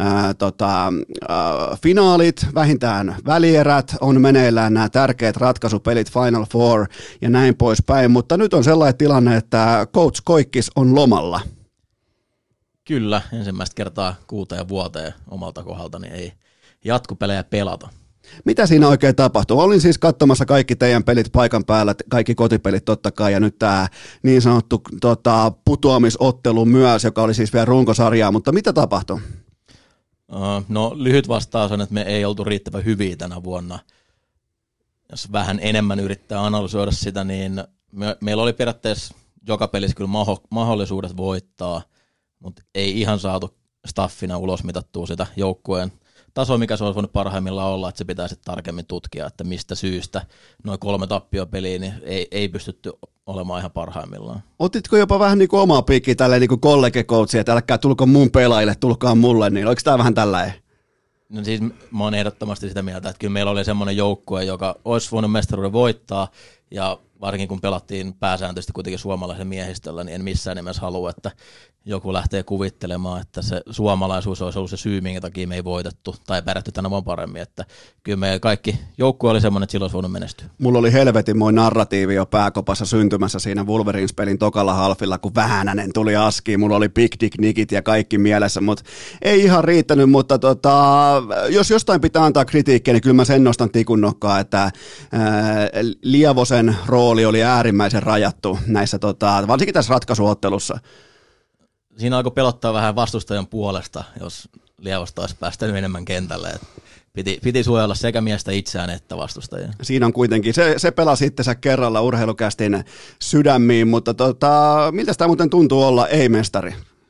finaalit, vähintään välierät, on meneillään nämä tärkeät ratkaisupelit, Final Four ja näin poispäin, mutta nyt on sellainen tilanne, että Coach Koikkis on lomalla. Kyllä, ensimmäistä kertaa 6 vuoteen omalta kohdaltani ei jatkopelejä pelata. Mitä siinä oikein tapahtuu? Olin siis katsomassa kaikki teidän pelit paikan päällä, kaikki kotipelit totta kai, ja nyt tämä niin sanottu putoamisottelu myös, joka oli siis vielä runkosarjaa, mutta mitä tapahtui? No lyhyt vastaus on, että me ei oltu riittävän hyviä tänä vuonna. Jos vähän enemmän yrittää analysoida sitä, niin meillä oli periaatteessa joka pelissä kyllä mahdollisuudet voittaa, mutta ei ihan saatu staffina ulos mitattua sitä joukkueen taso, mikä se olisi voinut parhaimmillaan olla, että se pitää sitten tarkemmin tutkia, että mistä syystä noin 3 tappiopeliä niin ei pystytty olemaan ihan parhaimmillaan. Otitko jopa vähän niin kuin omaa piikkiä tälleen niin kuin kollegecoachia, että älkää tulko mun pelaajille, tulkaa mulle, niin oliko tämä vähän tällainen? No siis mä oon ehdottomasti sitä mieltä, että kyllä meillä oli semmoinen joukkue, joka olisi voinut mestaruuden voittaa, ja varsinkin kun pelattiin pääsääntöisesti kuitenkin suomalaisen miehistöllä, niin en missään nimessä halua, että joku lähtee kuvittelemaan, että se suomalaisuus olisi ollut se syy, minkä takia me ei voitettu tai pärjätty tänä vaan paremmin. Että kyllä me kaikki joukkue oli semmoinen, että silloin olisi voinut menestyä. Mulla oli helvetinmoinen narratiivi jo pääkopassa syntymässä siinä Wolverines-pelin tokalla halfilla, kun Väänänen tuli askiin. Mulla oli Big Dick Nickit ja kaikki mielessä, mutta ei ihan riittänyt. Mutta jos jostain pitää antaa kritiikkiä, niin kyllä mä sen nostan tikun nokkaa, että Lievosen rooli oli äärimmäisen rajattu näissä, varsinkin tässä ratkaisuottelussa. Siinä alkoi pelottaa vähän vastustajan puolesta, jos Lievosta olisi päästänyt enemmän kentälle. Piti suojella sekä miestä itseään että vastustajia. Siinä on kuitenkin, se pelasi itsensä kerralla urheilukästin sydämiin, mutta miltä sitä muuten tuntuu olla ei-mestari?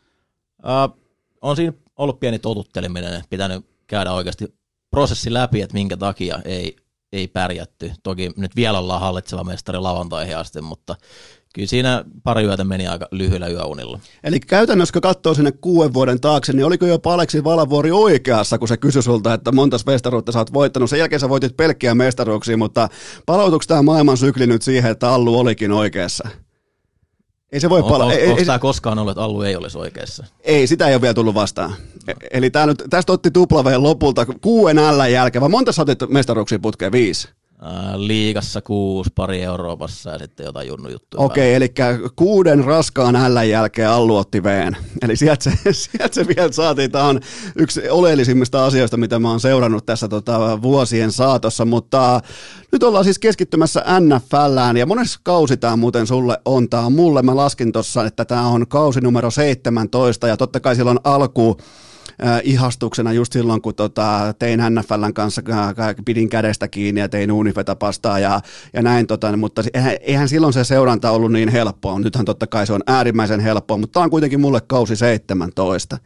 On siinä ollut pieni totutteleminen, pitänyt käydä oikeasti prosessi läpi, että minkä takia ei pärjätty. Toki nyt vielä ollaan hallitseva mestari lauantaihin asti, mutta kyllä siinä pari yötä meni aika lyhyellä yöunilla. Eli käytännössä, kun katsoo sinne 6 vuoden taakse, niin oliko jopa Aleksi Valavuori oikeassa, kun se kysyi sulta, että montas mestaruutta sä oot voittanut. Sen jälkeen sä voitit pelkkiä mestaruuksia, mutta palautuiko tämä maailman sykli nyt siihen, että Allu olikin oikeassa? Ei se voi onko tämä koskaan ollut, että Allu ei olisi oikeassa? Ei, sitä ei ole vielä tullut vastaan. Eli tästä otti tuplaveen lopulta 6 L:n jälkeen, vai monta sä otit mestaruuksia putkeen? 5? Liigassa 6, pari Euroopassa ja sitten jotain junnu juttuja. Okei, eli 6 raskaan L:n jälkeen Allu otti V:n. Eli sieltä se vielä saatiin. Tämä on yksi oleellisimmista asioista, mitä mä oon seurannut tässä vuosien saatossa, mutta nyt ollaan siis keskittymässä NFLään, ja monessa kausi tämä muuten sulle on. Tämä on mulle, mä laskin tuossa, että tämä on kausi numero 17, ja totta kai silloin alku ihastuksena just silloin, kun tein NFLn kanssa, pidin kädestä kiinni ja tein Unifeta-pastaa ja näin, mutta eihän silloin se seuranta ollut niin helppoa. Nythän totta kai se on äärimmäisen helppoa, mutta tämä on kuitenkin mulle kausi 17.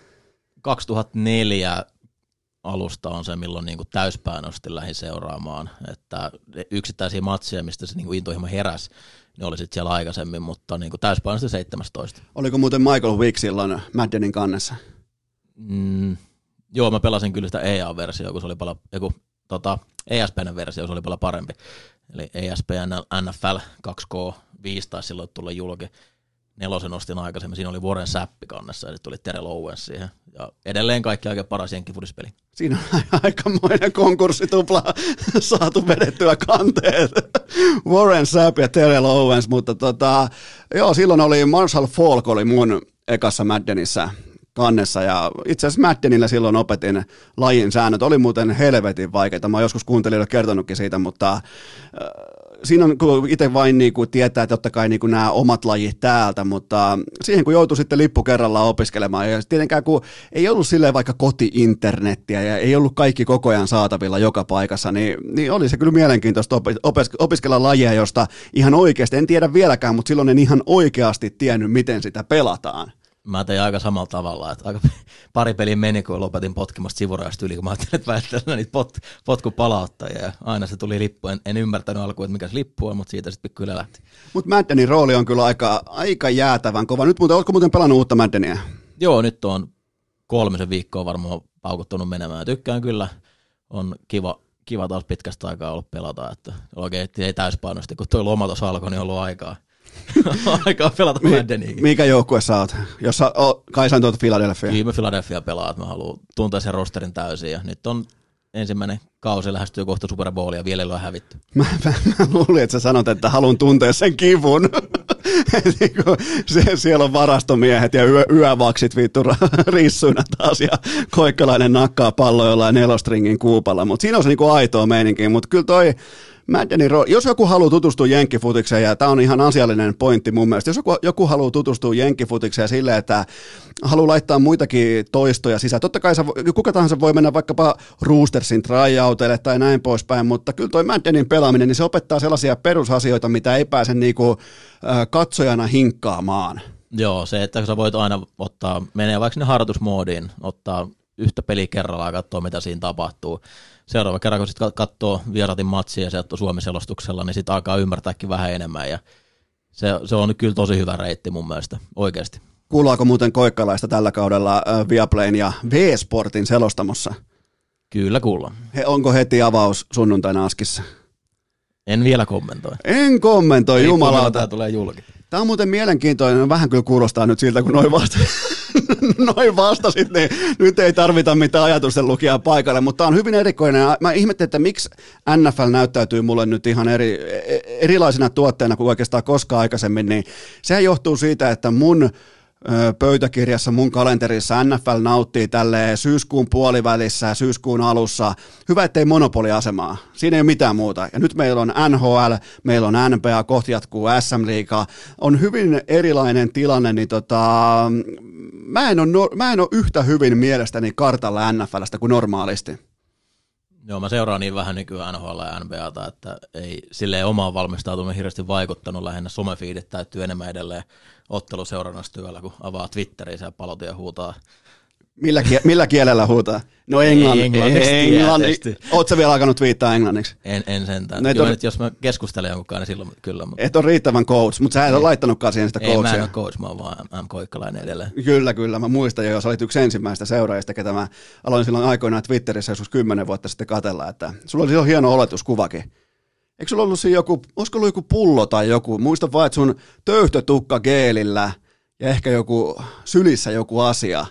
2004 alusta on se, milloin niin kuin täyspainoisesti lähdin seuraamaan, että yksittäisiä matseja, mistä se niin kuin intohimo heräsi, ne oli sitten siellä aikaisemmin, mutta niin kuin täyspainoisesti 17. Oliko muuten Michael Vick silloin Maddenin kannessa? Joo, mä pelasin kyllä sitä EA-versiota, kun se oli paljon, ESPN versio, se oli paljon parempi. Eli ESPN NFL 2K5 taisi silloin tulla julki. 4 ostin aikaisemmin, siinä oli Warren Sapp kannessa ja sitten tuli Terrell Owens siihen. Ja edelleen kaikki aika paras jenkkifutispeli. Siinä on aikamoinen konkurssitupla saatu vedettyä kanteet. Warren Sapp ja Terrell Owens, mutta joo, silloin oli Marshall Faulk oli mun ekassa Maddenissä kannessa, ja itse asiassa Maddenillä silloin opetin lajin säännöt, oli muuten helvetin vaikeita, mä oon joskus kuuntelijoille kertonutkin siitä, mutta siinä on, kun itse vain niin kuin tietää, että totta kai niin kuin nämä omat lajit täältä, mutta siihen kun joutui sitten lippu kerrallaan opiskelemaan, ja tietenkään kun ei ollut silleen vaikka koti-internettiä ja ei ollut kaikki koko ajan saatavilla joka paikassa, niin oli se kyllä mielenkiintoista opiskella lajeja, josta ihan oikeasti, en tiedä vieläkään, mutta silloin en ihan oikeasti tiennyt, miten sitä pelataan. Mä tein aika samalla tavalla, että aika pari peliä meni, kun lopetin potkimasta sivurajasta yli, kun mä ajattelin, että välttämättä niitä potkupalauttajia, ja aina se tuli lippu. En ymmärtänyt alkuun, että mikä se lippu on, mutta siitä sitten kyllä lähti. Mutta Maddenin rooli on kyllä aika jäätävän kova. Nyt ootko muuten pelannut uutta Maddenia? Joo, nyt on 3 viikkoa varmaan paukuttanut menemään. Tykkään kyllä, on kiva taas pitkästä aikaa ollut pelata, että oikein ei täyspainoisesti, kun tuo loma tuossa alkoi, niin on ollut aikaa pelata Maddenia. Mikä joukkue sä oot? Jos kai sä tuolta Philadelphia. Kyllä mä Philadelphia pelaa, että mä haluan tuntea sen rosterin täysin, ja nyt on ensimmäinen kausi lähestyy kohta Super Bowlia, vielä ei ole hävitty. Mä luulin, että sä sanot, että haluan tuntea sen kivun. Siellä on varastomiehet ja yövaksit vittu rissuina taas, ja Koikkalainen nakkaa palloa jollain 4-stringin kuupalla, mutta siinä on se niinku aitoa meininkiä, mutta kyllä toi Maddenin rooli, jos joku haluaa tutustua jenkkifutikseen, ja tämä on ihan asiallinen pointti mun mielestä, jos joku haluaa tutustua jenkkifutikseen silleen, että haluaa laittaa muitakin toistoja sisään, totta kai kuka tahansa voi mennä vaikkapa Roostersin tryouteille tai näin poispäin, mutta kyllä toi Maddenin pelaaminen, niin se opettaa sellaisia perusasioita, mitä ei pääse niinku katsojana hinkkaamaan. Joo, se, että sä voit aina menee vaikka sinne harjoitusmoodiin, ottaa yhtä peliä kerrallaan ja katsoa, mitä siinä tapahtuu. Seuraava kerran, kun sitten katsoo Vieratin matsia ja se on Suomi-selostuksella, niin sitten alkaa ymmärtääkin vähän enemmän. Ja se on kyllä tosi hyvä reitti mun mielestä, oikeasti. Kuuluuko muuten Koikkalaista tällä kaudella Viaplayn ja V-Sportin selostamossa? Kyllä kuullaan. Onko heti avaus sunnuntaina Askissa? En vielä kommentoi. En kommentoi, jumalauta. Tämä tulee julki. Tämä on muuten mielenkiintoinen, vähän kyllä kuulostaa nyt siltä, kun noin vastasit, niin nyt ei tarvita mitään ajatusten lukijaa paikalle, mutta tämä on hyvin erikoinen. Mä ihmettelin, että miksi NFL näyttäytyy mulle nyt ihan erilaisena tuotteena kuin oikeastaan koskaan aikaisemmin, niin sehän johtuu siitä, että mun pöytäkirjassa, mun kalenterissa NFL nauttii tälleen syyskuun puolivälissä, syyskuun alussa. Hyvä, ettei monopoliasemaa. Siinä ei ole mitään muuta. Ja nyt meillä on NHL, meillä on NBA, kohti jatkuu SM-liiga. On hyvin erilainen tilanne, niin mä en ole yhtä hyvin mielestäni kartalla NFLstä kuin normaalisti. Joo, mä seuraan niin vähän nykyään NHL ja NBAta, että ei silleen omaan valmistautuminen hirveästi vaikuttanut. Lähinnä somefiidit täyttyy enemmän edelleen otteluseurannasta työllä, kun avaa Twitteriä ja palotia huutaa. Millä kielellä huutaa? No englanniksi. Ootko sä vielä alkanut twiittaa englanniksi? En sentään. No kyllä nyt, jos mä keskustelen jonkunkaan, niin silloin kyllä. Mutta et ole riittävän coach, mutta sä et ole laittanutkaan siihen sitä coachia. Ei, mä en ole coach, mä oon vaan M. Koikkalainen edelleen. Kyllä. Mä muistan jo, jos olit yksi ensimmäistä seuraajista, ketä mä aloin silloin aikoinaan Twitterissä joskus 10 vuotta sitten katsella, että sulla oli silloin hieno oletuskuvakin. Eikö sulla ollut siinä olisiko ollut joku pullo tai joku? Muista vaan, että sun töyhtötukka geelillä ja ehkä joku sylissä joku asia.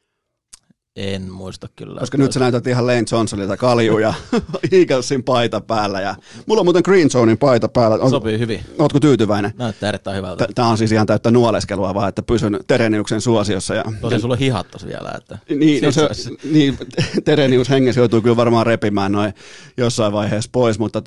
En muista kyllä. Koska nyt sä näytät ihan Lane Johnsonilta kalju ja Eaglesin paita päällä. Ja mulla on muuten Green Zonein paita päällä. Sopii hyvin. Ootko tyytyväinen? Näyttää erittäin hyvältä. Tää on siis ihan täyttä nuoleskelua vaan, että pysyn Tereniuksen suosiossa. Tosin sulla on hihat tossa vielä. Että niin, Terenius hengessä joutuu kyllä varmaan repimään noin jossain vaiheessa pois, mutta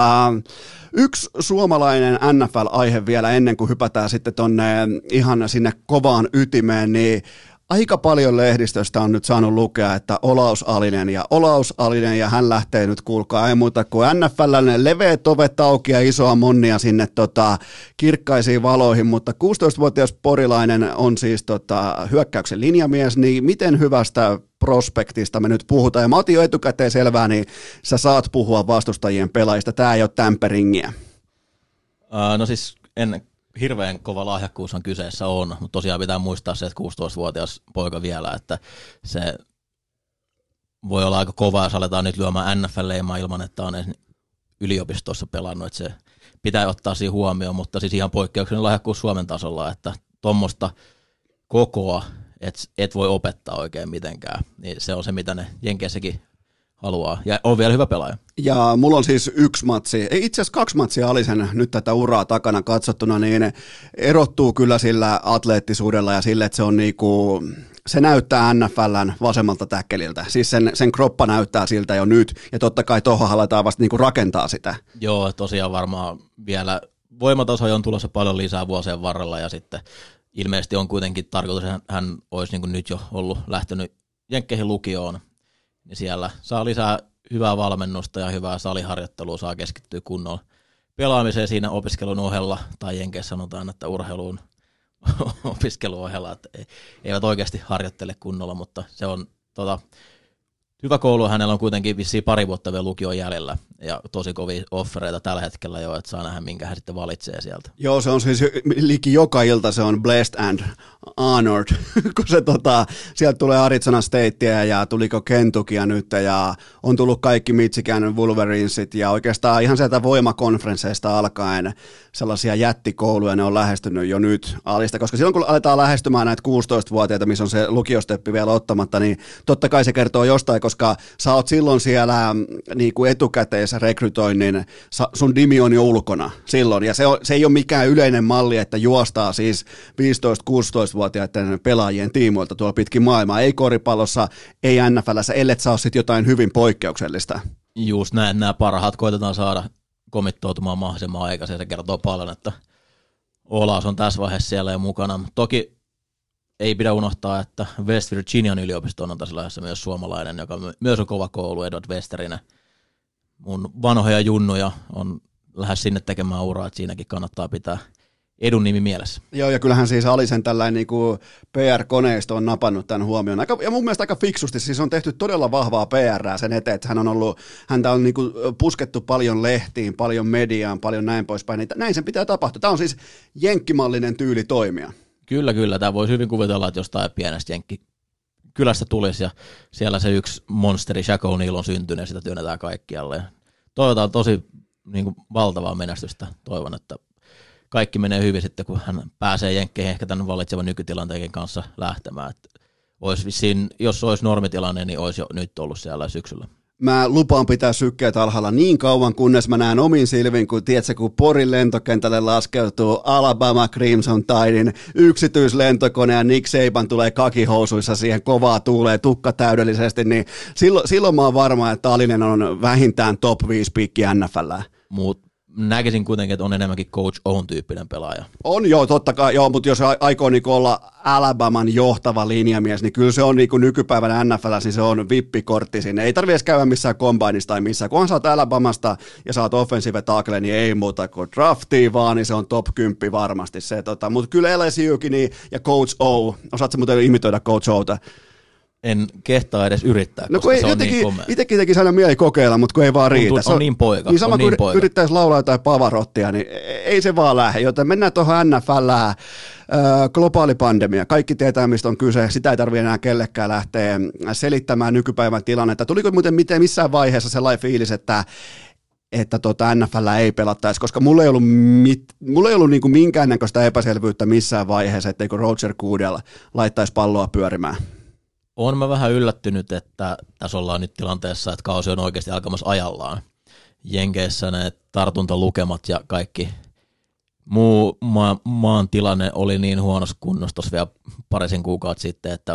yksi suomalainen NFL-aihe vielä ennen kuin hypätään sitten tonne ihan sinne kovaan ytimeen, niin aika paljon lehdistöstä on nyt saanut lukea, että Olaus Alinen ja hän lähtee nyt, kuulkaa, ei muuta kuin NFL:n leveät ovet auki ja isoa monnia sinne kirkkaisiin valoihin, mutta 16-vuotias porilainen on siis hyökkäyksen linjamies, niin miten hyvästä prospektista me nyt puhutaan, ja mä otin jo etukäteen selvää, niin sä saat puhua vastustajien pelaajista, tää ei ole tamperingiä. No siis hirveän kova lahjakkuus on kyseessä mutta tosiaan pitää muistaa se, että 16-vuotias poika vielä, että se voi olla aika kova, jos aletaan nyt lyömään NFL-leimaa ilman, että on edes yliopistossa pelannut, että se pitää ottaa siihen huomioon, mutta siis ihan poikkeuksellinen lahjakkuus Suomen tasolla, että tuommoista kokoa et voi opettaa oikein mitenkään, niin se on se, mitä ne Jenkeissäkin haluaa, ja on vielä hyvä pelaaja. Ja mulla on siis yksi matsi, ei itse asiassa 2 matsia Alisen nyt tätä uraa takana katsottuna, niin erottuu kyllä sillä atleettisuudella ja sille, että se on niinku, se näyttää NFLn vasemmalta täkkeliltä. Siis sen kroppa näyttää siltä jo nyt, ja totta kai tuohon aletaan vasta niinku rakentaa sitä. Joo, tosiaan varmaan vielä voimatasoja on tulossa paljon lisää vuosien varrella, ja sitten ilmeisesti on kuitenkin tarkoitus, että hän olisi niin kuin nyt jo ollut lähtenyt Jenkkeihin lukioon, niin siellä saa lisää hyvää valmennusta ja hyvää saliharjoittelua, saa keskittyä kunnolla pelaamiseen siinä opiskelun ohella, tai Jenkeissä sanotaan, että urheiluun opiskeluohella, että eivät oikeasti harjoittele kunnolla, mutta se on hyvä koulu, hänellä on kuitenkin vissiin 2 vuotta vielä lukion jäljellä, ja tosi kovia offereita tällä hetkellä jo, että saa nähdä, minkä hän sitten valitsee sieltä. Joo, se on siis liki joka ilta, se on blessed and honored, kun se sieltä tulee Arizona Statea ja tuliko Kentuckya nyt, ja on tullut kaikki Michigan Wolverinesit, ja oikeastaan ihan sieltä voimakonferensseista alkaen sellaisia jättikouluja ne on lähestynyt jo nyt Alista, koska silloin kun aletaan lähestymään näitä 16-vuotiaita, missä on se lukiosteppi vielä ottamatta, niin totta kai se kertoo jostain, koska sä oot silloin siellä niin kuin etukäteisrekrytoinnin, sun nimi on jo ulkona silloin, ja se ei ole mikään yleinen malli, että juostaa siis 15-16-vuotiaiden pelaajien tiimoilta tuolla pitkin maailmaa, ei koripallossa, ei NFL:ssä, ellei sä ole sitten jotain hyvin poikkeuksellista. Just näin, nämä parhaat koitetaan saada komittoutumaan mahdollisimman aikaisin, se kertoo paljon, että Olaus on tässä vaiheessa siellä jo mukana, mutta toki ei pidä unohtaa, että West Virginian yliopisto on tässä lähdössä myös suomalainen, joka myös on kova koulu, Edward Westerinen. Mun vanhoja junnuja on lähes sinne tekemään uraa, että siinäkin kannattaa pitää edun nimi mielessä. Joo, ja kyllähän siis Alisen tällainen niin kuin PR-koneisto on napannut tämän huomioon. Ja mun mielestä aika fiksusti, siis on tehty todella vahvaa PR:ää sen eteen, että häntä on niin kuin puskettu paljon lehtiin, paljon mediaan, paljon näin poispäin. Niin näin sen pitää tapahtua. Tämä on siis jenkkimallinen tyyli toimia. Kyllä. Tämä voisi hyvin kuvitella, että jostain pienestä kylästä tulisi ja siellä se yksi monsteri Shaq O'Neal on syntynyt ja sitä työnnetään kaikkialle. Toivotaan tosi niin kuin valtavaa menestystä. Toivon, että kaikki menee hyvin sitten, kun hän pääsee jenkkeihin ehkä tämän valitsevan nykytilanteenkin kanssa lähtemään. Että olisi vissiin, jos olisi normitilanne, niin olisi jo nyt ollut siellä syksyllä. Mä lupaan pitää sykkeet alhaalla niin kauan, kunnes mä näen omin silmin, kun tiedätkö, kun Porin lentokentälle laskeutuu Alabama Crimson Tidein yksityislentokone ja Nick Saban tulee kakihousuissa siihen kovaa tuuleen tukka täydellisesti, niin silloin mä oon varma, että Alinen on vähintään top 5 pikki NFL:ää. Näkisin kuitenkin, että on enemmänkin Coach Owen-tyyppinen pelaaja. On joo, totta kai, joo, mutta jos aikoo niinku olla Alabaman johtava linjamies, niin kyllä se on niinku nykypäivänä NFL:ssä, niin se on vippikortti sinne. Ei tarvitse edes käydä missään combinessa tai missään. Kunhan sä oot Alabamasta ja sä oot offensive tackle, niin ei muuta kuin draftia vaan, niin se on top 10 varmasti se. Mutta kyllä LSUkin niin, ja Coach O, osaatko muuten imitoida Coach Outa? En kehtaa edes yrittää, no, koska se on niin komea. Itsekin tekisi aina mieli kokeilla, mutta kun ei vaan riitä. On niin poika. Niin sama kuin yrittäisi laulaa jotain Pavarottia, niin ei se vaan lähde. Joten mennään tuohon NFL:ään. Globaali pandemia. Kaikki tietää, mistä on kyse. Sitä ei tarvitse enää kellekään lähteä selittämään nykypäivän tilannetta. Tuliko muuten missään vaiheessa sellainen fiilis, että NFL ei pelattaisi, koska mulla ei ollut niinku minkäännäköistä epäselvyyttä missään vaiheessa, etteikö Roger Goodell laittaisi palloa pyörimään. Olen mä vähän yllättynyt, että tässä ollaan nyt tilanteessa, että kausi on oikeasti alkamassa ajallaan. Jenkeissä ne tartuntalukemat ja kaikki muu maan tilanne oli niin huonossa kunnossa tuossa vielä parisen kuukautta sitten, että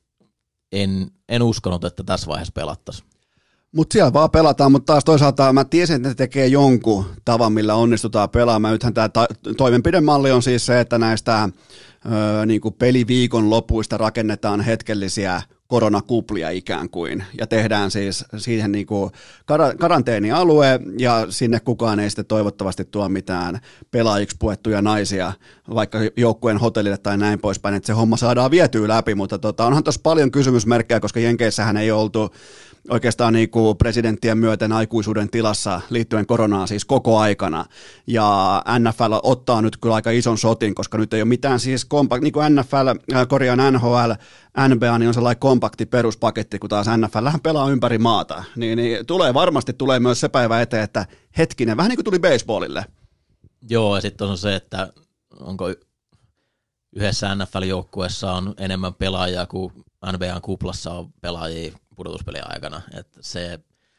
en uskonut, että tässä vaiheessa pelattaisiin. Mutta siellä vaan pelataan, mutta taas toisaalta mä tiesin, että ne tekee jonkun tavan, millä onnistutaan pelaamaan. Nythän tämä toimenpidemalli on siis se, että näistä niinku peliviikon lopuista rakennetaan hetkellisiä koronakuplia ikään kuin, ja tehdään siis siihen niinku karanteenialue, ja sinne kukaan ei sitten toivottavasti tuo mitään pelaajiksi puettuja naisia, vaikka joukkueen hotellille tai näin poispäin, että se homma saadaan vietyä läpi, mutta onhan tuossa paljon kysymysmerkkejä, koska Jenkeissähän ei oltu oikeastaan niin kuin presidenttien myöten aikuisuuden tilassa liittyen koronaan siis koko aikana, ja NFL ottaa nyt kyllä aika ison sotin, koska nyt ei ole mitään siis niin kuin NHL, NBA, niin on sellainen kompakti peruspaketti, kun taas NFLhän pelaa ympäri maata, niin varmasti tulee myös se päivä eteen, että hetkinen, vähän niin kuin tuli baseballille. Joo, ja sitten on se, että onko yhdessä NFL-joukkueessa on enemmän pelaajia kuin NBAn kuplassa on pelaajia pudotuspelien aikana, että se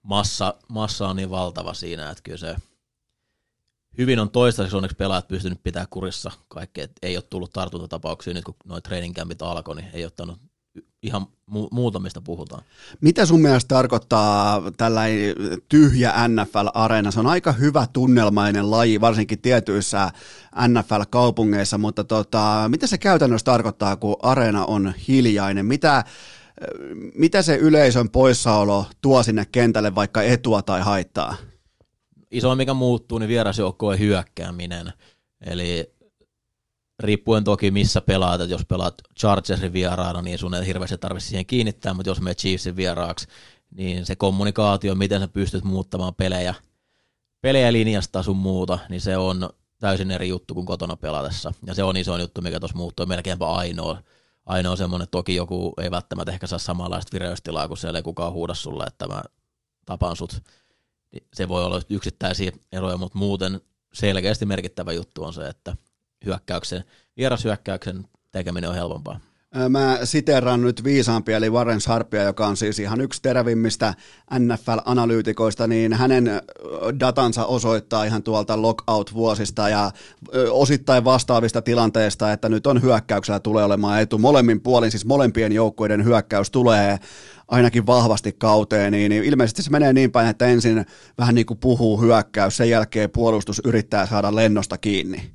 massa on niin valtava siinä, että kyllä se hyvin on toistaiseksi onneksi pelaajat pystynyt pitää kurissa kaikkea, että ei ole tullut tartuntatapauksia nyt kun nuo training campit alkoi, niin ei ottanut ihan muuta, mistä puhutaan. Mitä sun mielestä tarkoittaa tällainen tyhjä NFL-areena? Se on aika hyvä tunnelmainen laji, varsinkin tietyissä NFL-kaupungeissa, mutta mitä se käytännössä tarkoittaa, kun areena on hiljainen? Mitä se yleisön poissaolo tuo sinne kentälle vaikka etua tai haittaa? Iso mikä muuttuu, niin vierasjoukkojen hyökkääminen. Eli riippuen toki missä pelaat, että jos pelaat Chargersin vieraana, niin sun ei hirveästi tarvitse siihen kiinnittää, mutta jos menet Chiefsin vieraaksi, niin se kommunikaatio, miten sä pystyt muuttamaan pelejä linjasta sun muuta, niin se on täysin eri juttu kuin kotona pelatessa. Ja se on iso juttu, mikä tuossa muuttuu, melkeinpä ainoa semmoinen, että toki joku ei välttämättä ehkä saa samanlaista vireystilaa, kun siellä ei kukaan huuda sulle, että mä tapan sut. Se voi olla yksittäisiä eroja, mutta muuten selkeästi merkittävä juttu on se, että vierashyökkäyksen tekeminen on helpompaa. Mä siteeraan nyt viisaampia, eli Warren Sharpia, joka on siis ihan yksi terävimmistä NFL-analyytikoista, niin hänen datansa osoittaa ihan tuolta lockout-vuosista ja osittain vastaavista tilanteista, että nyt on hyökkäyksellä tulee olemaan etu molemmin puolin, siis molempien joukkueiden hyökkäys tulee ainakin vahvasti kauteen, niin ilmeisesti se menee niin päin, että ensin vähän niin kuin puhuu hyökkäys, sen jälkeen puolustus yrittää saada lennosta kiinni.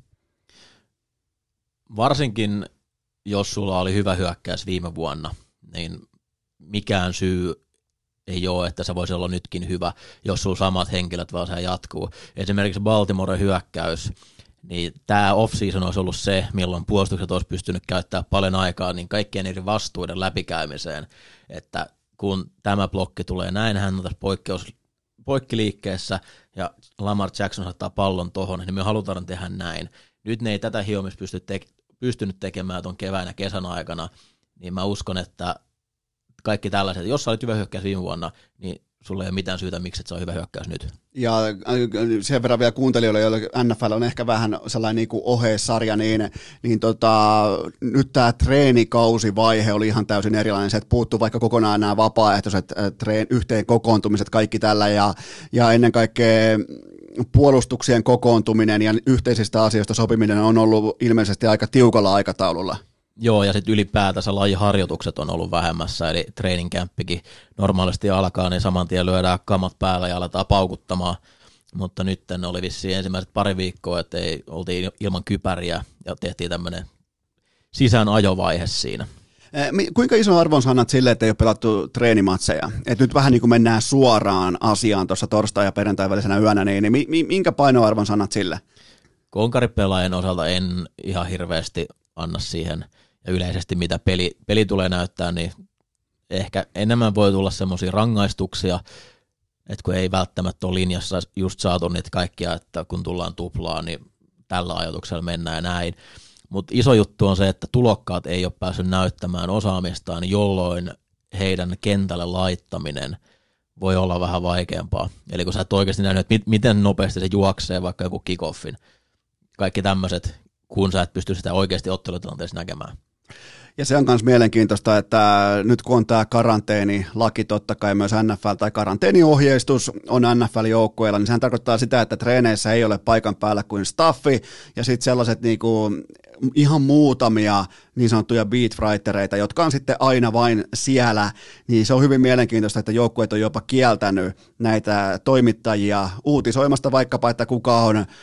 Varsinkin jos sulla oli hyvä hyökkäys viime vuonna, niin mikään syy ei ole, että se voisi olla nytkin hyvä, jos sulla samat henkilöt vaan se jatkuu. Esimerkiksi Baltimoren hyökkäys, niin tämä off-season olisi ollut se, milloin puolustukset olisi pystynyt käyttämään paljon aikaa niin kaikkien eri vastuuden läpikäymiseen, että kun tämä blokki tulee näin, hän on tässä poikkiliikkeessä ja Lamar Jackson saattaa pallon tohon, niin me halutaan tehdä näin. Nyt ne ei tätä hiomista pystynyt tekemään tuon kevään ja kesän aikana, niin mä uskon, että kaikki tällaiset, jos sä olit hyvä hyökkäys viime vuonna, niin sulla ei ole mitään syytä, miksi et se on hyvä hyökkäys nyt. Ja sen verran vielä kuuntelijoille, joilla NFL on ehkä vähän sellainen niin kuin oheissarja, niin nyt tämä treenikausivaihe oli ihan täysin erilainen, se, että puuttuu vaikka kokonaan nämä vapaaehtoiset yhteen kokoontumiset, kaikki tällä, ja ennen kaikkea puolustuksien kokoontuminen ja yhteisistä asioista sopiminen on ollut ilmeisesti aika tiukalla aikataululla. Joo, ja sitten ylipäätänsä lajiharjoitukset on ollut vähemmässä, eli training campikin normaalisti alkaa, niin saman tien lyödään kamat päällä ja aletaan paukuttamaan, mutta nyt oli vissiin ensimmäiset pari viikkoa, että oltiin ilman kypäriä ja tehtiin tämmöinen sisäänajovaihe siinä. Kuinka iso arvon sanat sille, että ei ole pelattu treenimatseja? Et nyt vähän niin kuin mennään suoraan asiaan tuossa torstai- ja perjantai välisenä yönä, niin minkä painoarvon sanat sille? Konkaripelaajien osalta en ihan hirveästi anna siihen, ja yleisesti mitä peli tulee näyttää, niin ehkä enemmän voi tulla semmoisia rangaistuksia, että kun ei välttämättä ole linjassa just saatu niitä kaikkia, että kun tullaan tuplaan, niin tällä ajatuksella mennään ja näin. Mutta iso juttu on se, että tulokkaat ei ole päässyt näyttämään osaamistaan, jolloin heidän kentälle laittaminen voi olla vähän vaikeampaa. Eli kun sä et oikeasti nähnyt, että miten nopeasti se juoksee vaikka joku kickoffin, kaikki tämmöiset, kun sä et pysty sitä oikeasti ottelutilanteessa näkemään. Ja se on myös mielenkiintoista, että nyt kun on tämä karanteenilaki, totta kai myös NFL tai karanteeniohjeistus on NFL-joukkueilla, niin sehän tarkoittaa sitä, että treeneissä ei ole paikan päällä kuin staffi ja sitten sellaiset niinku ihan muutamia niin sanottuja beatwritereita, jotka on sitten aina vain siellä, niin se on hyvin mielenkiintoista, että joukkueet on jopa kieltänyt näitä toimittajia uutisoimasta vaikkapa, että kuka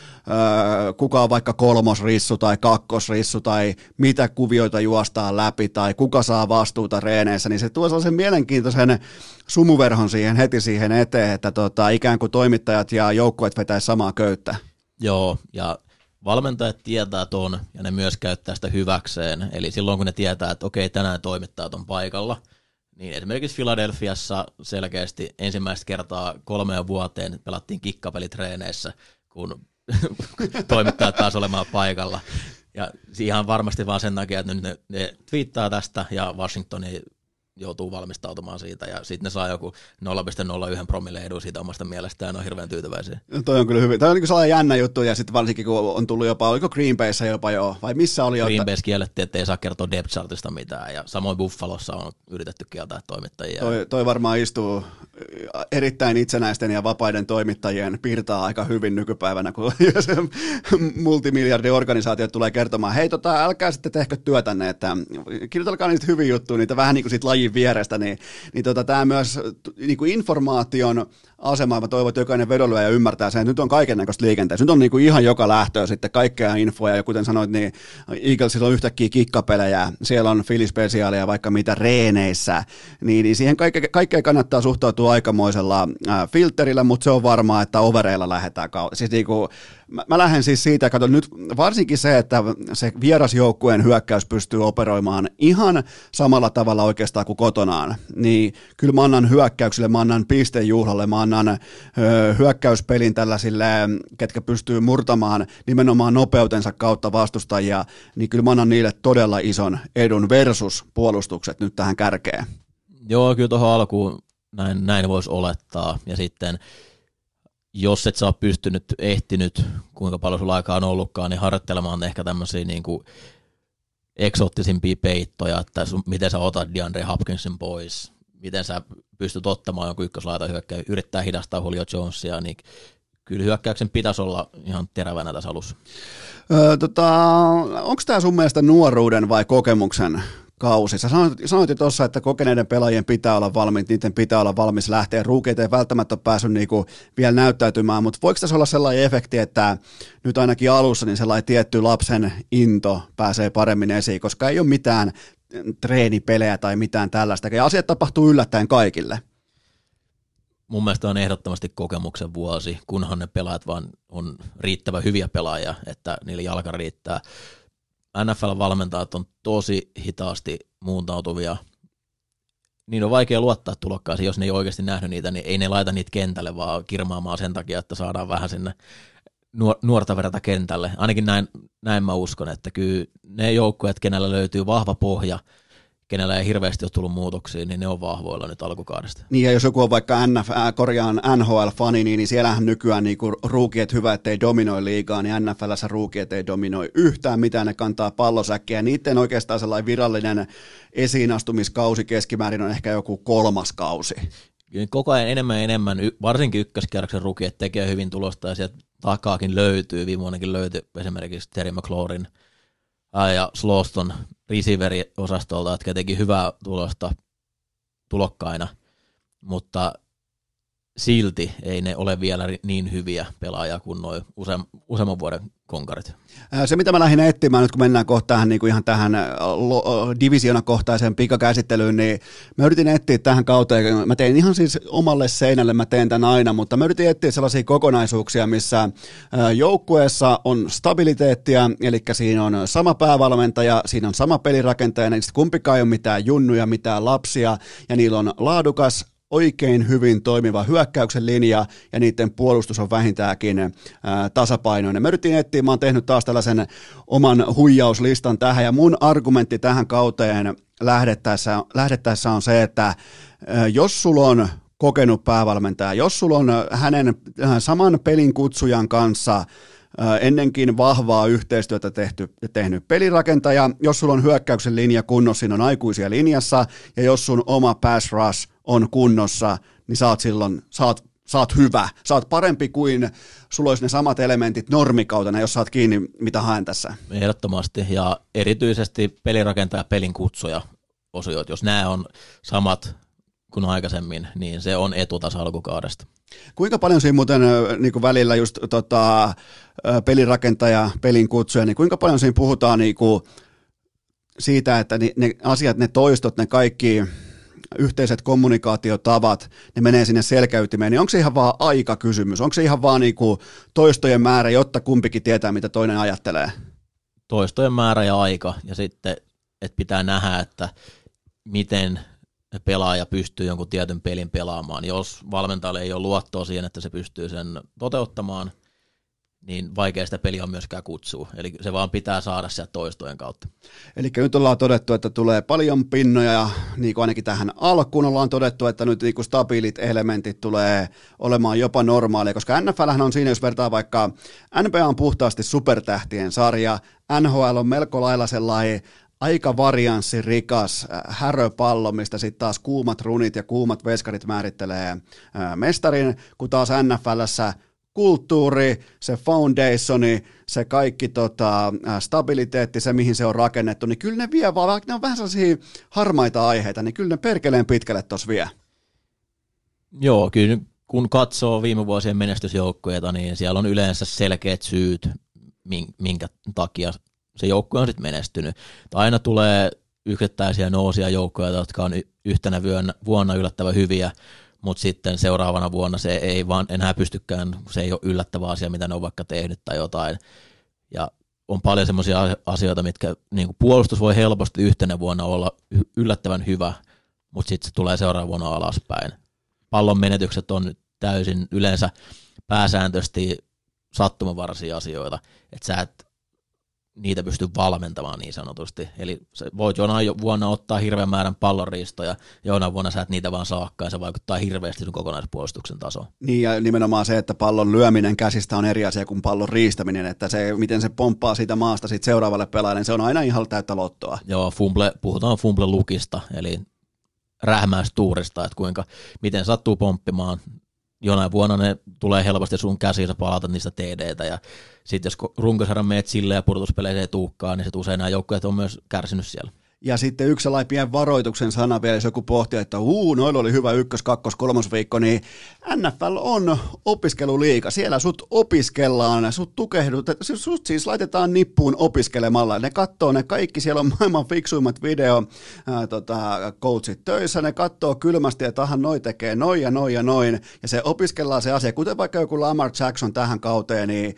on vaikka kolmosrissu tai kakkosrissu tai mitä kuvioita juostaan läpi tai kuka saa vastuuta reeneissä, niin se tuo sellaisen mielenkiintoisen sumuverhon heti siihen eteen, että ikään kuin toimittajat ja joukkueet vetäisi samaa köyttä. Joo, ja valmentajat tietää ton ja ne myös käyttää sitä hyväkseen, eli silloin kun ne tietää, että okei, tänään toimittajat on paikalla, niin esimerkiksi Philadelphiassa selkeästi ensimmäistä kertaa 3 vuoteen pelattiin kikkapelitreeneissä, kun toimittajat taas olemaan paikalla. Ja ihan varmasti vaan sen takia, että nyt ne twiittaa tästä ja Washingtoni joutuu valmistautumaan siitä ja sitten ne saa joku 0,01 promille edun siitä omasta mielestään ja on hirveän tyytyväisiä. Toi on kyllä hyvin. Toi on niin sellainen jännä juttu ja sitten varsinkin kun on tullut jopa, oliko Green Bayssä jopa jo vai missä oli? Green Bayssä kiellettiin, että ei saa kertoa depth chartista mitään ja samoin Buffalossa on yritetty kieltää toimittajia. Toi varmaan erittäin itsenäisten ja vapaiden toimittajien piirtaa aika hyvin nykypäivänä, kun se multimiljardiorganisaatiot tulee kertomaan, hei älkää sitten tehkö työtänne, että kirjoitelkaa niitä hyviä juttuja, niitä vähän niin kuin siitä lajin vierestä, niin tämä myös niin kuin informaation asema, mä toivon, että jokainen vedonlyöjä ymmärtää sen, että nyt on kaikennäköistä liikenteessä, nyt on niin kuin ihan joka lähtöä sitten kaikkea infoa, ja kuten sanoit, niin Eaglesilla on yhtäkkiä kikkapelejä, siellä on Philly-spesiaalia vaikka mitä reeneissä, niin siihen kaikkeen kannattaa suhtautua aikamoisella filterillä, mutta se on varmaa, että overeilla lähdetään kautta. Siis niin kuin, mä lähden siis siitä, kato nyt varsinkin se, että se vierasjoukkueen hyökkäys pystyy operoimaan ihan samalla tavalla oikeastaan kuin kotonaan, niin kyllä mä annan hyökkäyksille, mä annan pistejuhlalle, mä annan hyökkäyspelin tällaisille, ketkä pystyy murtamaan nimenomaan nopeutensa kautta vastustajia, niin kyllä mä annan niille todella ison edun versus puolustukset nyt tähän kärkeen. Joo, kyllä tuohon alkuun näin voisi olettaa, ja sitten jos et sä ole ehtinyt, kuinka paljon sulla aikaa on ollutkaan, niin harjoittelemaan ehkä tämmöisiä niin kuin eksoottisimpia peittoja, että miten sä otat DeAndre Hopkinsin pois, miten sä pystyt ottamaan jonkun ykköslaitan hyökkäjä, yrittää hidastaa Julio Jonesia, niin kyllä hyökkäyksen pitäisi olla ihan terävänä tässä alussa. Onko tämä sun mielestä nuoruuden vai kokemuksen kausi? Sä sanoit jo tuossa, että kokeneiden pelaajien pitää olla valmiit, niiden pitää olla valmis lähteä. Ruukiit ei välttämättä ole päässyt niinku vielä näyttäytymään, mutta voiko tässä olla sellainen efekti, että nyt ainakin alussa niin sellainen tietty lapsen into pääsee paremmin esiin, koska ei ole mitään treenipelejä tai mitään tällaista, ja asiat tapahtuu yllättäen kaikille. Mun mielestä on ehdottomasti kokemuksen vuosi, kunhan ne pelaajat vaan on riittävän hyviä pelaajia, että niillä jalka riittää. NFL-valmentajat on tosi hitaasti muuntautuvia. Niin on vaikea luottaa tulokkaisiin, jos ne ei oikeasti nähnyt niitä, niin ei ne laita niitä kentälle, vaan kirmaamaan sen takia, että saadaan vähän sinne nuorta verta kentälle. Ainakin näin mä uskon, että kyllä ne joukkueet, kenellä löytyy vahva pohja, kenellä ei hirveästi ole tullut muutoksia, niin ne on vahvoilla nyt alkukaudesta. Niin, ja jos joku on vaikka NHL-fani, niin siellähän nykyään niin ruukiet hyvä, ettei dominoi liigaa, niin NFL:ssä ruukiet ei dominoi yhtään mitään, ne kantaa pallosäkkiä. Niiden oikeastaan sellainen virallinen esiinastumiskausi keskimäärin on ehkä joku 3. kausi. Koko ajan enemmän, varsinkin ykköskierroksen ruukiet tekee hyvin tulosta, ja sieltä takaakin löytyy, viime vuonnakin löytyi esimerkiksi Terry McLaurin ja Sloston receiveri-osastolta, jotka teki hyvää tulosta tulokkaina, mutta silti ei ne ole vielä niin hyviä pelaajia kuin noin useamman vuoden konkarit. Se, mitä mä lähdin etsimään nyt, kun mennään kohtaan niin kuin ihan tähän divisionakohtaiseen pikakäsittelyyn, niin mä yritin etsiä tähän kauteen, mä tein ihan siis omalle seinälle, mä teen tämän aina, mutta mä yritin etsiä sellaisia kokonaisuuksia, missä joukkueessa on stabiliteettia, eli siinä on sama päävalmentaja, siinä on sama pelirakentaja, niin kumpikaan ei ole mitään junnuja, mitään lapsia, ja niillä on laadukas, oikein hyvin toimiva hyökkäyksen linja, ja niiden puolustus on vähintäänkin tasapainoinen. Mä yritin etsiä, mä oon tehnyt taas tällaisen oman huijauslistan tähän, ja mun argumentti tähän kauteen lähdettäessä on se, että jos sulla on kokenut päävalmentaja, jos sulla on hänen saman pelin kutsujan kanssa ennenkin vahvaa yhteistyötä tehnyt pelirakentaja, jos sulla on hyökkäyksen linja kunnossa, siinä on aikuisia linjassa, ja jos sun oma pass rush on kunnossa, niin sä oot hyvä. Sä oot parempi kuin sulla olisi ne samat elementit normikautena, jos sä oot kiinni, mitä haen tässä. Ehdottomasti, ja erityisesti pelirakentaja, pelin kutsuja osiot, jos nämä on samat kuin aikaisemmin, niin se on etu tässä alkukaudesta. Kuinka paljon siinä muuten niin kuin välillä just pelirakentaja, pelin kutsuja, niin kuinka paljon siinä puhutaan niin kuin siitä, että ne asiat, ne toistot, ne kaikki yhteiset kommunikaatiotavat, ne menee sinne selkäytimeen, niin onko se ihan vaan aikakysymys? Onko se ihan vaan niin kuin toistojen määrä, jotta kumpikin tietää, mitä toinen ajattelee? Toistojen määrä ja aika, ja sitten, että pitää nähdä, että miten pelaaja pystyy jonkun tietyn pelin pelaamaan. Jos valmentajalle ei ole luottoa siihen, että se pystyy sen toteuttamaan, niin vaikea sitä peliä on myöskään kutsua. Eli se vaan pitää saada sieltä toistojen kautta. Eli nyt ollaan todettu, että tulee paljon pinnoja, ja niin kuin ainakin tähän alkuun ollaan todettu, että nyt niin kuin stabiilit elementit tulee olemaan jopa normaalia, koska NFLhän on siinä, jos vertaa vaikka NBA on puhtaasti supertähtien sarja, NHL on melko lailla sellainen aika varianssirikas häröpallo, mistä sitten taas kuumat runit ja kuumat veskarit määrittelee mestarin, kun taas NFL:ssä kulttuuri, se foundationi, se kaikki stabiliteetti, se mihin se on rakennettu, niin kyllä ne vie vaan, vaikka ne on vähän sellaisia harmaita aiheita, niin kyllä ne perkeleen pitkälle tuossa vie. Joo, kyllä kun katsoo viime vuosien menestysjoukkueita, niin siellä on yleensä selkeät syyt, minkä takia se joukkue on sitten menestynyt. Aina tulee yksittäisiä nousia joukkoja, jotka on yhtenä vuonna yllättävän hyviä, mutta sitten seuraavana vuonna se ei vaan enää pystykään, se ei ole yllättävä asia, mitä ne on vaikka tehnyt tai jotain. Ja on paljon semmoisia asioita, mitkä niin kuin puolustus voi helposti yhtenä vuonna olla yllättävän hyvä, mutta sitten se tulee seuraavana vuonna alaspäin. Pallon menetykset on täysin yleensä pääsääntöisesti sattumanvaraisia asioita, että sä et niitä pysty valmentamaan niin sanotusti. Eli voit jonain vuonna ottaa hirveän määrän pallonriistoja, ja jonain vuonna sä et niitä vaan saakkaan, ja se vaikuttaa hirveästi sun kokonaispuolustuksen tasoon. Niin, ja nimenomaan se, että pallon lyöminen käsistä on eri asia kuin pallon riistäminen, että se, miten se pomppaa siitä maasta sit seuraavalle pelaajalle, se on aina ihan täyttä lottoa. Joo, puhutaan fumble-lukista, eli rähmäystuurista, että miten sattuu pomppimaan. Jonain vuonna ne tulee helposti sun käsiin, sä palautat niistä TD:tä, ja sitten jos runkosarjan meet sille ja pudotuspeleissä ei tuukkaan, niin sit usein nämä joukkueet on myös kärsinyt siellä. Ja sitten yksi sellainen pieni varoituksen sana vielä, jos joku pohtii, että noilla oli hyvä 1., 2., 3. viikko, niin NFL on opiskeluliiga. Siellä sut opiskellaan, sut siis laitetaan nippuun opiskelemalla. Ne katsoo ne kaikki, siellä on maailman fiksuimmat coachit töissä, ne katsoo kylmästi, että noi tekee noin ja noin ja noin, ja se opiskellaan se asia, kuten vaikka joku Lamar Jackson tähän kauteen, niin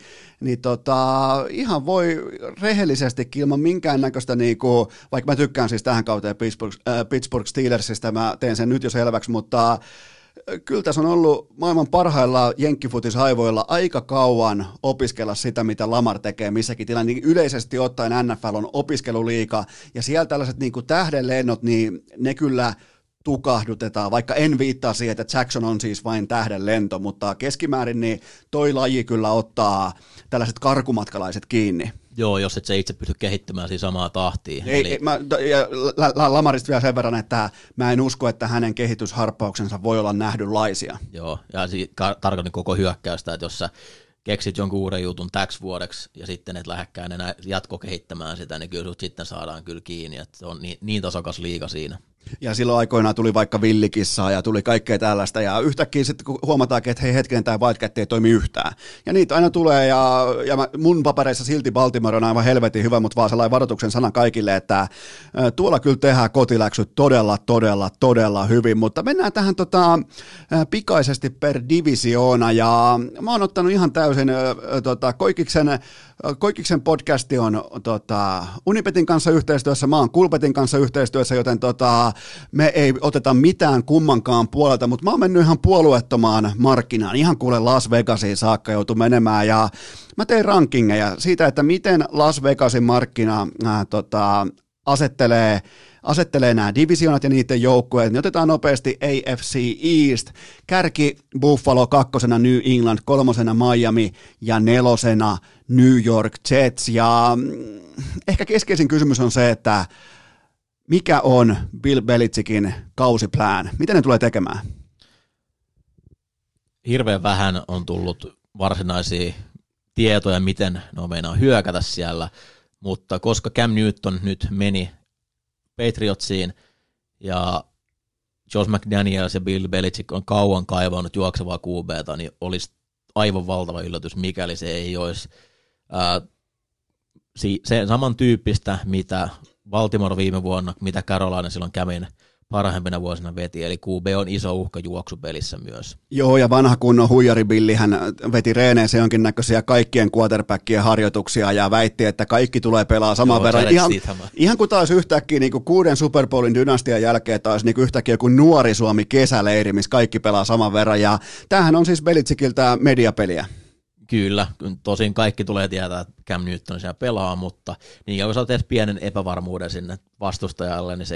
ihan voi rehellisesti ilman minkäännäköistä, niinku, vaikka mä tykkään siis tähän kauteen Pittsburgh Steelersistä, mä teen sen nyt jo selväksi, mutta kyllä tässä on ollut maailman parhailla jenkkifutishaivoilla aika kauan opiskella sitä, mitä Lamar tekee missäkin tilanne. Niin yleisesti ottaen NFL on opiskeluliiga, ja siellä tällaiset niinku tähdenlennot, niin ne kyllä tukahdutetaan, vaikka en viittaa siihen, että Jackson on siis vain tähdenlento, mutta keskimäärin niin toi laji kyllä ottaa tällaiset karkumatkalaiset kiinni. Joo, jos et sä itse pysty kehittymään siinä samaa tahtia. Lamarista vielä sen verran, että mä en usko, että hänen kehitysharppauksensa voi olla nähdynlaisia. Joo, ja tarkoitan koko hyökkäystä, että jos sä keksit jonkun uuden jutun täksi vuodeksi ja sitten et lähdekään enää jatkokehittämään sitä, niin kyllä sut sitten saadaan kyllä kiinni, että se on niin tasokas liiga siinä. Ja silloin aikoinaan tuli vaikka villikissaa ja tuli kaikkea tällaista, ja yhtäkkiä sitten kun huomataankin, että hei hetken tämä Wildcat ei toimi yhtään. Ja niitä aina tulee, ja mun papereissa silti Baltimore on aivan helvetin hyvä, mutta vaan sellainen varoituksen sana kaikille, että tuolla kyllä tehdään kotiläksyt todella hyvin, mutta mennään tähän pikaisesti per divisioona, ja mä oon ottanut ihan täysin Koikiksen podcasti on Unibetin kanssa yhteistyössä, mä oon Kulpetin kanssa yhteistyössä, joten me ei oteta mitään kummankaan puolelta, mutta mä oon mennyt ihan puolueettomaan markkinaan, ihan kuule Las Vegasiin saakka joutui menemään, ja mä tein rankingeja siitä, että miten Las Vegasin markkina asettelee nämä divisionat ja niiden joukkueet, niin otetaan nopeasti AFC East, kärki Buffalo, 2. New England, 3. Miami ja 4. New York Jets, ja ehkä keskeisin kysymys on se, että mikä on Bill Belichickin kausiplan? Mitä ne tulee tekemään? Hirveän vähän on tullut varsinaisia tietoja, miten ne meinaa hyökätä siellä, mutta koska Cam Newton nyt meni Patriotsiin ja Josh McDaniels ja Bill Belichick on kauan kaivannut juoksevaa QB:ta, niin olisi aivan valtava yllätys, mikäli se ei olisi se samantyyppistä, mitä Baltimore viime vuonna, mitä Carolina silloin kävin parhaimpina vuosina veti, eli QB on iso uhka juoksupelissä myös. Joo, ja vanha kunnon huijaribilli, hän veti reeneeseen jonkinnäköisiä kaikkien quarterbackien harjoituksia ja väitti, että kaikki tulee pelaa saman verran. Ihan kuin taas yhtäkkiä niin kuin 6 Super Bowlin dynastian jälkeen taas niin kuin yhtäkkiä joku nuori Suomi kesäleiri, missä kaikki pelaa saman verran, ja tämähän on siis Belichickiltä mediapeliä. Kyllä, tosin kaikki tulee tietää, että Cam Newton siellä pelaa, mutta niin jos sä teet pienen epävarmuuden sinne vastustajalle, niin se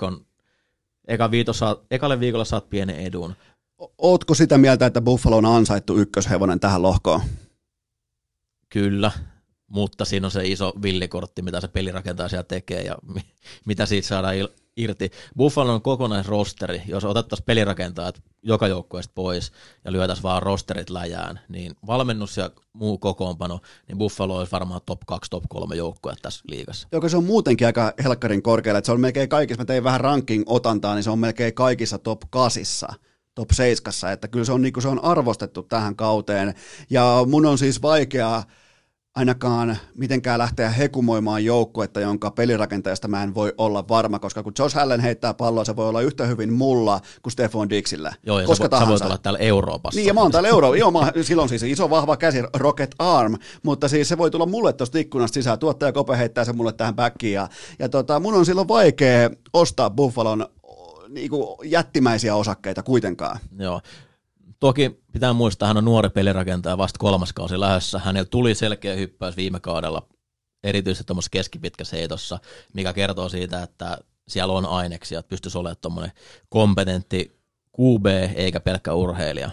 ekalle viikolla saat pienen edun. Ootko sitä mieltä, että Buffalo on ansaittu ykköshevonen tähän lohkoon? Kyllä, mutta siinä on se iso villikortti, mitä se pelirakentaja siellä tekee ja mitä siitä saadaan irti. Buffalon kokonaisrosteri, jos otettaisiin pelirakentajat joka joukkueesta pois ja lyötäisiin vaan rosterit läjään, niin valmennus ja muu kokoonpano, niin Buffalo olisi varmaan top 2, top 3 joukkue tässä liigassa. Joka se on muutenkin aika helkkarin korkealla, että se on melkein kaikissa, mä tein vähän ranking-otantaa, niin se on melkein kaikissa top 8, top 7, että kyllä se on, niin kuin se on arvostettu tähän kauteen, ja mun on siis vaikea ainakaan mitenkään lähteä hekumoimaan joukkuetta, jonka pelirakentajasta mä en voi olla varma, koska kun Josh Allen heittää palloa, se voi olla yhtä hyvin mulla kuin Stephon Dixillä. Joo, ja koska sä voit olla täällä Euroopassa. Niin, ja mä oon täällä Euroopassa. Silloin siis iso vahva käsi, rocket arm, mutta siis se voi tulla mulle tuosta ikkunasta sisään. Tuottaja Kope heittää se mulle tähän backiin, ja mun on silloin vaikea ostaa Buffalon niinku jättimäisiä osakkeita kuitenkaan. Joo. Toki pitää muistaa, hän on nuori pelirakentaja, vasta 3. kausi lähdössä. Hänellä tuli selkeä hyppäys viime kaudella, erityisesti tuommoisessa keskipitkässä heitossa, mikä kertoo siitä, että siellä on aineksia, että pystyisi olemaan tuommoinen kompetentti QB eikä pelkkä urheilija.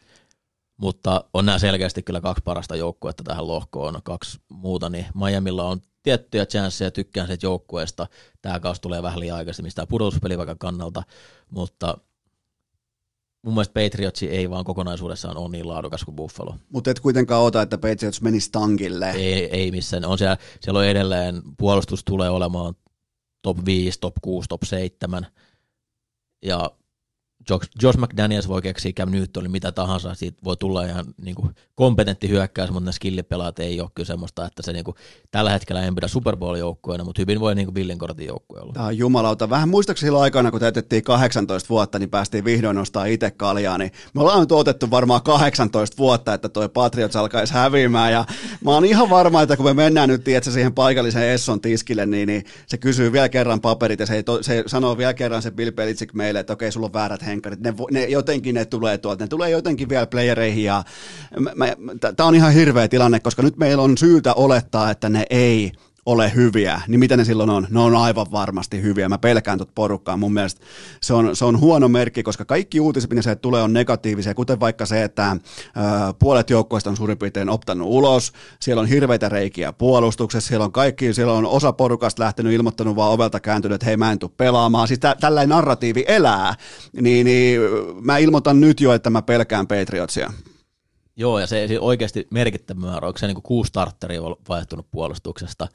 Mutta on nämä selkeästi kyllä 2 parasta joukkuetta tähän lohkoon, 2 muuta, niin Miamilla on tiettyjä chanceja, tykkään siitä joukkueesta. Tämä kausi tulee vähän liian aikaisin mistään pudotuspelivaikan kannalta, mutta mun mielestä Patriots ei vaan kokonaisuudessaan ole niin laadukas kuin Buffalo. Mutta et kuitenkaan ota, että Patriots menisi tankille. Ei missään. Siellä on edelleen, puolustus tulee olemaan top 5, top 6, top 7. Ja Josh McDaniels voi keksiä Cam Newtonin mitä tahansa, siitä voi tulla ihan niin kuin kompetentti hyökkäys, mutta ne skillipelaat ei ole kyllä semmoista, että se niin kuin, tällä hetkellä en pidä Super Bowl-joukkueena, mutta hyvin voi niin kuin villinkortin joukkue olla. Tämä on jumalauta. Vähän muistaakseni silloin aikana, kun täytettiin 18 vuotta, niin päästiin vihdoin nostaa itse kaljaa, niin me ollaan nyt otettu varmaan 18 vuotta, että toi Patriots alkaisi häviämään, ja mä oon ihan varma, että kun me mennään nyt tiedätkö, siihen paikalliseen Esson tiskille, niin se kysyy vielä kerran paperit, ja se sanoo vielä kerran se Bill Belichick meille, että okei, sulla on väärät henkarit, ne jotenkin ne tulee tuolta, ne tulee jotenkin vielä playereihin, ja tämä on ihan hirveä tilanne, koska nyt meillä on syytä olettaa, että ne ei ole hyviä, niin mitä ne silloin on? Ne on aivan varmasti hyviä. Mä pelkään tuota porukkaa. Mun mielestä se on huono merkki, koska kaikki uutiset, mitä se tulee, on negatiivisia, kuten vaikka se, että puolet joukkoista on suurin piirtein optanut ulos, siellä on hirveitä reikiä puolustuksessa, siellä on osa porukasta lähtenyt ilmoittanut vaan ovelta kääntynyt, että hei, mä en tule pelaamaan. Siis tällainen narratiivi elää, niin mä ilmoitan nyt jo, että mä pelkään Patriotsia. Joo, ja se oikeasti merkittävä määrä, onko se niin kuin 6 starteria vaihtunut puolustuksesta.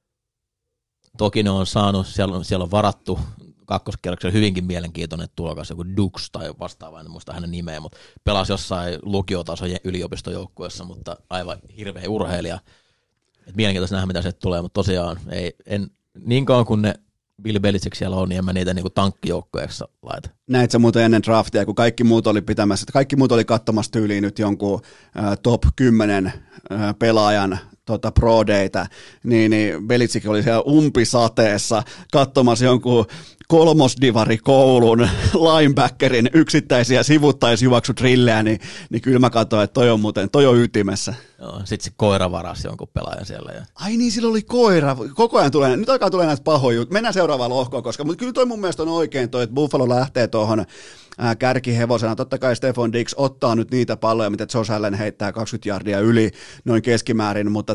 Toki ne on saanut, siellä on varattu kakkoskierroksella hyvinkin mielenkiintoinen tulokas, joku Dux tai vastaava, en muista hänen nimeä, mutta pelasi jossain lukiotason yliopistojoukkueessa, mutta aivan hirveä urheilija. Et mielenkiintoista nähdä, mitä se tulee, mutta tosiaan en niin kauan kuin ne Bill Belichick siellä on, niin en mä niitä niinku tankkijoukkoeksi laita. Näit sä muuten ennen draftia, kun kaikki muut oli katsomassa tyyliin nyt jonkun top 10 pelaajan pro-daytä, niin Belichick oli siellä umpisateessa katsomassa jonkun kolmosdivarikoulun linebackerin yksittäisiä sivuttaisjuoksutrillejä, niin kyllä mä katsoin, että toi on ytimessä. Joo, sitten se koira varasi jonkun pelaajan siellä. Ja... Ai niin, sillä oli koira. Koko ajan nyt alkaa tulla näitä pahoja juttuja. Mennään seuraavaan lohkoon, mutta kyllä toi mun mielestä on oikein toi, että Buffalo lähtee tuohon kärkihevosena. Totta kai Stephon Diggs ottaa nyt niitä palloja, mitä Josh Allen heittää 20 yardia yli noin keskimäärin, mutta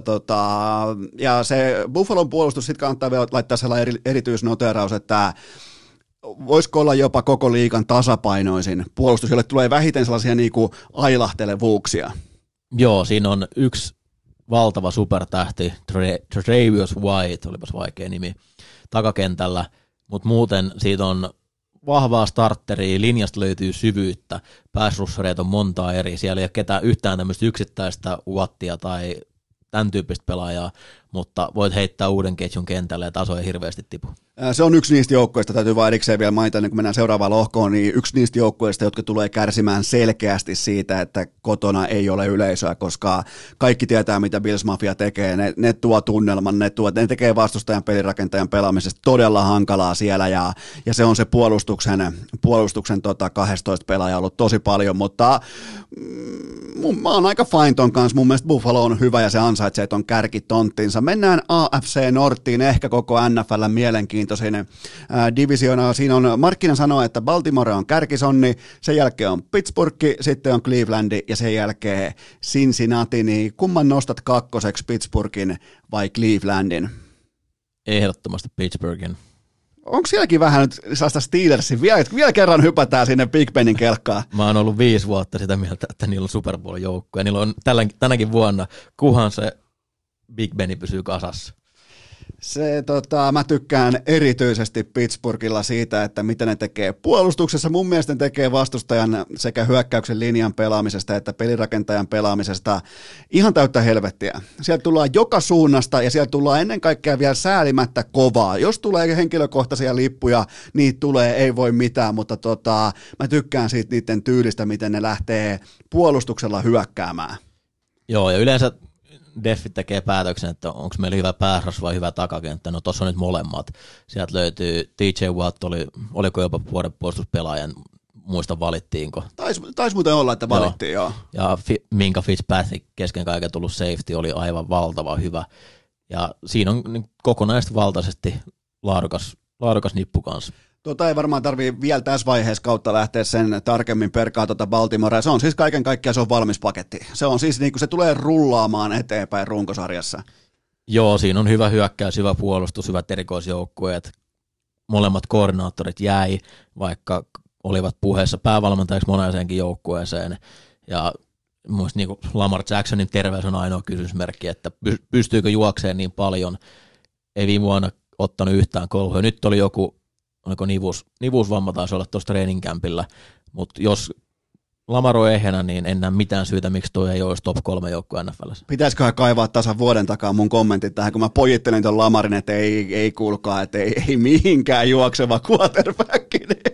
ja se Buffalon puolustus sitten kannattaa vielä laittaa sellainen erityisnoteraus, että voisiko olla jopa koko liigan tasapainoisin puolustus, jolle tulee vähiten sellaisia niinku ailahtelevuuksia. Joo, siinä on yksi valtava supertähti, Tre'Davious White, olipas vaikea nimi, takakentällä, mutta muuten siitä on vahvaa starteria, linjasta löytyy syvyyttä, pääsrussareita on montaa eri, siellä ei ole ketään yhtään tämmöistä yksittäistä Wattia tai tämän tyyppistä pelaajaa, mutta voit heittää uuden ketjun kentälle ja taso ei hirveästi tipu. Se on yksi niistä joukkoista, täytyy vain erikseen vielä mainita, niin kun mennään seuraavaan lohkoon, niin yksi niistä joukkoista, jotka tulee kärsimään selkeästi siitä, että kotona ei ole yleisöä, koska kaikki tietää, mitä Bills Mafia tekee, ne tuo tunnelman, ne tekee vastustajan pelirakentajan pelaamisesta todella hankalaa siellä, ja se on se puolustuksen 12 pelaajaa ollut tosi paljon, mutta mä oon aika fine ton kanssa, mun mielestä Buffalo on hyvä ja se ansaitsee ton kärkitonttinsa. Mennään AFC Norttiin, ehkä koko NFL:n mielenkiintoisin divisioona. Siinä on, Markkinen sanoo, että Baltimore on kärkisonni, sen jälkeen on Pittsburgh, sitten on Cleveland ja sen jälkeen Cincinnati. Niin kumman nostat kakkoseksi, Pittsburghin vai Clevelandin? Ehdottomasti Pittsburghin. Onko sielläkin vähän nyt sellaista Steelersin? Vielä kerran hypätään sinne Big Benin kelkkaan. Mä oon ollut 5 vuotta sitä mieltä, että niillä on Super Bowl-joukko, ja niillä on tänäkin vuonna, kunhan se Big Beni pysyy kasassa. Mä tykkään erityisesti Pittsburghilla siitä, että mitä ne tekee puolustuksessa. Mun mielestä ne tekee vastustajan sekä hyökkäyksen linjan pelaamisesta että pelirakentajan pelaamisesta ihan täyttä helvettiä. Sieltä tullaan joka suunnasta ja sieltä tullaan ennen kaikkea vielä säälimättä kovaa. Jos tulee henkilökohtaisia lippuja, niitä tulee, ei voi mitään, mutta mä tykkään siitä niiden tyylistä, miten ne lähtee puolustuksella hyökkäämään. Joo, ja yleensä Deffit tekee päätöksen, että onko meillä hyvä pääsras vai hyvä takakenttä. No tossa on nyt molemmat. Sieltä löytyy TJ Watt, oliko jopa vuoden puolustuspelaajan, muista valittiinko. Taisi muuten olla, että valittiin, joo. Ja Minka Fitzpatrick kesken kaiken tullut safety oli aivan valtava hyvä. Ja siinä on kokonaisvaltaisesti laadukas nippu kanssa. Ei varmaan tarvii vielä tässä vaiheessa kautta lähteä sen tarkemmin perkaa Baltimorea. Se on siis kaiken kaikkiaan se on valmis paketti. Se on siis niin kuin se tulee rullaamaan eteenpäin runkosarjassa. Joo, siinä on hyvä hyökkäys, hyvä puolustus, hyvät erikoisjoukkueet. Molemmat koordinaattorit jäi, vaikka olivat puheessa päävalmentajaksi monenkin joukkueeseen. Ja muista niin kuin Lamar Jacksonin terveys on ainoa kysymysmerkki, että pystyykö juokseen niin paljon. Ei viime vuonna ottanut yhtään kolhoja. Nyt oli joku, oliko nivusvamma taisi olla tuossa training campilla, mutta jos Lamar on ehjänä, niin en näe mitään syytä, miksi tuo ei olisi top 3 joukkue NFL:ssä. Pitäisiköhän kaivaa tasan vuoden takaa mun kommentit tähän, kun mä pojittelin ton Lamarin, että ei kuulkaa, että ei mihinkään juokseva quarterback.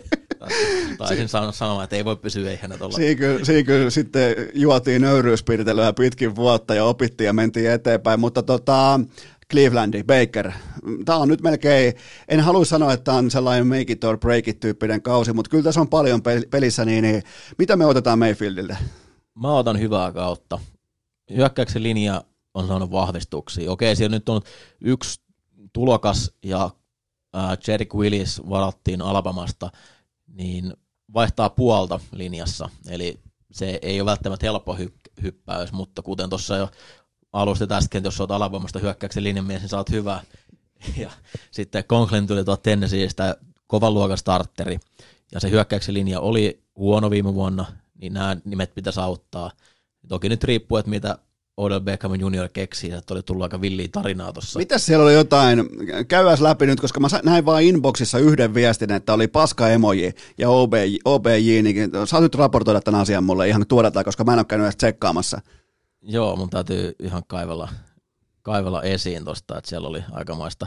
Taisin sanoa, että ei voi pysyä ehjänä tuolla. Siinä kyllä sitten juotiin nöyryyspirtelyä pitkin vuotta ja opittiin ja mentiin eteenpäin, mutta Clevelandi, Baker. Tämä on nyt melkein, en halua sanoa, että tämä on sellainen make it or break it -tyyppinen kausi, mutta kyllä tässä on paljon pelissä, niin mitä me otetaan Mayfieldille? Mä otan hyvää kautta. Hyökkäyksen linja on saanut vahvistuksia. Okei, siellä nyt on yksi tulokas ja Jedrick Willis varattiin Alabamasta, niin vaihtaa puolta linjassa. Eli se ei ole välttämättä helppo hyppäys, mutta kuten tuossa jo alustit äsken, että jos olet Alabamasta hyökkäyksen linjamies, niin sä oot hyvä. Ja sitten Conklin tuli tuolta Tennesseestä kovan luokan starteri, ja se hyökkäyksen linja oli huono viime vuonna, niin nämä nimet pitäisi auttaa. Toki nyt riippuu, että mitä Odell Beckham Jr. keksii, että oli tullut aika villiä tarinaa tuossa. Mitäs siellä oli jotain, käydään läpi nyt, koska mä näin vaan inboxissa yhden viestin, että oli paska emoji ja OBJ, niin saat nyt raportoida tämän asian mulle ihan tuodataan, koska mä en ole käynyt edes tsekkaamassa. Joo, mun täytyy ihan kaivella esiin tosta, että siellä oli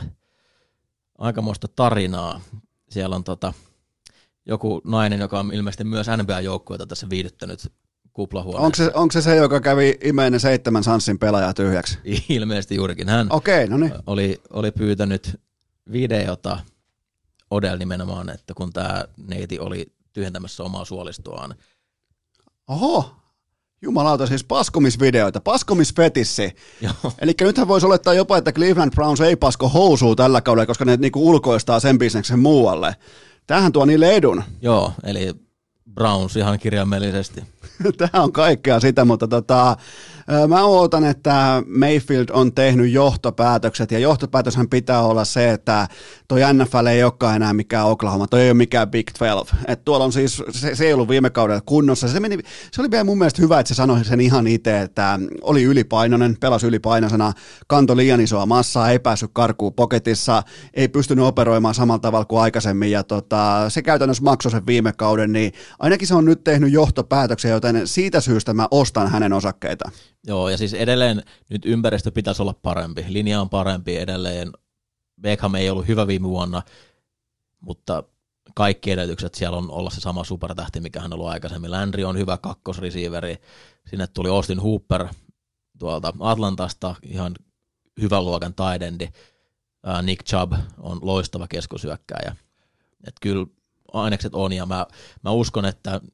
aikamoista tarinaa. Siellä on joku nainen, joka on ilmeisesti myös NBA-joukkueita tässä viihdyttänyt kuplahuoneessa. Onko se, joka kävi imeen 7 Sanssin pelaajaa tyhjäksi? Ilmeisesti juurikin hän. Okei, no niin. Oli pyytänyt videota Odell nimenomaan, että kun tämä neiti oli tyhjentämässä omaa suolistoaan. Oho! Jumalauta, siis paskomisvideoita, paskomisfetissi. Eli nythän voisi olettaa jopa, että Cleveland Browns ei pasko housua tällä kaudella, koska ne niinku ulkoistaa sen bisneksen muualle. Tämähän tuo niille edun. Joo, eli Browns ihan kirjaimellisesti. Tämä on kaikkea sitä, mutta mä ootan, että Mayfield on tehnyt johtopäätökset, ja johtopäätöshän pitää olla se, että toi NFL ei olekaan enää mikään Oklahoma, toi ei ole mikään Big 12. Että tuolla on siis, se ei ollut viime kaudella kunnossa. Se oli vielä mun mielestä hyvä, että se sanoi sen ihan itse, että oli ylipainoinen, pelasi ylipainoisena, kantoi liian isoa massaa, ei päässyt karkuun poketissa, ei pystynyt operoimaan samalla tavalla kuin aikaisemmin, ja se käytännössä maksoi sen viime kauden, niin ainakin se on nyt tehnyt johtopäätöksiä, joten siitä syystä mä ostan hänen osakkeita. Joo, ja siis edelleen nyt ympäristö pitäisi olla parempi, linja on parempi edelleen. Beckham ei ollut hyvä viime vuonna, mutta kaikki edellytykset siellä on olla se sama supertähti, mikä hän on ollut aikaisemmin. Landry on hyvä kakkosreceiveri, sinne tuli Austin Hooper tuolta Atlantasta, ihan hyvän luokan tight endi. Nick Chubb on loistava keskushyökkääjä. Että kyllä ainekset on, ja mä uskon, että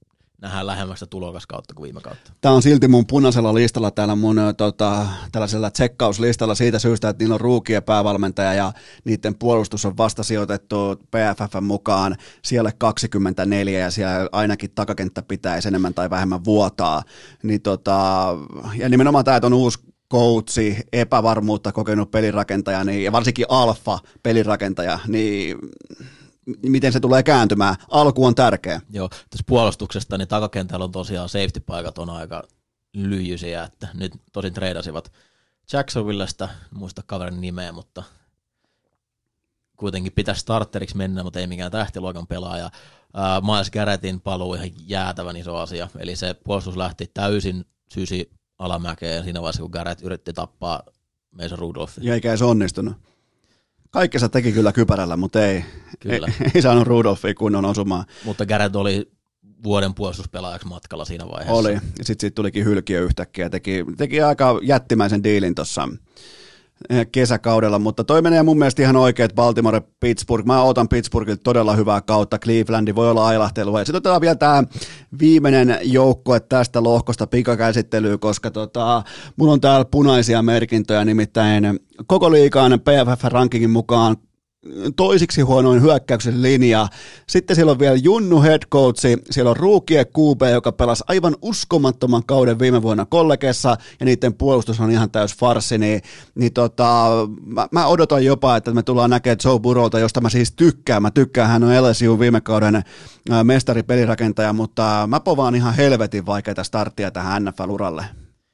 nähdään lähemmästä tulokaskautta kuin viime kautta. Tämä on silti mun punaisella listalla täällä mun tällaisella tsekkauslistalla siitä syystä, että niillä on ruukien päävalmentaja ja niiden puolustus on vasta sijoitettu PFF:n mukaan siellä 24 ja siellä ainakin takakenttä pitäisi enemmän tai vähemmän vuotaa. Niin ja nimenomaan tämä, että on uusi coachi, epävarmuutta kokenut pelirakentaja niin, ja varsinkin alfa pelirakentaja, niin miten se tulee kääntymään? Alku on tärkeä. Joo, tässä puolustuksesta niin takakentällä on tosiaan safety-paikat on aika lyijyisiä, että nyt tosin treidasivat Jacksonvillesta, muista kaverin nimeä, mutta kuitenkin pitäisi starteriksi mennä, mutta ei mikään tähtiluokan pelaaja. Miles Garrettin paluu ihan jäätävän iso asia, eli se puolustus lähti täysin sysi alamäkeen siinä vaiheessa, kun Garrett yritti tappaa Mason Rudolphin. Ja eikä se onnistunut. Kaikkensa teki kyllä kypärällä, mutta ei saanut Rudolphia kunnon osumaan. Mutta Garrett oli vuoden puolustuspelaajaksi matkalla siinä vaiheessa. Oli, ja sitten siitä tulikin hylkiö yhtäkkiä. Teki aika jättimäisen diilin tuossa kesäkaudella, mutta toi menee mun mielestä ihan oikein, että Baltimore, Pittsburgh, mä otan Pittsburghilta todella hyvää kautta, Clevelandi voi olla ailahtelua, ja sitten otetaan vielä tämä viimeinen joukkue tästä lohkosta pikakäsittelyyn, koska mulla on täällä punaisia merkintöjä, nimittäin koko liigan PFF-rankingin mukaan toisiksi huonoin hyökkäyksen linja. Sitten siellä on vielä Junnu head coachi, siellä on rookie QB, joka pelasi aivan uskomattoman kauden viime vuonna kollegessa, ja niiden puolustus on ihan täys farssi, niin mä odotan jopa, että me tullaan näkemään Joe Burrowta, josta mä siis tykkään. Mä tykkään, hän on LSU viime kauden mestaripelirakentaja, mutta mä povaan ihan helvetin vaikeita starttia tähän NFL-uralle.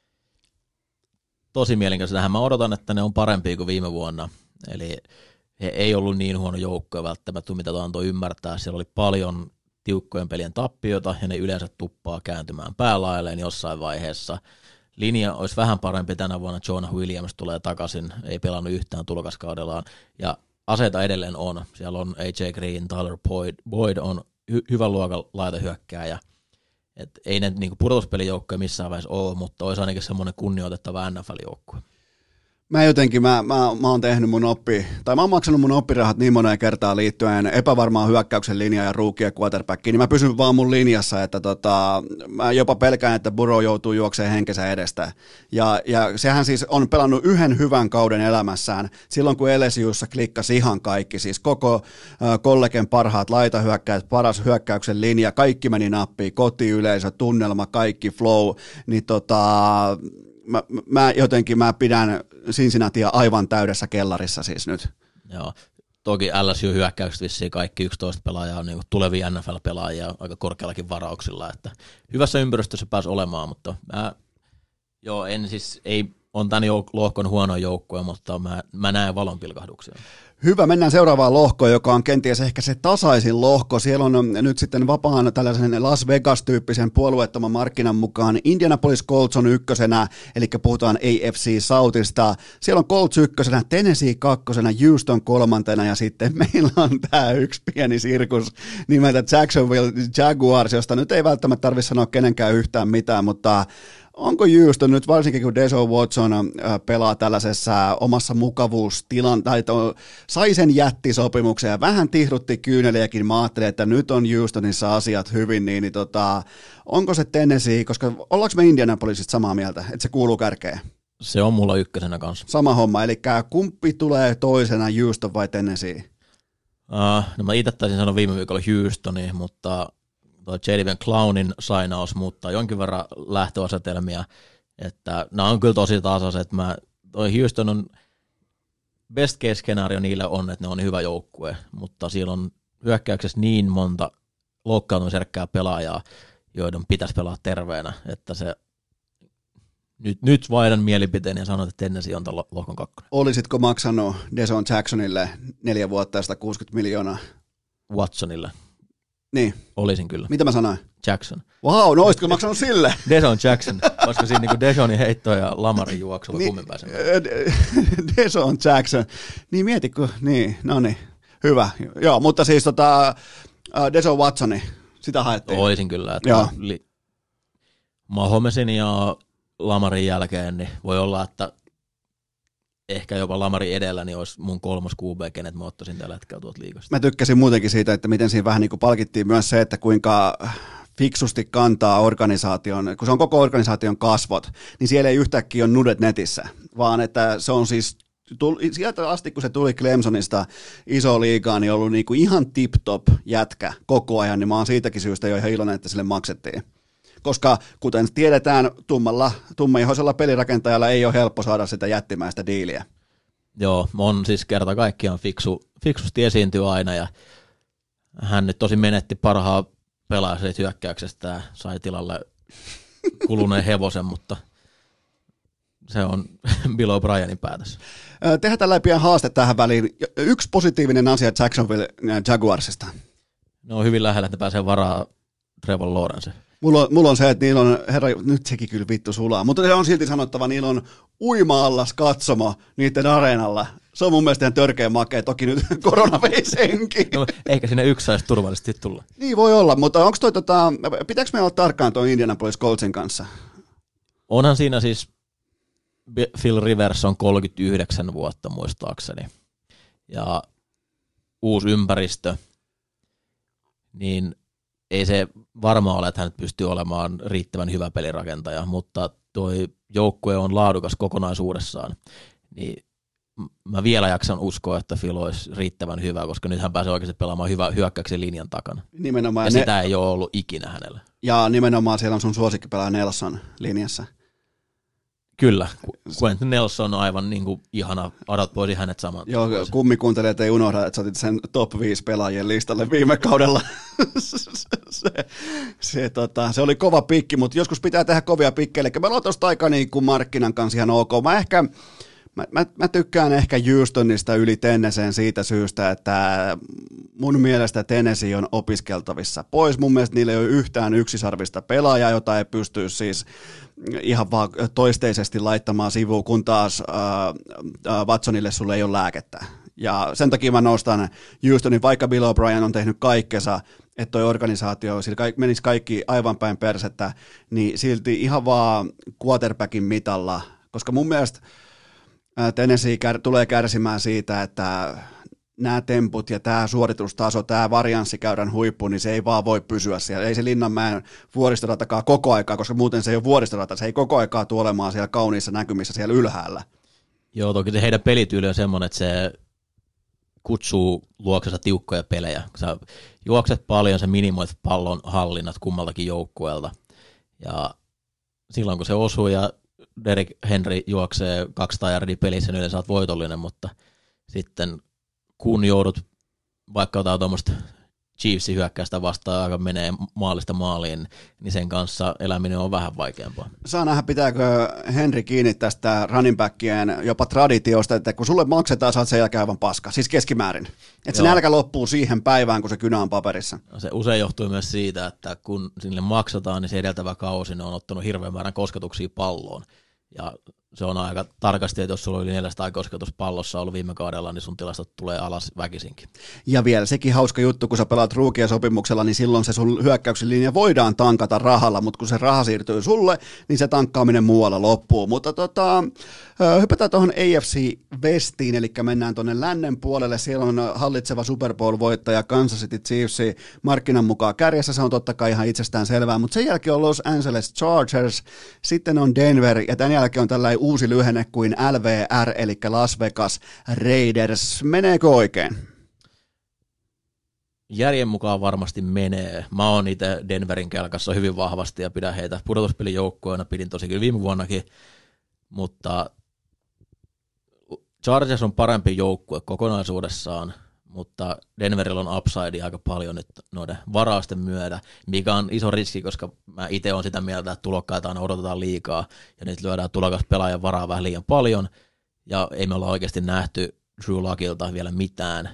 Tosi mielenkiintoista. Mä odotan, että ne on parempia kuin viime vuonna, eli he ei ollut niin huono joukkoja välttämättä, mitä antoi ymmärtää. Siellä oli paljon tiukkojen pelien tappioita, ja ne yleensä tuppaa kääntymään päälailleen jossain vaiheessa. Linja olisi vähän parempi tänä vuonna. Jonah Williams tulee takaisin, ei pelannut yhtään tulokaskaudellaan, ja aseita edelleen on. Siellä on AJ Green, Tyler Boyd on hyvän luokan laitahyökkääjä. Et ei ne niinku pudotuspelijoukkoja missään vaiheessa ole, mutta olisi ainakin semmoinen kunnioitettava NFL-joukkue. Mä oon tehnyt mä oon maksanut mun oppirahat niin moneen kertaan liittyen epävarmaan hyökkäyksen linjaan ja rookie ja quarterbackiin, niin mä pysyn vaan mun linjassa, että mä jopa pelkään, että Burrow joutuu juokseen henkensä edestä. Ja sehän siis on pelannut yhden hyvän kauden elämässään, silloin kun LSUssa klikkasi ihan kaikki, siis koko kollegen parhaat laitahyökkäät, paras hyökkäyksen linja, kaikki meni nappiin, kotiyleisö, tunnelma, kaikki flow, niin mä pidän Cincinnatia aivan täydessä kellarissa siis nyt. Joo, toki LSU-hyökkäykset vissiin kaikki 11 pelaajaa on niin tulevia NFL-pelaajia aika korkeallakin varauksilla, että hyvässä ympäristössä pääsi olemaan, mutta on tämän lohkon huono joukkue, mutta mä näen valonpilkahduksia. Hyvä, mennään seuraavaan lohkoon, joka on kenties ehkä se tasaisin lohko. Siellä on nyt sitten vapaan tällaisen Las Vegas-tyyppisen puolueettoman markkinan mukaan Indianapolis Colts on ykkösenä, eli puhutaan AFC Southista. Siellä on Colts ykkösenä, Tennessee kakkosena, Houston kolmantena, ja sitten meillä on tämä yksi pieni sirkus nimeltä Jacksonville Jaguars, josta nyt ei välttämättä tarvitse sanoa kenenkään yhtään mitään, mutta onko Houston nyt, varsinkin kun Deshaun Watson pelaa tällaisessa omassa mukavuustilan, tai sai sen jättisopimuksen ja vähän tihrutti kyyneliäkin, mä ajattelin, että nyt on Houstonissa asiat hyvin, niin onko se Tennessee, koska ollaanko me Indianapolisista samaa mieltä, että se kuuluu kärkeen? Se on mulla ykkösenä kanssa. Sama homma, eli kumpi tulee toisena, Houston vai Tennessee? No mä itse taisin sanoa viime viikolla Houstoni, mutta Jadavion Clownin sainaus muuttaa jonkin verran lähtöasetelmia, että nämä on kyllä tosi tasaiset. Toi Houston on best case scenario niille on, että ne on hyvä joukkue, mutta siellä on hyökkäyksessä niin monta loukkaantumisherkkää pelaajaa, joiden pitäisi pelaa terveenä, että se nyt vaihdan mielipiteen ja sanon, että Tennessee on tuon lohkon kakkonen. Olisitko maksanut Deshaun Jacksonille 4 vuotta ja 160 miljoonaa? Watsonille. Niin. Olisin kyllä. Mitä mä sanoin? Jackson. Vau, no olisitko maksanut sille? Deshaun Jackson. Olisiko siinä niinku Deshaunin heittoa ja Lamarin juoksulla kummin pääsemään? Deshaun Jackson. Niin mietitkö? Niin, no niin. Hyvä. Joo, mutta siis Deshaun Watsoni, sitä haettiin. Olisin kyllä. Että Mahomesin ja Lamarin jälkeen niin voi olla, että ehkä jopa Lamarin edellä, niin olisi mun 3. QB, kenet mä ottaisin tällä hetkellä tuolta liigasta. Mä tykkäsin muutenkin siitä, että miten siinä vähän niin kuin palkittiin myös se, että kuinka fiksusti kantaa organisaation, kun se on koko organisaation kasvot, niin siellä ei yhtäkkiä ole nudet netissä, vaan että se on siis sieltä asti, kun se tuli Clemsonista iso liigaan, niin on ollut niinku ihan tip-top jätkä koko ajan, niin mä oon siitäkin syystä jo ihan iloinen, että sille maksettiin. Koska kuten tiedetään, tummaihoisella pelirakentajalla ei ole helppo saada sitä jättimäistä diiliä. Joo, on siis kerta kaikkiaan fiksusti esiintyy aina, ja hän nyt tosi menetti parhaan pelaajan hyökkäyksestä ja sai tilalle kuluneen hevosen, mutta se on Bill O'Brienin päätös. Tehdään tällainen pian haaste tähän väliin. Yksi positiivinen asia Jacksonville Jaguarsista. Ne on hyvin lähellä, että ne pääsee varaa Trevor Lawrence. Mulla on se, että niillä on, herra, nyt sekin kyllä vittu sulaa, mutta se on silti sanottava, niillä on uima-allas katsomo niiden areenalla. Se on mun mielestä ihan törkeä makea, toki nyt korona vei senkin. No, ehkä sinne yksi saisi turvallisesti tulla. Niin voi olla, mutta onko toi, pitääkö me olla tarkkaan tuon Indianapolis Coltsin kanssa? Onhan siinä siis, Phil Rivers on 39 vuotta muistaakseni, ja uusi ympäristö, niin ei se varmaan ole, että hän pystyy olemaan riittävän hyvä pelirakentaja, mutta toi joukkue on laadukas kokonaisuudessaan, niin mä vielä jaksan uskoa, että Phil olisi riittävän hyvä, koska nyt hän pääsee oikeasti pelaamaan hyvä hyökkäyksen linjan takana. Nimenomaan ja sitä ei ole ollut ikinä hänellä. Ja nimenomaan siellä on sun suosikkipelaaja Nelson linjassa. Kyllä, Quentin Nelson on aivan niin kuin ihana, voisi hänet saman. Joo, kummikuuntelijat ei unohda, että sä otit sen top 5 pelaajien listalle viime kaudella. Se oli kova pikki, mutta joskus pitää tehdä kovia pikkejä, eli me ollaan tuosta aika niin kuin markkinan kanssa ihan ok. Mä tykkään ehkä Houstonista yli Tennessee'n siitä syystä, että mun mielestä Tennessee on opiskeltavissa pois. Mun mielestä niillä ei ole yhtään yksisarvista pelaajaa, jota ei pysty siis ihan vaan toisteisesti laittamaan sivuun, kun taas Watsonille sulle ei ole lääkettä. Ja sen takia mä nostan Houstonin, vaikka Bill O'Brien on tehnyt kaikkensa, että toi organisaatio, sillä menisi kaikki aivan päin persettä, niin silti ihan vaan quarterbackin mitalla, koska mun mielestä Tennessee tulee kärsimään siitä, että nämä temput ja tämä suoritustaso, tämä varianssikäyrän huippu, niin se ei vaan voi pysyä siellä. Ei se Linnanmäen vuoristoratakaan koko aikaa, koska muuten se ei ole vuoristorata, se ei koko aikaa tule olemaan siellä kauniissa näkymissä siellä ylhäällä. Joo, toki se heidän pelityyli on semmoinen, että se kutsuu luoksensa tiukkoja pelejä. Kun sä juokset paljon, sä minimoit pallon hallinnat kummaltakin joukkueelta. Ja silloin kun se osuu ja Derrick Henry juoksee 200 yardia pelissä, niin yleensä olet voitollinen, mutta sitten kun joudut vaikka jotain tuommoista Chiefsin hyökkäystä vastaan, joka menee maalista maaliin, niin sen kanssa eläminen on vähän vaikeampaa. Saa nähdä, pitääkö Henry kiinni tästä running backien jopa traditiosta, että kun sulle maksetaan, saat sen jälkeen aivan paska, siis keskimäärin. Että se nälkä loppuu siihen päivään, kun se kynä on paperissa. No se usein johtuu myös siitä, että kun sinne maksataan, niin se edeltävä kausi ne on ottanut hirveän määrän kosketuksia palloon. Ja se on aika tarkasti, että jos sulla oli 400 kosketuspallossa ollut viime kaudella, niin sun tilastot tulee alas väkisinkin. Ja vielä sekin hauska juttu, kun sä pelaat rookie-sopimuksella, niin silloin se sun hyökkäyksen linja voidaan tankata rahalla, mutta kun se raha siirtyy sulle, niin se tankkaaminen muualla loppuu. Mutta hypätään tuohon AFC Westiin, eli mennään tuonne lännen puolelle. Siellä on hallitseva Super Bowl-voittaja Kansas City Chiefs markkinan mukaan kärjessä, se on totta kai ihan itsestään selvää, mutta sen jälkeen on Los Angeles Chargers, sitten on Denver, ja tämän jälkeen on tällainen uusi lyhenne kuin LVR, eli Las Vegas Raiders. Meneekö oikein? Järjen mukaan varmasti menee. Mä oon itse Denverin kelkassa hyvin vahvasti ja pidän heitä pudotuspelijoukkoina, pidin tosi kyllä viime vuonnakin, mutta Chargers on parempi joukkue kokonaisuudessaan, mutta Denverillä on upside aika paljon nyt noiden varausten myötä, mikä on iso riski, koska mä itse olen sitä mieltä, että tulokkaita aina odotetaan liikaa, ja nyt lyödään tulokas pelaajan varaa vähän liian paljon, ja ei me olla oikeasti nähty Drew Luckilta vielä mitään,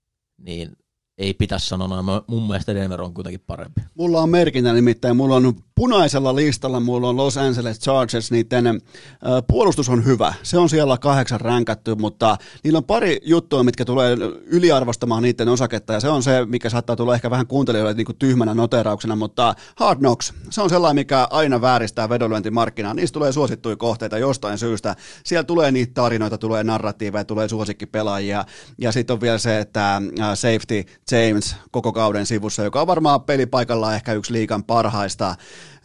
niin ei pitäisi sanoa, mun mielestä Denver on kuitenkin parempi. Mulla on merkintä nimittäin, mulla on punaisella listalla mulla on Los Angeles Chargers, niiden puolustus on hyvä, se on siellä 8 ränkätty, mutta niillä on pari juttua, mitkä tulee yliarvostamaan niiden osaketta, ja se on se, mikä saattaa tulla ehkä vähän kuuntelijoille niin kuin tyhmänä noteerauksena, mutta Hard Knocks, se on sellainen, mikä aina vääristää vedonlyöntimarkkinaa, niistä tulee suosittuja kohteita jostain syystä, siellä tulee niitä tarinoita, tulee narratiiveja, tulee suosikkipelaajia, ja sitten on vielä se, että safety James koko kauden sivussa, joka on varmaan pelipaikallaan ehkä yksi liigan parhaista.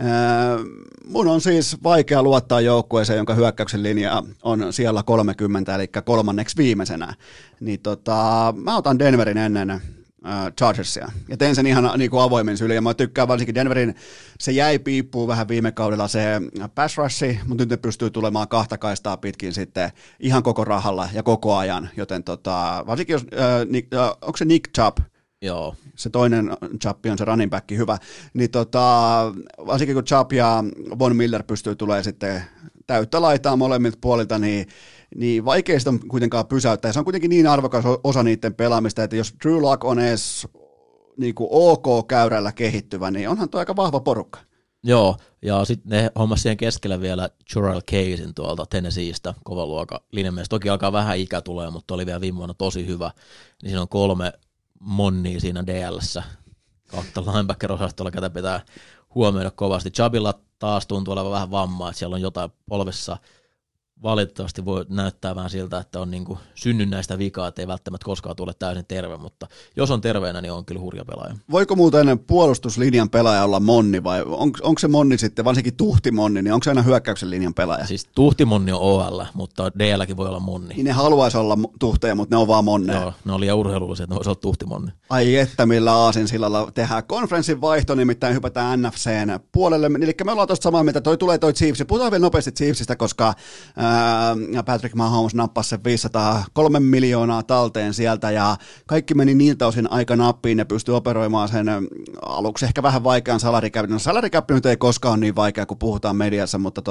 Mun on siis vaikea luottaa joukkueeseen, jonka hyökkäyksen linja on siellä 30, eli kolmanneksi viimeisenä. Niin mä otan Denverin ennen Chargersia. Ja tein sen ihan niin kuin avoimen syliin. Ja mä tykkään varsinkin Denverin, se jäi piippuun vähän viime kaudella se pass rushi, mutta nyt ne pystyy tulemaan 2 kaistaa pitkin sitten ihan koko rahalla ja koko ajan. Joten varsinkin jos, onko se Nick Chubb? Joo. Se toinen Chappi on se running back, hyvä, niin varsinkin kun Chubb ja Von Miller pystyy tulemaan sitten täyttä laitaa molemmilta puolilta, niin vaikea sitä on kuitenkaan pysäyttää. Se on kuitenkin niin arvokas osa niiden pelaamista, että jos Drew Lock on edes niin kuin OK-käyrällä kehittyvä, niin onhan tuo aika vahva porukka. Joo, ja sitten ne hommas siihen keskellä vielä Jurrell Casein tuolta Tennesseeista, kova luokan linjamies. Toki alkaa vähän ikä tulee, mutta oli vielä viime vuonna tosi hyvä. Niin siinä on 3 monnia siinä DL:ssä kautta linebacker-osastolla, ketä pitää huomioida kovasti. Chubbilla taas tuntuu olevan vähän vammaa, että siellä on jotain polvessa. Valitettavasti voi näyttää vähän siltä, että on niinku synnynnäistä vikaa, että ei välttämättä koskaan tule täysin terve, mutta jos on terveenä, niin on kyllä hurja pelaaja. Voiko muuten puolustuslinjan pelaaja olla monni vai onko se monni sitten, varsinkin tuhtimonni, niin onko se aina hyökkäyksen linjan pelaaja? Siis tuhtimonni on OL, mutta DL:kin voi olla monni. Niin ne haluaisi olla tuhteja, mutta ne on vaan monneja. Joo, ne on liian urheilullisia, että ne voisi olla tuhtimonni. Ai että millä aasinsillalla tehdään konferenssin vaihto, nimittäin hypätään NFCn puolelle. Eli me ollaan tuosta samaa mieltä, toi Chiefs. Puhutaan vielä nopeasti Chiefsistä, koska Patrick Mahomes nappasi sen 503 miljoonaa talteen sieltä ja kaikki meni niiltä osin aika nappiin ja pystyi operoimaan sen aluksi ehkä vähän vaikean salarikäpin. No salarikäppi nyt ei koskaan ole niin vaikea, kun puhutaan mediassa, mutta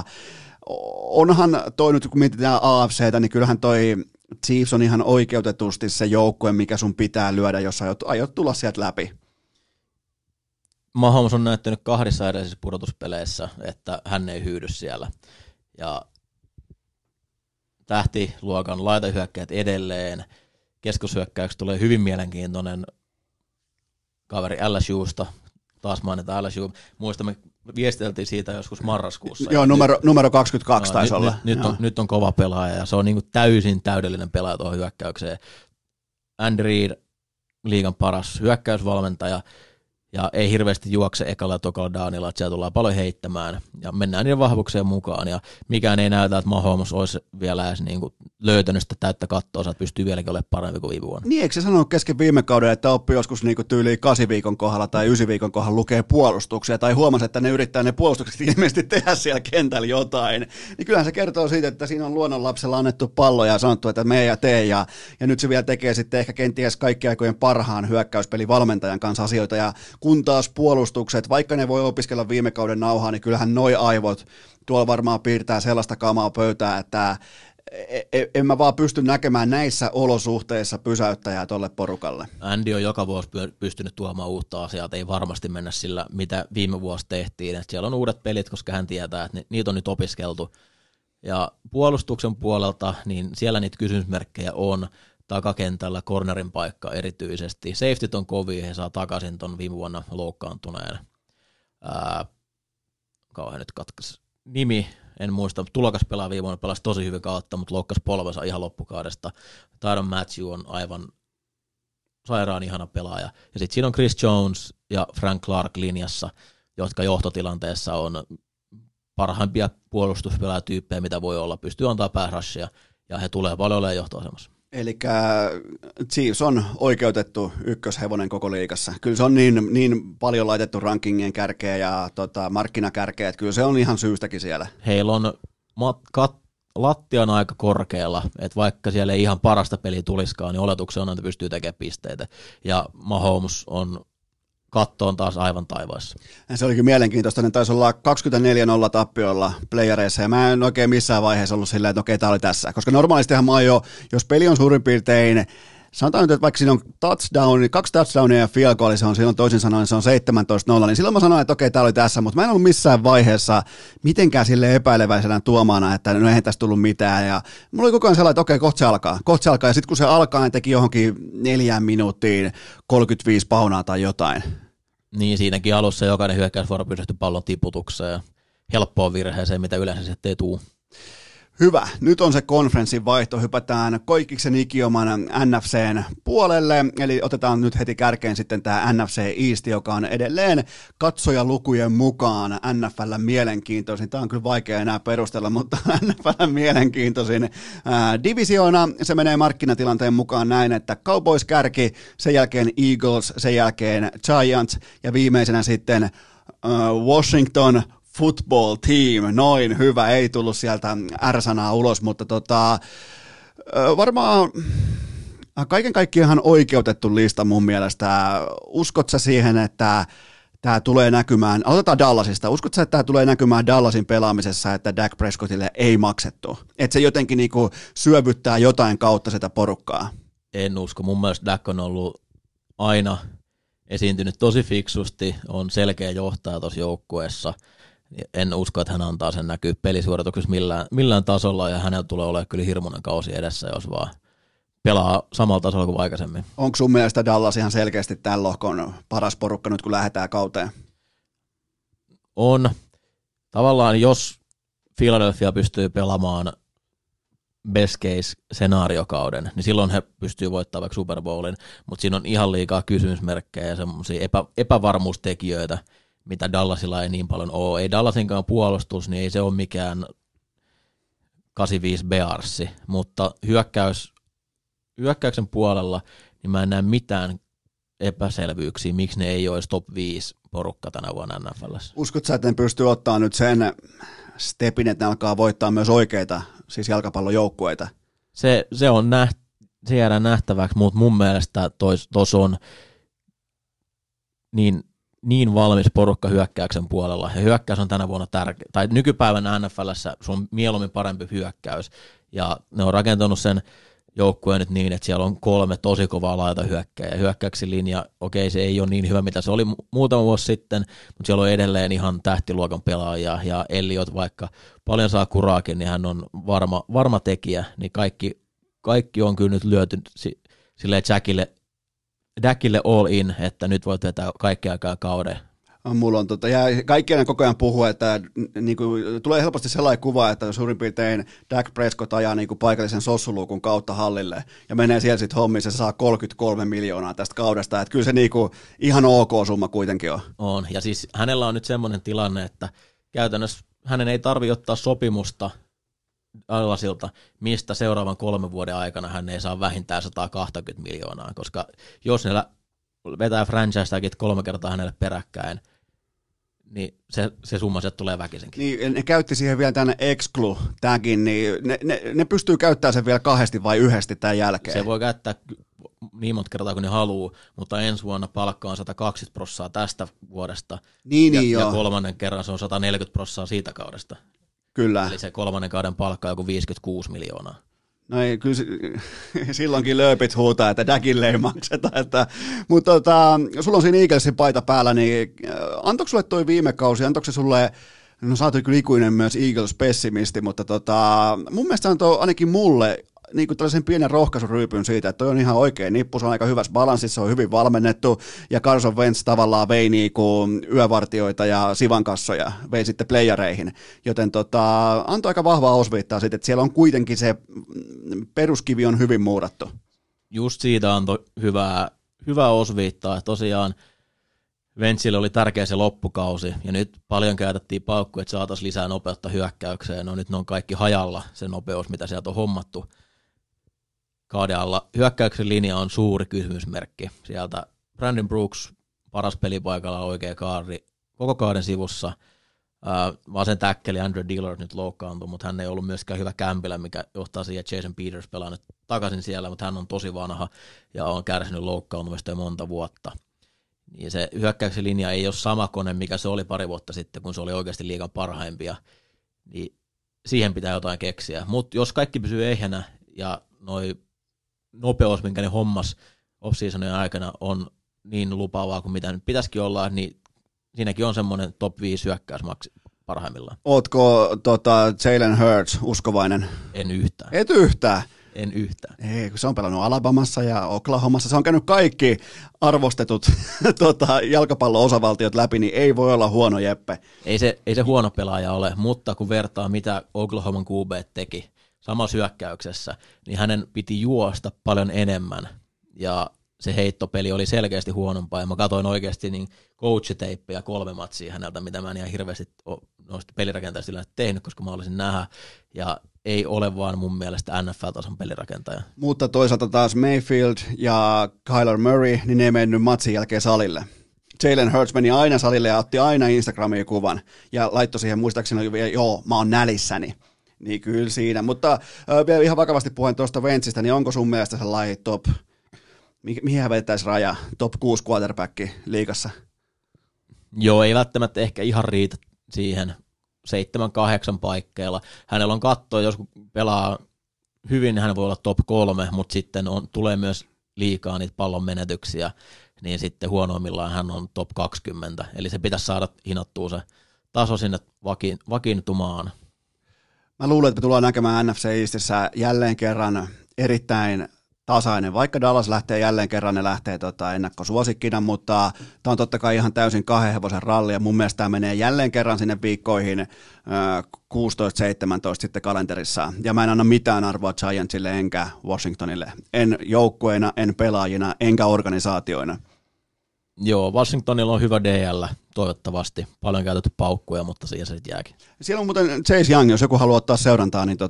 onhan toi nyt, kun mietitään AFCtä, niin kyllähän toi Chiefs on ihan oikeutetusti se joukkue, mikä sun pitää lyödä, jos aiot tulla sieltä läpi. Mahomes on näyttänyt 2 edellisissä pudotuspeleissä, että hän ei hyydy siellä. Ja tähtiluokan laitahyökkäät edelleen. Keskushyökkäyksi tulee hyvin mielenkiintoinen kaveri LSUsta. Taas mainitaan LSU. Muistamme, viestiteltiin siitä joskus marraskuussa. Joo, numero 22 taisi olla. Nyt on kova pelaaja ja se on niin kuin täysin täydellinen pelaaja tuohon hyökkäykseen. Andy Reid, liigan paras hyökkäysvalmentaja. Ja ei hirveästi juokse ekalla ja tokalla downilla, että siellä tullaan paljon heittämään ja mennään niiden vahvuuksien mukaan ja mikään ei näytä, että Mahomes olisi vielä edes niin kuin löytänyt sitä täyttä kattoa, että pystyy vieläkin olemaan parempi kuin viime vuonna. Niin, eikö se sanonut kesken viime kauden, että oppi joskus niin kuin tyyliin 8 viikon kohdalla tai 9 viikon kohdalla lukee puolustuksia tai huomasi, että ne yrittää ne puolustukset ilmeisesti tehdä siellä kentällä jotain, niin kyllähän se kertoo siitä, että siinä on luonnonlapsella annettu pallo ja sanottu, että me ja tee ja nyt se vielä tekee sitten ehkä kenties kaikkien aikojen parhaan hyökkäyspelivalmentajan kanssa asioita ja kun taas puolustukset, vaikka ne voi opiskella viime kauden nauhaa, niin kyllähän noi aivot tuolla varmaan piirtää sellaista kamaa pöytää, että en mä vaan pysty näkemään näissä olosuhteissa pysäyttäjää tolle porukalle. Andy on joka vuosi pystynyt tuomaan uutta asiaa, että ei varmasti mennä sillä, mitä viime vuosi tehtiin. Että siellä on uudet pelit, koska hän tietää, että niitä on nyt opiskeltu. Ja puolustuksen puolelta, niin siellä niitä kysymysmerkkejä on. Takakentällä cornerin paikka erityisesti. Safetyt on kovia, he saa takaisin ton viime vuonna loukkaantuneen. Kauhean nyt katkas nimi, en muista. Tulokas pelaa viime vuonna, pelasi tosi hyvin kautta, mutta loukkas polvensa ihan loppukaudesta. Tyron Matthew on aivan sairaan ihana pelaaja. Ja sitten siinä on Chris Jones ja Frank Clark linjassa, jotka johtotilanteessa on parhaimpia puolustuspelaajatyyppejä, mitä voi olla. Pystyy antaa pass rushia ja he tulee paljon olemaan johtoasemassa. Eli Chiefs on oikeutettu ykköshevonen koko liigassa. Kyllä se on niin paljon laitettu rankingien kärkeen ja markkinakärkeen, että kyllä se on ihan syystäkin siellä. Heillä on lattian aika korkealla, että vaikka siellä ei ihan parasta peliä tuliskaan, niin oletuksen on, että pystyy tekemään pisteitä. Ja Mahomes on kattoon taas aivan taivaassa. Se olikin mielenkiintoista, ne taisi olla 24-0 tappiolla playereissa, ja mä en oikein missään vaiheessa ollut silleen, että okei, tää oli tässä. Koska normaalistihan mä oon jo, jos peli on suurin piirtein sanotaan nyt, että vaikka siinä on kaksi touchdownia ja field goal, se on silloin toisin sanoen se on 17-0, niin silloin mä sanoin, että okei, tää oli tässä, mutta mä en ollut missään vaiheessa mitenkään sille epäileväisenä tuomana, että no eihän tässä tullut mitään, ja mulla oli koko ajan sellainen, että okei, kohta se alkaa, ja sitten kun se alkaa, niin teki johonkin 4 minuuttiin 35 paunaa tai jotain. Niin, siinäkin alussa jokainen hyökkäysvuoro pysähtyi pallon tiputukseen ja helppoon virheeseen, mitä yleensä sitten ei tule. Hyvä. Nyt on se konferenssin vaihto. Hypätään Koikiksen ikioman NFCn puolelle, eli otetaan nyt heti kärkeen sitten tämä NFC East, joka on edelleen katsojalukujen mukaan NFL:n mielenkiintoisin. Tämä on kyllä vaikea enää perustella, mutta NFL:n mielenkiintoisin divisioona. Se menee markkinatilanteen mukaan näin, että Cowboys kärki, sen jälkeen Eagles, sen jälkeen Giants ja viimeisenä sitten Washington Football Team, noin hyvä, ei tullut sieltä R-sanaa ulos, mutta varmaan kaiken kaikkiaan oikeutettu lista mun mielestä. Uskot sä siihen, että tämä tulee näkymään, aloitetaan Dallasista, uskot sä, että tämä tulee näkymään Dallasin pelaamisessa, että Dak Prescottille ei maksettu? Että se jotenkin niinku syövyttää jotain kautta sitä porukkaa? En usko, mun mielestä Dak on ollut aina esiintynyt tosi fiksusti, on selkeä johtaja tuossa joukkueessa. En usko, että hän antaa sen näkyä pelisuorituksessa millään tasolla, ja hänellä tulee olemaan kyllä hirmuinen kausi edessä, jos vaan pelaa samalla tasolla kuin aikaisemmin. Onko sun mielestä Dallas ihan selkeästi tämän lohkon paras porukka nyt, kun lähdetään kauteen? On. Tavallaan jos Philadelphia pystyy pelaamaan best case -senaariokauden, niin silloin he pystyy voittamaan vaikka Super Bowlin, mutta siinä on ihan liikaa kysymysmerkkejä ja semmoisia epävarmuustekijöitä, mitä Dallasilla ei niin paljon ole. Ei Dallasinkaan puolustus, niin ei se ole mikään 85 Bearsi, mutta hyökkäyksen puolella niin mä en näe mitään epäselvyyksiä, miksi ne ei olisi top 5 porukka tänä vuonna NFL:ssä. Uskot sä, että ne pystyy ottaa nyt sen stepin, että ne alkaa voittaa myös oikeita, siis jalkapallojoukkueita? Se jäädään nähtäväksi, mutta mun mielestä tuossa on niin valmis porukka hyökkäyksen puolella, ja hyökkäys on tänä vuonna tärkeä, tai nykypäivänä NFL:ssä se on mieluummin parempi hyökkäys, ja ne on rakentanut sen joukkueen nyt niin, että siellä on 3 tosi kovaa laitahyökkäjää, ja hyökkäyksen linja, okei, se ei ole niin hyvä, mitä se oli muutama vuosi sitten, mutta siellä on edelleen ihan tähtiluokan pelaajia, ja Elliot vaikka paljon saa kuraakin, niin hän on varma tekijä, niin kaikki on kyllä nyt lyöty silleen Dakille all in, että nyt voit vetää kaikki aikaa kauden. Mulla on ja kaikki koko ajan puhuu, että niinku, tulee helposti sellainen kuva, että suurin piirtein Dak Prescott ajaa niinku paikallisen sossuluukun kautta hallille ja menee siellä sitten hommiin, se saa 33 miljoonaa tästä kaudesta, että kyllä se niinku ihan ok summa kuitenkin on. On, ja siis hänellä on nyt semmoinen tilanne, että käytännössä hänen ei tarvitse ottaa sopimusta Dallasilta, mistä seuraavan 3 vuoden aikana hän ei saa vähintään 120 miljoonaa, koska jos ne vetää franchise-tagit 3 kertaa hänelle peräkkäin, niin se summa sieltä tulee väkisinkin. Niin, ne käytti siihen vielä tämän exclu-tagin, niin ne pystyy käyttämään sen vielä 2 vai 1 tämän jälkeen. Se voi käyttää niin monta kertaa kuin ne haluaa, mutta ensi vuonna palkka on 120% tästä vuodesta, ja 3. kerran se on 140% siitä kaudesta. Kyllä. Eli se 3. kauden palkka on joku 56 miljoonaa. No ei, kyllä silloinkin lööpit huutaa, että Dakille ei makseta. Mutta sulla on siinä Eaglesin paita päällä, niin antoiko sulle toi viime kausi, antoiko se sulle, no sä oot kyllä ikuinen myös Eagles-pessimisti, mutta mun mielestä se antoi ainakin mulle niin kuin tällaisen pienen rohkaisuryypyn siitä, että toi on ihan oikein nippu, se on aika hyvässä balanssissa, se on hyvin valmennettu, ja Carson Wentz tavallaan vei niin kuin yövartioita ja sivankassoja, vei sitten playereihin, joten antoi aika vahvaa osviittaa siitä, että siellä on kuitenkin se peruskivi on hyvin muurattu. Just siitä antoi hyvää osviittaa, tosiaan Wentzille oli tärkeä se loppukausi, ja nyt paljon käytettiin paukkuja, että saataisiin lisää nopeutta hyökkäykseen, no nyt ne on kaikki hajalla, se nopeus, mitä sieltä on hommattu kauden alla. Hyökkäyksen linja on suuri kysymysmerkki. Sieltä Brandon Brooks, paras pelipaikalla, oikea kaari, koko kauden sivussa. Vasen täkkeli Andrew Dillard nyt loukkaantui, mutta hän ei ollut myöskään hyvä kämpillä, mikä johtaa siihen, että Jason Peters pelaa nyt takaisin siellä, mutta hän on tosi vanha ja on kärsinyt loukkaantumista jo monta vuotta. Ja se hyökkäyksen linja ei ole sama kone, mikä se oli pari vuotta sitten, kun se oli oikeasti liigan parhaimpia, niin siihen pitää jotain keksiä. Mutta jos kaikki pysyy ehjänä ja noi nopeus, minkä ne hommas off-seasonin aikana on niin lupaavaa kuin mitä nyt pitäisikin olla, niin siinäkin on semmoinen top 5 hyökkäys parhaimmillaan. Ootko Jalen Hurts uskovainen? En yhtään. Et yhtään? En yhtään. Ei, kun se on pelannut Alabamassa ja Oklahomassa, se on käynyt kaikki arvostetut jalkapallo-osavaltiot läpi, niin ei voi olla huono Jeppe. Ei se huono pelaaja ole, mutta kun vertaa mitä Oklahoman QB teki samassa hyökkäyksessä, niin hänen piti juosta paljon enemmän ja se heittopeli oli selkeästi huonompaa ja mä katsoin oikeasti niin coach-teippejä 3 matsia häneltä, mitä mä en ihan hirveästi noista pelirakentajista yleensä tehnyt, koska mä olisin nähdä ja ei ole vaan mun mielestä NFL-tason pelirakentaja. Mutta toisaalta taas Mayfield ja Kyler Murray, niin ne ei mennyt matsin jälkeen salille. Jalen Hurts meni aina salille ja otti aina Instagramiin kuvan ja laittoi siihen muistaakseni, joo, mä oon nälissäni. Niin kyllä siinä, mutta vielä ihan vakavasti puheen tuosta Wentzistä, niin onko sun mielestä sellainen top, mihin hän vetäisi raja, top 6 quarterbacki liigassa? Joo, ei välttämättä ehkä ihan riitä siihen 7-8 paikkeilla. Hänellä on kattoa, jos pelaa hyvin, niin hän voi olla top 3, mutta sitten tulee myös liikaa niitä pallon menetyksiä, niin sitten huonoimmillaan hän on top 20. Eli se pitäisi saada hinattua se taso sinne vakiintumaan. Mä luulen, että me tullaan näkemään NFC Eastissä jälleen kerran erittäin tasainen. Vaikka Dallas lähtee jälleen kerran, ne lähtee ennakkosuosikkina, mutta tämä on totta kai ihan täysin 2 hevosen ralli, ja mun mielestä tämä menee jälleen kerran sinne viikkoihin 16-17 sitten kalenterissa, ja mä en anna mitään arvoa Giantsille enkä Washingtonille, en joukkueena, en pelaajina, enkä organisaatioina. Joo, Washingtonilla on hyvä DL, toivottavasti. Paljon käytetty paukkuja, mutta siihen se sitten jääkin. Siellä on muuten Chase Young, jos joku haluaa ottaa seurantaa, niin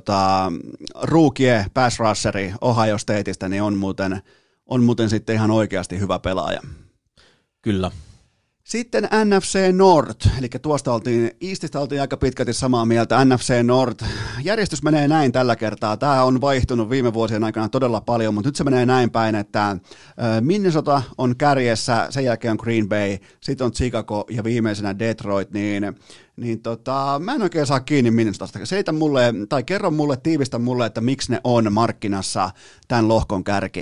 rookie, pass rusheri Ohio Stateista, niin on muuten sitten ihan oikeasti hyvä pelaaja. Kyllä. Sitten NFC North, eli Eastistä oltiin aika pitkälti samaa mieltä. NFC North, järjestys menee näin tällä kertaa. Tämä on vaihtunut viime vuosien aikana todella paljon, mutta nyt se menee näin päin, että Minnesota on kärjessä, sen jälkeen on Green Bay, sitten on Chicago ja viimeisenä Detroit, mä en oikein saa kiinni Minnesotasta. Seitä mulle, tai kerro mulle, tiivistä mulle, että miksi ne on markkinassa tämän lohkon kärki.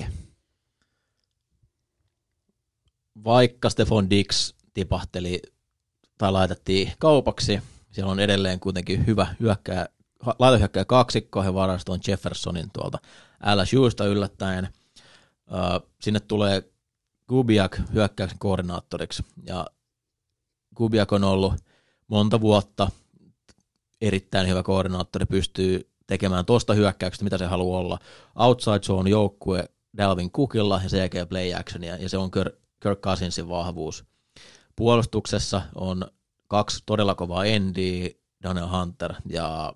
Vaikka Stephon Diggs tipahteli tai laitettiin kaupaksi, siellä on edelleen kuitenkin hyvä laitohyökkääjä kaksikko, he varastoon Jeffersonin tuolta LSUsta yllättäen. Sinne tulee Kubiak hyökkäyksen koordinaattoriksi, ja Kubiak on ollut monta vuotta erittäin hyvä koordinaattori, pystyy tekemään tuosta hyökkäyksestä, mitä se haluaa olla. Outside zone joukkue Dalvin Cookilla ja sen jälkeen play actionia, ja se on Kirk Cousinsin vahvuus. Puolustuksessa on 2 todella kovaa endiä, Daniel Hunter ja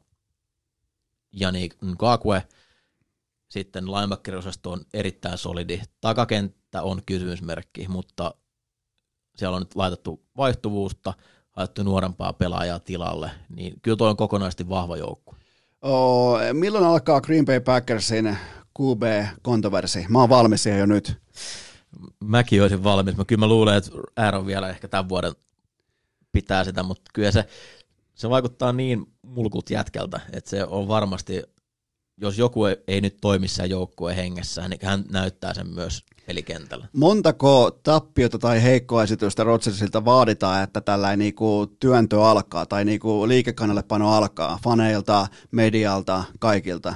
Yannick Ngakoue. Sitten linebacker-osasto on erittäin solidi. Takakenttä on kysymysmerkki, mutta siellä on nyt laitettu vaihtuvuutta, laitettu nuorempaa pelaajaa tilalle, niin kyllä tuo on kokonaisesti vahva joukko. Milloin alkaa Green Bay Packersin QB-kontroversi? Mä oon valmis siihen jo nyt. Mäkin olisin valmis. Kyllä mä luulen, että Aaron vielä ehkä tämän vuoden pitää sitä, mutta kyllä se vaikuttaa niin mulkut jätkältä, että se on varmasti, jos joku ei nyt toimi sen joukkueen hengessä, niin hän näyttää sen myös pelikentällä. Montako tappiota tai heikkoa esitystä Rodgersilta vaaditaan, että tällainen niinku työntö alkaa tai niinku liikekannallepano alkaa faneilta, medialta, kaikilta?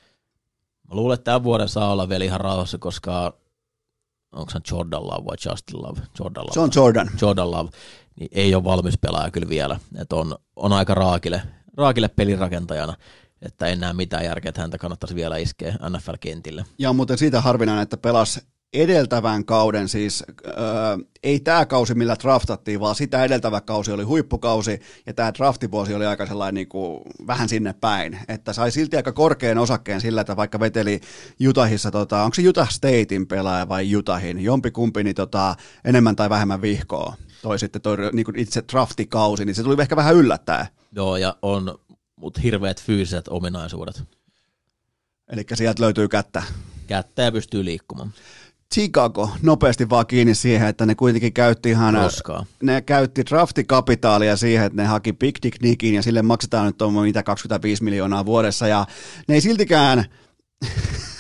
Mä luulen, että tämän vuoden saa olla vielä ihan rauhassa, koska onko se Jordan Love vai Justin Love? Se on Jordan. Jordan Love, niin ei ole valmis pelaaja kyllä vielä. Että on aika raakille pelirakentajana, että en näe mitään järkeä, että häntä kannattaisi vielä iskeä NFL-kentille. Ja muuten siitä harvinainen, että pelasi edeltävän kauden, siis ei tämä kausi millä draftattiin, vaan sitä edeltävä kausi oli huippukausi, ja tämä draftivuosi oli aika sellainen niin kuin, vähän sinne päin, että sai silti aika korkean osakkeen sillä, että vaikka veteli Utahissa, onko se Utah Statein pelaaja vai Utahin, jompikumpi, niin enemmän tai vähemmän vihkoa toi sitten niin kuin itse draftikausi, niin se tuli ehkä vähän yllättäen. Joo, ja on mut hirveät fyysiset ominaisuudet. Eli sieltä löytyy kättä. Kättä ja pystyy liikkumaan. Chicago nopeasti vaan kiinni siihen, että ne kuitenkin käytti ne käytti draftikapitaalia siihen, että ne haki Big Dick Nickin ja sille maksetaan nyt 25 miljoonaa vuodessa ja ne ei siltikään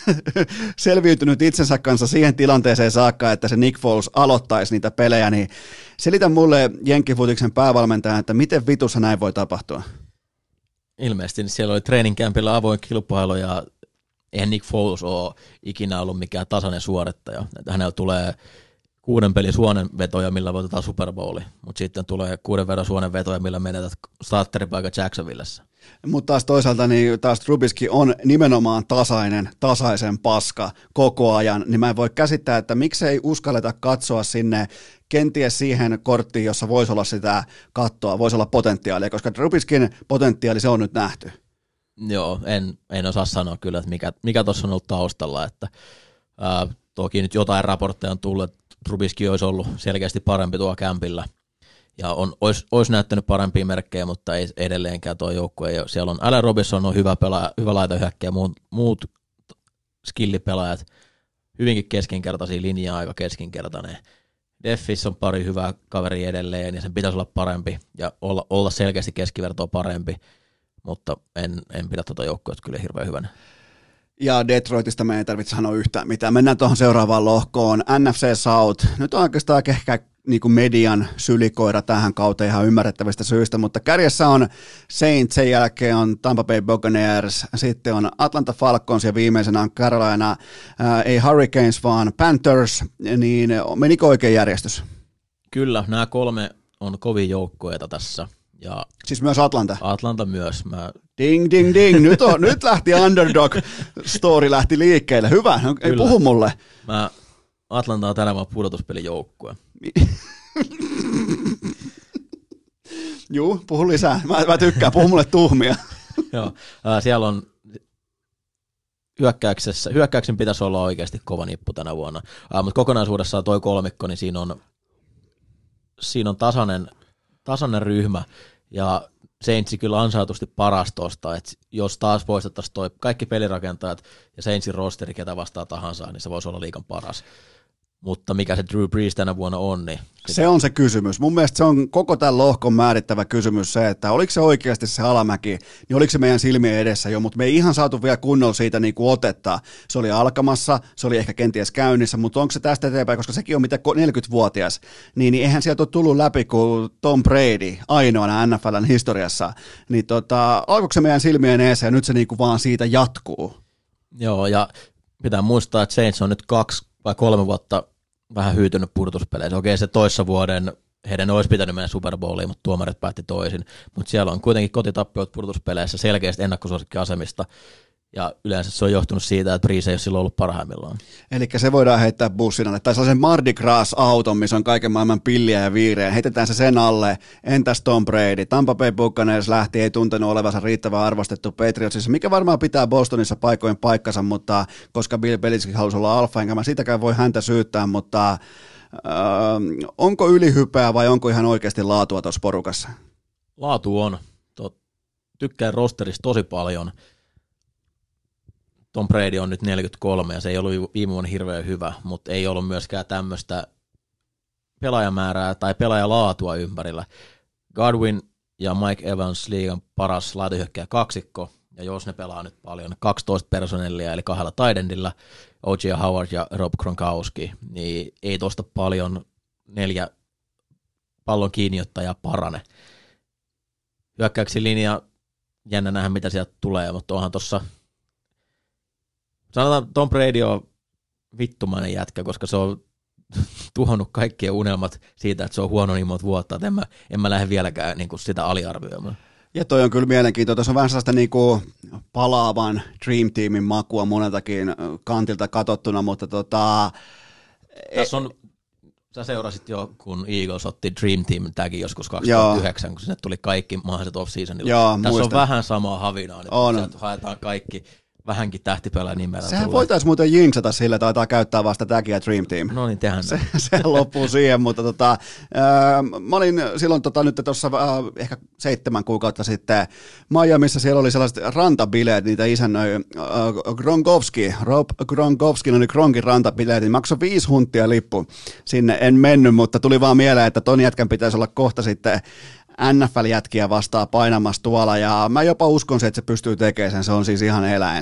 selviytynyt itsensä kanssa siihen tilanteeseen saakka, että se Nick Foles aloittaisi niitä pelejä, niin selitä mulle Jenkkifutiksen päävalmentajan, että miten vitussa näin voi tapahtua? Ilmeisesti niin siellä oli treeninkämpillä avoin kilpailu ja eihän Nick Foles ole ikinä ollut mikään tasainen suorittaja. Että hänellä tulee 6 pelin suonenvetoja, millä voitetaan Super Bowli, mutta sitten tulee 6 verran suonenvetoja, millä menetät starteripaikan Jacksonvillessä. Mutta taas toisaalta niin taas Trubisky on nimenomaan tasaisen paska koko ajan, niin mä en voi käsittää, että miksei uskalleta katsoa sinne kenties siihen korttiin, jossa voisi olla sitä kattoa, voisi olla potentiaalia, koska Trubiskyn potentiaali se on nyt nähty. Joo, en osaa sanoa kyllä, että mikä tuossa on ollut taustalla, että toki nyt jotain raportteja on tullut, että Trubisky olisi ollut selkeästi parempi tuo kämpillä, ja olisi näyttänyt parempia merkkejä, mutta ei edelleenkään tuo joukkue. Siellä on Allen Robinson on hyvä pelaaja, hyvä laitohyökkäjä, muut skillipelaajat, hyvinkin keskinkertaisia, linjaa aika keskinkertainen. Deffissä on pari hyvää kaveria edelleen, ja sen pitäisi olla parempi, ja olla selkeästi keskivertoa parempi, mutta en pidä tuota joukkuetta kyllä hirveän hyvänä. Ja Detroitista me ei tarvitse sanoa yhtään mitään. Mennään tuohon seuraavaan lohkoon. NFC South. Nyt on oikeastaan ehkä niin kuin median sylikoira tähän kauteen ihan ymmärrettävistä syistä, mutta kärjessä on Saints, sen jälkeen on Tampa Bay Buccaneers, sitten on Atlanta Falcons ja viimeisenä on Carolina, ei Hurricanes vaan Panthers, niin menikö oikein järjestys? Kyllä, nämä 3 on kovin joukkueita tässä. Ja siis myös Atlanta? Atlanta myös. Ding, ding, ding. Nyt lähti underdog-story lähti liikkeelle. Hyvä, ei puhu mulle. Atlanta on tänä vuonna pudotuspelijoukkue. Juu, puhu lisää. Mä tykkään, puhu mulle tuhmia. Joo, siellä on hyökkäyksen pitäisi olla oikeasti kova nippu tänä vuonna, mutta kokonaisuudessaan toi kolmikko, niin siinä on tasainen ryhmä, ja Saintsi kyllä ansaitusti paras tosta, että jos taas poistettaisiin toi kaikki pelirakentajat ja Saintsin rosteri, ketä vastaa tahansa, niin se voisi olla liigan paras. Mutta mikä se Drew Brees tänä vuonna on, niin se on se kysymys. Mun mielestä se on koko tämän lohkon määrittävä kysymys se, että oliko se oikeasti se alamäki, niin oliko se meidän silmien edessä jo, mutta me ei ihan saatu vielä kunnolla siitä niin kuin otetta. Se oli alkamassa, se oli ehkä kenties käynnissä, mutta onko se tästä eteenpäin, koska sekin on mitä 40-vuotias, niin eihän sieltä ole tullut läpi kuin Tom Brady ainoana NFLn historiassa. Niin alkoiko se meidän silmien edessä ja nyt se niin kuin vaan siitä jatkuu? Joo, ja pitää muistaa, että Saints on nyt 2 vai 3 vuotta vähän hyytynyt pudotuspeleissä. Okei, se toissa vuoden heidän olisi pitänyt mennä Super Bowliin, mutta tuomarit päätti toisin. Mutta siellä on kuitenkin kotitappiot pudotuspeleissä selkeästi ennakkosuosikkiasemista. Ja yleensä se on johtunut siitä, että Brees ei ole silloin ollut parhaimmillaan. Eli se voidaan heittää bussin alle. Tai sellaisen Mardi Gras-auton, missä on kaiken maailman pilliä ja viireä. Heitetään se sen alle. Entäs Tom Brady? Tampa Bay Buccaneers lähti, ei tuntenut olevansa riittävän arvostettu Patriotsissa, mikä varmaan pitää Bostonissa paikoin paikkansa, mutta koska Bill Belichick halusi olla alfa, enkä mä sitäkään voi häntä syyttää, mutta onko ylihypeä vai onko ihan oikeasti laatua tuossa porukassa? Laatu on. Tykkään rosterista tosi paljon. Tom Brady on nyt 43 ja se ei ollut viime vuonna hirveän hyvä, mutta ei ollut myöskään tämmöistä pelaajamäärää tai pelaajalaatua ympärillä. Godwin ja Mike Evans liigan paras laitohyökkäjä kaksikko, ja jos ne pelaa nyt paljon, 12 personellia eli 2 tight endillä, O.J. Howard ja Rob Gronkowski, niin ei tosta paljon 4 pallon kiinniottajaa parane. Hyökkäyksen linja, jännä nähdä mitä sieltä tulee, mutta onhan tuossa sanotaan, Tom Brady on vittumainen jätkä, koska se on tuhonnut kaikkien unelmat siitä, että se on huono niin monta vuotta, että en mä lähde vieläkään niin kuin sitä aliarvioimaan. Ja toi on kyllä mielenkiintoista. Tuossa on vähän sellaista niin kuin palaavan Dream Teamin makua moneltakin kantilta katsottuna, mutta tässä on, sä seurasit jo, kun Eagles otti Dream Team tagin joskus 2009, kun sinne tuli kaikki mahdolliset off-seasonilla. Tässä on vähän samaa havinaa, nyt haetaan kaikki vähänkin tähtipelaajan nimellä. Sehän voitaisiin muuten jinksata sillä, että taitaa käyttää vasta tagia Dream Team. No niin, tehdään se loppuu siihen, mutta mä olin silloin nyt tuossa ehkä 7 kuukautta sitten Miamiissa, siellä oli sellaiset rantabileet, niitä isännöi Rob Gronkowski, oli Gronkin rantabileet, niin maksoi 5 hunttia lippu. Sinne en mennyt, mutta tuli vaan mieleen, että ton jätkän pitäisi olla kohta sitten NFL-jätkiä vastaan painamassa tuolla, ja mä jopa uskon että se pystyy tekemään sen, se on siis ihan eläin.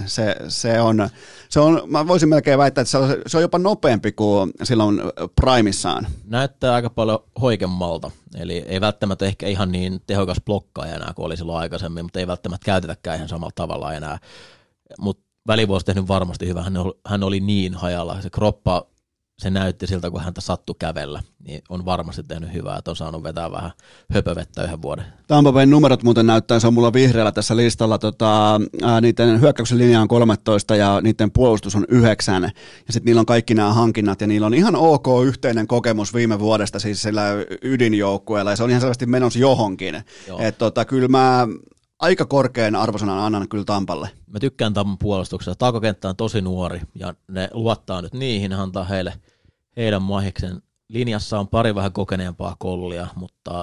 Se on, mä voisin melkein väittää, että se on jopa nopeampi kuin silloin primissaan. Näyttää aika paljon hoikemmalta, eli ei välttämättä ehkä ihan niin tehokas blokkaaja enää kuin oli silloin aikaisemmin, mutta ei välttämättä käytetäkään ihan samalla tavalla enää. Mutta välivuosi tehnyt varmasti hyvä, hän oli niin hajalla, se kroppa, se näytti siltä, kun häntä sattui kävellä, niin on varmasti tehnyt hyvää, että on saanut vetää vähän höpövettä yhden vuoden. Tampa Bayn numerot muuten näyttää, se on mulla vihreällä tässä listalla, niiden hyökkäyksen linja on 13 ja niiden puolustus on 9, ja sitten niillä on kaikki nämä hankinnat, ja niillä on ihan ok yhteinen kokemus viime vuodesta, siis sillä ydinjoukkueella, ja se on ihan selvästi menossa johonkin, että kyllä mä aika korkean arvosanan annan kyllä Tampalle. Mä tykkään Tampan puolustuksesta. Taakokenttä on tosi nuori ja ne luottaa nyt niihin, ne antaa heidän mahiksen. Linjassa on pari vähän kokeneempaa kollia, mutta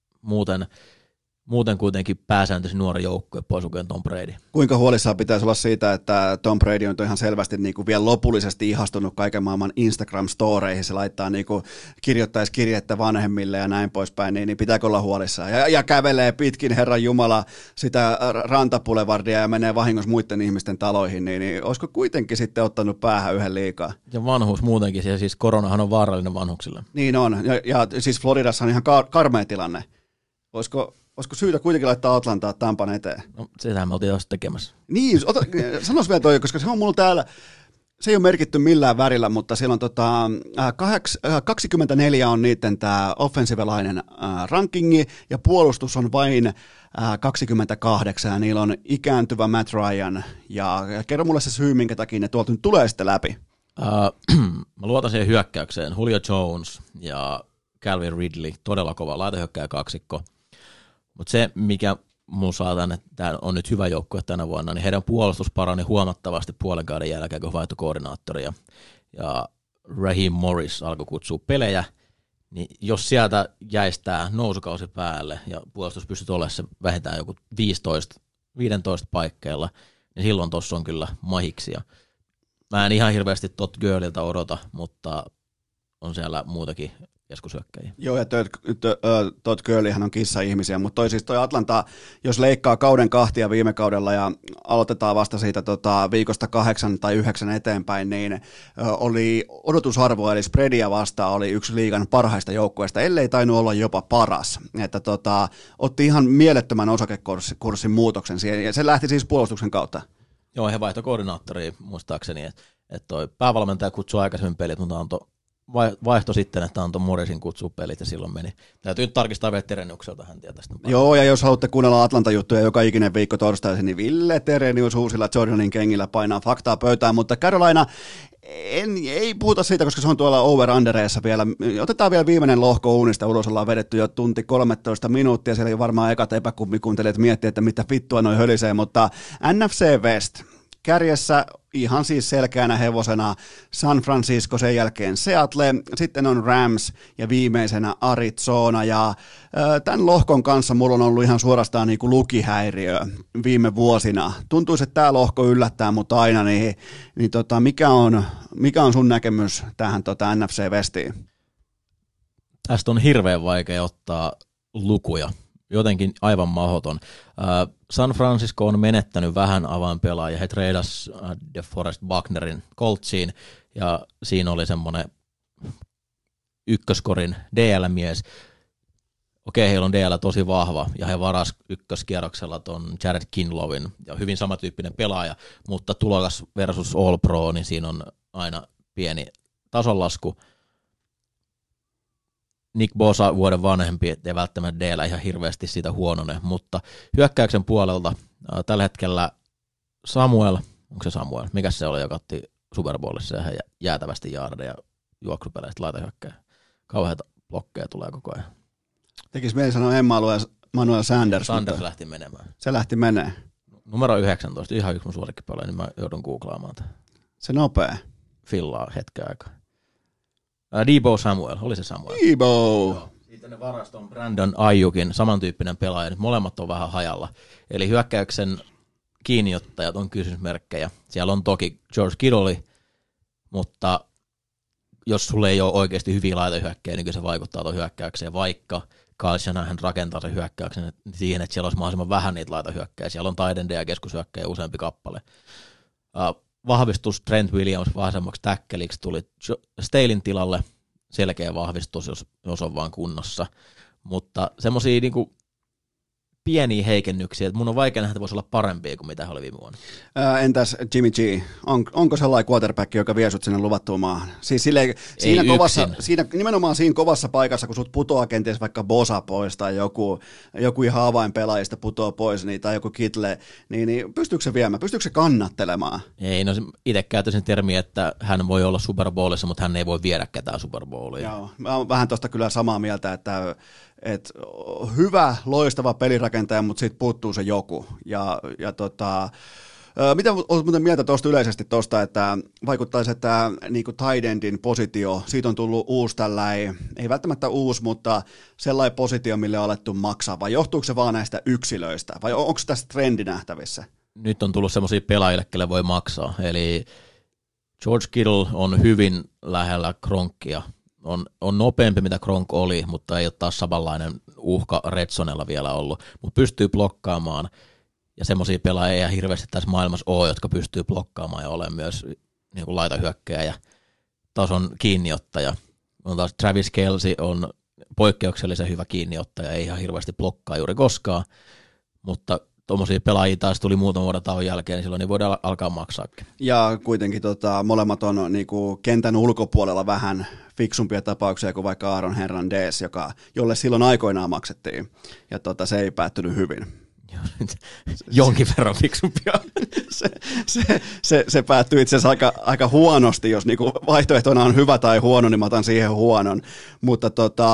muuten kuitenkin pääsääntöisesti nuori joukkue pois lukien Tom Brady. Kuinka huolissaan pitäisi olla siitä, että Tom Brady on ihan selvästi niin kuin vielä lopullisesti ihastunut kaiken maailman Instagram-storeihin, se laittaa niin kuin kirjoittaisi kirjettä vanhemmille ja näin poispäin, niin pitääkö olla huolissaan? Ja kävelee pitkin Herran Jumala sitä rantapulevardia ja menee vahingossa muiden ihmisten taloihin, niin olisiko kuitenkin sitten ottanut päähän yhden liikaa? Ja vanhuus muutenkin, ja siis koronahan on vaarallinen vanhuksille. Niin on, ja siis Floridassa on ihan karmea tilanne. Olisiko syytä kuitenkin laittaa Atlantaa Tampan eteen? No, sitähän me oltiin jo tekemässä. Niin, sanois vielä toi, koska se on mulla täällä, se ei ole merkitty millään värillä, mutta siellä on 24 on niiden tämä offensivelainen rankingi, ja puolustus on vain 28, ja niillä on ikääntyvä Matt Ryan, ja kerro mulle se syy, minkä takia ne tuolta nyt tulee sitten läpi. Mä luotan siihen hyökkäykseen. Julio Jones ja Calvin Ridley, todella kova laitahyökkääjä kaksikko. Mutta se, mikä mun saatan, että tämä on nyt hyvä joukkue tänä vuonna, niin heidän puolustus parani huomattavasti puolen kauden jälkeen, kun vaihtoi koordinaattoria. Ja Raheem Morris alkoi kutsua pelejä, niin jos sieltä jäistää nousukausi päälle ja puolustus pystyy olemaan se vähintään joku 15 paikkeilla, niin silloin tuossa on kyllä mahiksia. Mä en ihan hirveästi Todd Gurleyilta odota, mutta on siellä muutakin keskusyökkäjiä. Joo, ja Todd Gurleyhän on kissa-ihmisiä, mutta toi Atlanta, jos leikkaa kauden kahtia viime kaudella ja aloitetaan vasta siitä viikosta 8 tai 9 eteenpäin, niin oli odotusarvo, eli spreadia vastaan oli yksi liigan parhaista joukkueista, ellei tainnut olla jopa paras. Että otti ihan mielettömän osakekurssin muutoksen siihen, ja se lähti siis puolustuksen kautta. Joo, he vaihtoi koordinaattoria muistaakseni, että toi päävalmentaja kutsui aikaisemmin pelit, mutta vaihto sitten, että antoi Morrisin kutsua pelit ja silloin meni. Täytyy nyt tarkistaa vielä Tereniukselta häntiä tästä. Joo, ja jos haluatte kuunnella Atlanta-juttuja joka ikinen viikko torstaisin, niin Ville Terenius uusilla Jordanin kengillä painaa faktaa pöytään, mutta Carolina ei puhuta siitä, koska se on tuolla over-undereessa vielä. Otetaan vielä viimeinen lohko uunista ulos, ollaan vedetty jo tunti 13 minuuttia, siellä ei varmaan ekat epäkummikuuntelijat miettiä, että mitä vittua noi hölisee, mutta NFC West kärjessä ihan siis selkeänä hevosena San Francisco, sen jälkeen Seattle, sitten on Rams ja viimeisenä Arizona, ja tämän lohkon kanssa mulla on ollut ihan suorastaan niin kuin lukihäiriö viime vuosina. Tuntuisi, että tämä lohko yllättää mut aina, niin mikä on sun näkemys tähän NFC Westiin? Tästä on hirveän vaikea ottaa lukuja. Jotenkin aivan mahdoton. San Francisco on menettänyt vähän avainpelaajia. He treidas DeForest Bucknerin Coltsiin, ja siinä oli semmoinen ykköskorin DL-mies. Okei, heillä on DL tosi vahva, ja he varas ykköskierroksella ton Jared Kinlowin, ja hyvin samantyyppinen pelaaja, mutta tulokas versus All Pro, niin siinä on aina pieni tasonlasku. Nick Bosa vuoden vanhempi, ei välttämättä DL ihan hirveästi siitä huonone, mutta hyökkäyksen puolelta tällä hetkellä Samuel, onko se Samuel, mikä se oli, joka otti Super Bowlissa ja jäätävästi jaardeja juoksupeleistä laitahyökkäjä. Kauheita blokkeja tulee koko ajan. Tekisi mieli sanoa Emmanuel Sanders. Sanders lähti menemään. Se lähti menee. Numero 19, ihan yksi mun suosikkipelaaja, niin mä joudun googlaamaan tämän. Se nopea. Fillaa hetken aikaa. Debo Samuel, oli se Samuel? Debo! Joo. Siitä ne varaston Brandon Ayukin, samantyyppinen pelaaja, nyt molemmat on vähän hajalla. Eli hyökkäyksen kiinniottajat on kysymysmerkkejä. Siellä on toki George Kittle, mutta jos sulle ei ole oikeasti hyviä laitahyökkäjä, niin kyllä se vaikuttaa tuon hyökkäykseen, vaikka Kyle Shanahan rakentaa sen hyökkäyksen siihen, että siellä olisi mahdollisimman vähän niitä laitahyökkäjiä. Siellä on tight endia ja keskushyökkäjiä useampi kappale. Vahvistus Trent Williams vasemmaksi täkkeliksi tuli Stalin tilalle, selkeä vahvistus, jos on vaan kunnossa. Mutta semmoisia niinku pieniä heikennyksiä, että mun on vaikea nähdä, että voisi olla parempia kuin mitä he oli viime vuonna. Entäs Jimmy G? Onko sellainen quarterback, joka vie sut sinne luvattuun maahan? Siis nimenomaan siinä kovassa paikassa, kun sut putoaa kenties vaikka Bosa pois tai joku ihan avainpelaajista putoaa pois tai joku Kittle, niin pystyykö se viemään? Pystyykö se kannattelemaan? Ei, no itse käytäisin termiä, että hän voi olla Super Bowlissa, mutta hän ei voi viedä ketään Super Bowlia. Joo, mä oon vähän tuosta kyllä samaa mieltä, että hyvä, loistava pelirakentaja, mutta siitä puuttuu se joku. Mitä olet muuten mieltä tuosta yleisesti tuosta, että vaikuttaisi, että niinku tight endin positio, siitä on tullut uusi tällainen, ei välttämättä uusi, mutta sellainen positio, mille on alettu maksaa, vai johtuuko se vaan näistä yksilöistä, vai onko tässä trendi nähtävissä? Nyt on tullut semmoisia pelaajille, kelle voi maksaa, eli George Kittle on hyvin lähellä Gronkia. On nopeampi, mitä Gronk oli, mutta ei ole taas samanlainen uhka Redsonella vielä ollut, mutta pystyy blokkaamaan, ja semmoisia pelaajia ei hirveästi tässä maailmassa ole, jotka pystyy blokkaamaan ja olemaan myös niin kuin laitahyökkääjä ja tason kiinniottaja. On taas Travis Kelce on poikkeuksellisen hyvä kiinniottaja, ei ihan hirveästi blokkaa juuri koskaan, mutta tuommoisia pelaajia taas tuli muutaman vuoden tauon jälkeen, niin silloin niin voidaan alkaa maksaakin. Ja kuitenkin molemmat on niinku kentän ulkopuolella vähän fiksumpia tapauksia kuin vaikka Aaron Hernandez, jolle silloin aikoinaan maksettiin, ja se ei päättynyt hyvin. Jonkin verran fiksumpia. se päättyy itse asiassa aika huonosti, jos niinku vaihtoehtona on hyvä tai huono, niin mä otan siihen huonon, mutta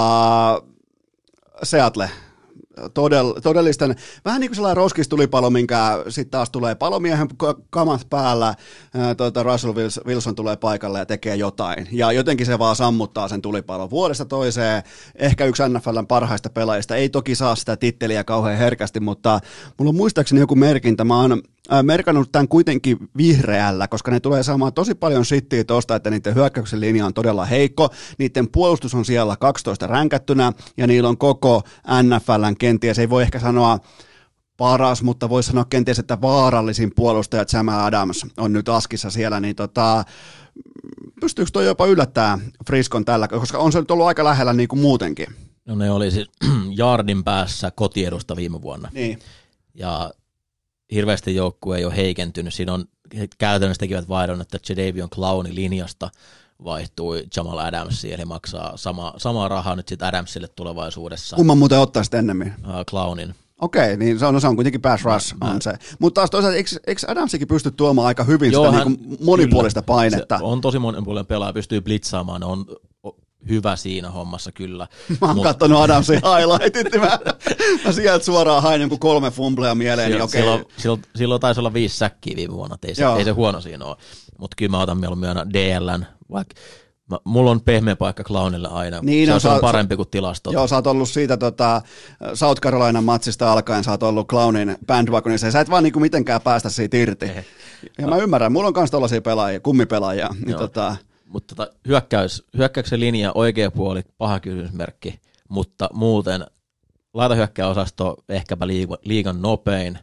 Seattle, todellisten, vähän niin kuin sellainen roskistulipalo, minkä sitten taas tulee palomiehen kamat päällä, Russell Wilson tulee paikalle ja tekee jotain, ja jotenkin se vaan sammuttaa sen tulipalon vuodesta toiseen, ehkä yksi NFL:n parhaista pelaajista, ei toki saa sitä titteliä kauhean herkästi, mutta mulla on muistaakseni joku merkintä, mä oon merkannut tämän kuitenkin vihreällä, koska ne tulee saamaan tosi paljon shittiä tosta, että niiden hyökkäyksen linja on todella heikko, niiden puolustus on siellä 12 ränkättynä, ja niillä on koko NFL:n kenties, ei voi ehkä sanoa paras, mutta voisi sanoa kenties, että vaarallisin puolustaja Jamal Adams on nyt askissa siellä, niin pystyykö toi jopa yllättää Friscon tällä, koska on se nyt ollut aika lähellä niin kuin muutenkin. No ne oli siis yardin päässä kotiedusta viime vuonna. Niin. Ja hirveästi joukkue ei ole heikentynyt. Siinä on käytännössä tekivät vaihdon, että Jadeveon Clownin linjasta vaihtui Jamal Adamsiin, eli maksaa samaa rahaa nyt sitten Adamsille tulevaisuudessa. Kumman muuten ottaisit ennemmin? Clownin. Okei, niin se on kuitenkin pass rush on se. Mutta taas toisaalta, eikö Adamsikin pysty tuomaan aika hyvin sitä niin monipuolista painetta? Se on tosi monipuolinen pelaaja, pystyy blitzaamaan, ne on hyvä siinä hommassa kyllä. Mä oon katsonut Adamsin highlightit, niin mä sieltä suoraan hain jonkun 3 fumblea mieleen. Niin silloin taisi olla 5 säkkiä viime vuonna, ei se huono siinä ole. Mutta kyllä mä otan mieluummin aina DL:n, vaikka mulla on pehmeä paikka Clownille aina, niin, se on parempi kuin tilastot. Joo, sä oot ollut siitä South Carolinan matsista alkaen, sä oot ollut Clownin bandwagonissa, ja sä et vaan niinku mitenkään päästä siitä irti. Ja mä ymmärrän, mulla on kans tollaisia pelaajia, kummipelaajia. Niin mutta hyökkäyksen linja, oikea puoli, paha kysymysmerkki, mutta muuten laitahyökkäjäosasto ehkäpä liigan nopein,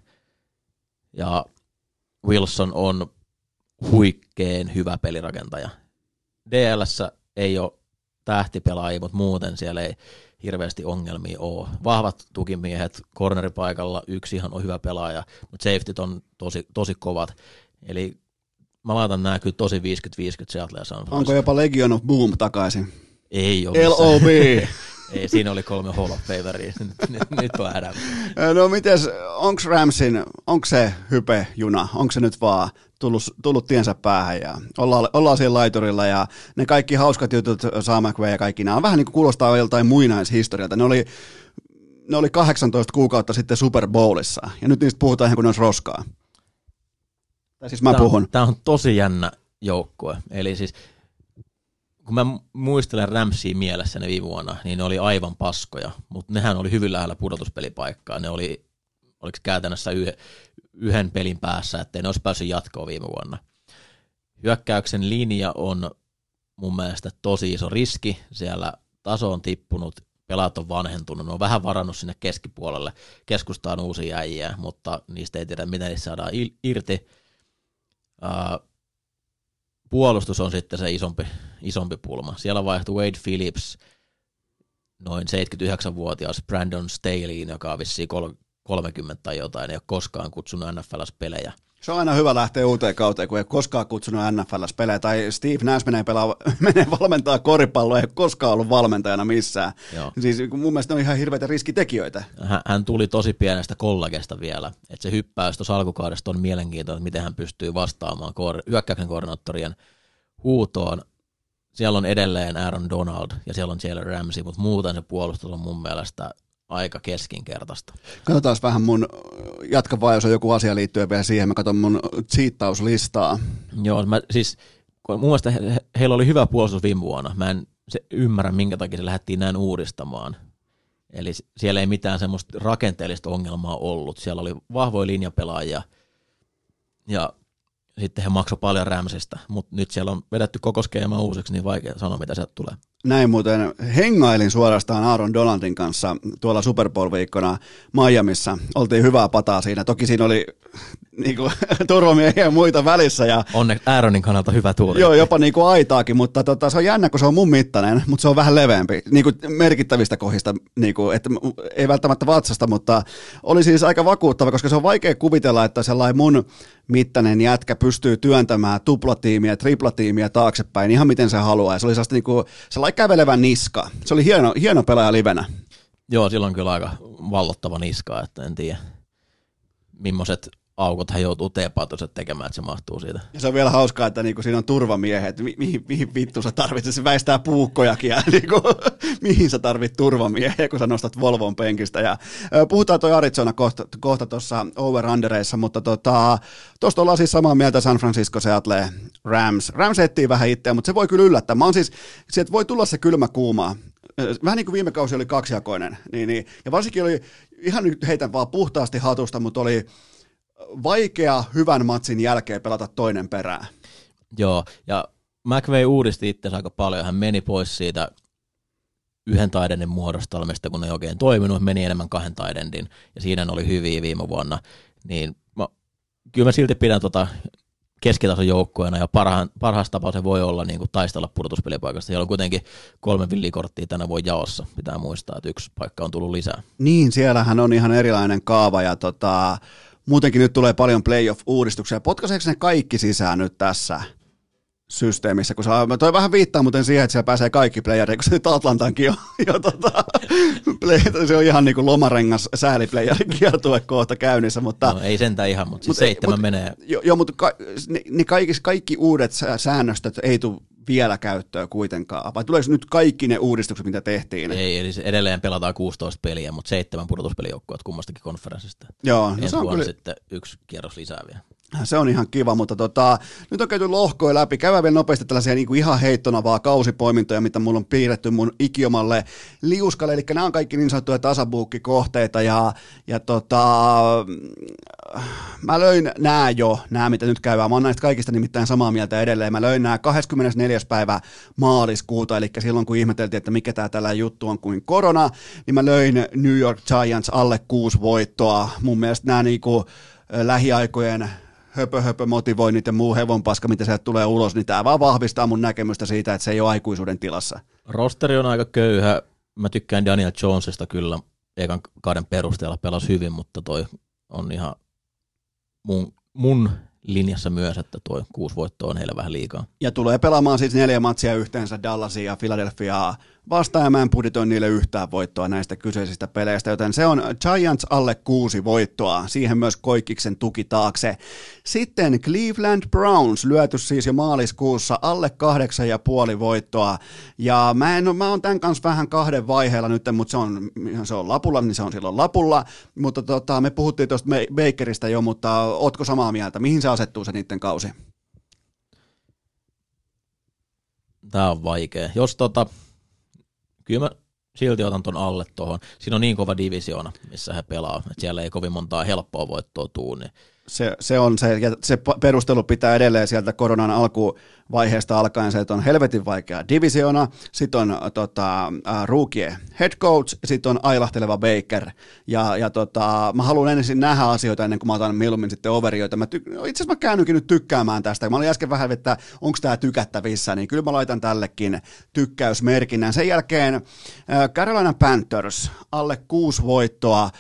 ja Wilson on huikeen hyvä pelirakentaja. DL:ssä ei ole tähtipelaajia, mutta muuten siellä ei hirveästi ongelmia ole. Vahvat tukimiehet, corneripaikalla yksi ihan on hyvä pelaaja, mutta safetyt on tosi kovat. Eli mä laitan nämä kyllä tosi 50-50 Seattle ja San Francisco. Onko jopa Legion of Boom takaisin? Ei ole. LOB! Ei, siinä oli 3 Hall of Fameria. Nyt on Adams. No mites, onko Ramsin, onko se hype-juna, onko se nyt vaan tullut tiensä päähän ja ollaan siellä laiturilla ja ne kaikki hauskat jutut, Sean McVay ja kaikki, nämä on vähän niin kuin kuulostaa joltain muinaishistorialta. Ne oli 18 kuukautta sitten Super Bowlissa ja nyt niistä puhutaan ihan kuin ne olisi roskaa. Tai siis mä puhun. Tämä on tosi jännä joukkue, eli siis kun mä muistelen Ramsia mielessäni viime vuonna, niin ne oli aivan paskoja, mutta nehän oli hyvin lähellä pudotuspelipaikkaa. Ne oliko käytännössä yhden pelin päässä, ettei ne olisi päässyt jatkoon viime vuonna. Hyökkäyksen linja on mun mielestä tosi iso riski. Siellä taso on tippunut pelaat on vanhentunut, ne on vähän varannut sinne keskipuolelle, keskustaan uusia äijää, mutta niistä ei tiedä, miten niistä saadaan irti. Puolustus on sitten se isompi pulma. Siellä vaihtui Wade Phillips, noin 79-vuotias Brandon Staley, joka on vissiin 30 tai jotain, ei ole koskaan kutsunut NFL-pelejä. Se on aina hyvä lähteä uuteen kauteen, kun ei ole koskaan kutsunut NFL-pelejä, tai Steve Nash menee valmentaa koripalloa, ei ole koskaan ollut valmentajana missään. Joo. Siis mun mielestä ne on ihan hirveitä riskitekijöitä. Hän tuli tosi pienestä kollegesta vielä, että se hyppäys tuossa alkukaudesta on mielenkiintoinen, miten hän pystyy vastaamaan hyökkäyksen koordinaattorien huutoon. Siellä on edelleen Aaron Donald ja siellä on Jalen Ramsey, mutta muuten se puolustus on mun mielestä aika keskinkertaista. Katsotaan vähän jatka vaan, jos on joku asia liittyen vielä siihen, mä katson mun cheattauslistaa. Joo, mun mielestä heillä oli hyvä puolustus viime vuonna. Mä en ymmärrä, minkä takia se lähdettiin näin uudistamaan. Eli siellä ei mitään semmoista rakenteellista ongelmaa ollut. Siellä oli vahvoja linjapelaajia ja sitten he maksoi paljon Ramsista, mutta nyt siellä on vedetty koko skeema uusiksi, niin vaikea sanoa, mitä sieltä tulee. Näin muuten hengailin suorastaan Aaron Donaldin kanssa tuolla Super Bowl-viikkona Miamissa. Oltiin hyvää pataa siinä. Toki siinä oli niinku, turvamiehiä ja muita välissä. Ja, onneksi Aaronin kannalta hyvä tuuri. Joo, jopa niinku aitaakin, mutta se on jännä, kun se on mun mittainen, mutta se on vähän leveämpi. Niinku merkittävistä kohdista, niinku, että ei välttämättä vatsasta, mutta oli siis aika vakuuttava, koska se on vaikea kuvitella, että sellainen mun mittainen jätkä pystyy työntämään tuplatiimiä, triplatiimiä taaksepäin ihan miten se haluaa. Ja se oli sellainen kävelevä niska. Se oli hieno pelaaja livenä. Joo, silloin kyllä aika vallottava niska, että en tiedä millaiset aukot hän joutuu teepatoset tekemään, että se mahtuu siitä. Ja se on vielä hauskaa, että niinku siinä on turvamiehet, mihin vittu sä tarvitset, se väistää puukkojakin ja niinku, mihin sä tarvit turvamiehiä, kun sä nostat Volvon penkistä. Ja, puhutaan toi Arizona kohta tuossa over-undereissa, mutta tuosta ollaan siis samaa mieltä San Francisco, Seattle, Rams. Rams etsii vähän itseä, mutta se voi kyllä yllättää. Mä oon siis, sieltä voi tulla se kylmä kuuma. Vähän niin kuin viime kausi oli kaksijakoinen. Niin. Ja varsinkin oli, ihan nyt heitän vaan puhtaasti hatusta, mutta oli vaikea hyvän matsin jälkeen pelata toinen perään. Joo, ja McVay uudisti itse aika paljon. Hän meni pois siitä yhden taidendin muodostelmista, kun ei oikein toiminut, meni enemmän kahden taidendin, ja siinä oli hyviä viime vuonna. Niin kyllä mä silti pidän keskitason joukkueena, ja parhaassa tapauksessa se voi olla niin kuin taistella pudotuspelipaikasta. Siellä on kuitenkin 3 villikorttia tänä vuonna jaossa. Pitää muistaa, että 1 paikka on tullut lisää. Niin, siellähän on ihan erilainen kaava, ja muutenkin nyt tulee paljon playoff-uudistuksia. Potkaiseeko ne kaikki sisään nyt tässä systeemissä? Kun toi vähän viittaa muuten siihen, että siellä pääsee kaikki playerit, kun se nyt Atlantankin jo se on ihan niin kuin lomarengas sääliplayeri kiertue kohta käynnissä. Mutta, no ei sentään ihan, mutta siis 7 menee. Joo, mutta kaikki uudet säännöstöt ei tule vielä käyttöön kuitenkaan, vai tuleeko nyt kaikki ne uudistukset, mitä tehtiin? Ei, eli edelleen pelataan 16 peliä, mutta 7 pudotuspelijoukkueet kummastakin konferenssista. Joo, no se on kyllä sitten 1 kierros lisää vielä. Se on ihan kiva, mutta nyt on käyty lohkoja läpi. Käydään vielä nopeasti tällaisia niin kuin ihan heittona vaan kausipoimintoja, mitä mulla on piirretty mun ikiomalle liuskalle, eli nämä on kaikki niin sanottuja tasabuukkikohteita, ja mä löin nämä mitä nyt käydään. Mä oon näistä kaikista nimittäin samaa mieltä edelleen. Mä löin nämä 24. päivä maaliskuuta, eli silloin kun ihmeteltiin, että mikä tää tällä juttu on kuin korona, niin mä löin New York Giants alle 6 voittoa. Mun mielestä nämä niinku lähiaikojen höpö motivoinnit ja muu hevonpaska, mitä sieltä tulee ulos, niin tämä vaan vahvistaa mun näkemystä siitä, että se ei ole aikuisuuden tilassa. Rosteri on aika köyhä. Mä tykkään Daniel Jonesista kyllä ekan kauden perusteella, pelasi hyvin, mutta toi on ihan mun linjassa myös, että tuo 6 voittoa on heille vähän liikaa. Ja tulee pelaamaan siis 4 matsia yhteensä Dallasia ja Philadelphiaa vastaan, ja mä en budjetoi niille yhtään voittoa näistä kyseisistä peleistä, joten se on Giants alle 6 voittoa, siihen myös Koikiksen tuki taakse. Sitten Cleveland Browns lyöty siis jo maaliskuussa alle 8,5 voittoa, ja mä oon tämän kanssa vähän 2 vaiheella nyt, mutta se on lapulla, niin se on silloin lapulla, mutta me puhuttiin tuosta Bakerista jo, mutta ootko samaa mieltä, mihin se asettuu se niiden kausi? Tää on vaikea. Jos kyllä mä silti otan ton alle tuohon. Siinä on niin kova divisioona, missä he pelaa, että siellä ei kovin montaa helppoa voittoa tuu. Niin. Se on se, ja se perustelu pitää edelleen sieltä koronan alkuvaiheesta alkaen se, että on helvetin vaikea divisiona, sitten on rookie head coach, sitten on ailahteleva Baker, ja mä haluan ensin nähdä asioita ennen kuin mä otan mieluummin sitten overioita. Itse asiassa mä käännynkin nyt tykkäämään tästä, mä olin äsken vähän, että onko tämä tykättävissä, niin kyllä mä laitan tällekin tykkäysmerkinnän. Sen jälkeen Carolina Panthers, alle 6 voittoa.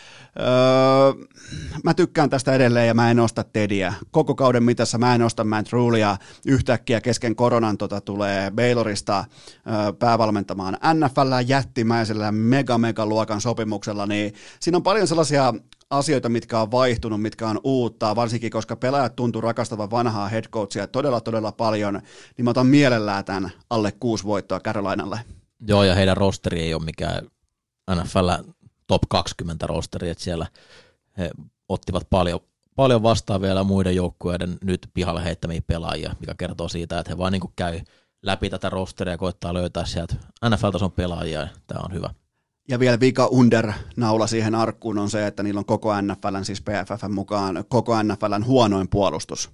Mä tykkään tästä edelleen ja mä en osta Tediä. Koko kauden mitassa mä en osta Matt Rulea. Yhtäkkiä kesken koronan tulee Baylorista päävalmentamaan NFL jättimäisellä mega-luokan sopimuksella, niin siinä on paljon sellaisia asioita, mitkä on vaihtunut, mitkä on uutta, varsinkin koska pelaajat tuntuu rakastavan vanhaa headcoachia todella paljon, niin mä otan mielellään tämän alle 6 voittoa Carolinalle. Joo, ja heidän rosteri ei ole mikään NFL top 20 rosteri, että siellä he ottivat paljon vastaan vielä muiden joukkueiden nyt pihalle heittämiä pelaajia, mikä kertoo siitä, että he vaan niin kuin käy läpi tätä rosteria ja koittaa löytää sieltä NFL-tason pelaajia, ja tämä on hyvä. Ja vielä vika under-naula siihen arkkuun on se, että niillä on koko NFLn, siis PFFn mukaan, koko NFLn huonoin puolustus.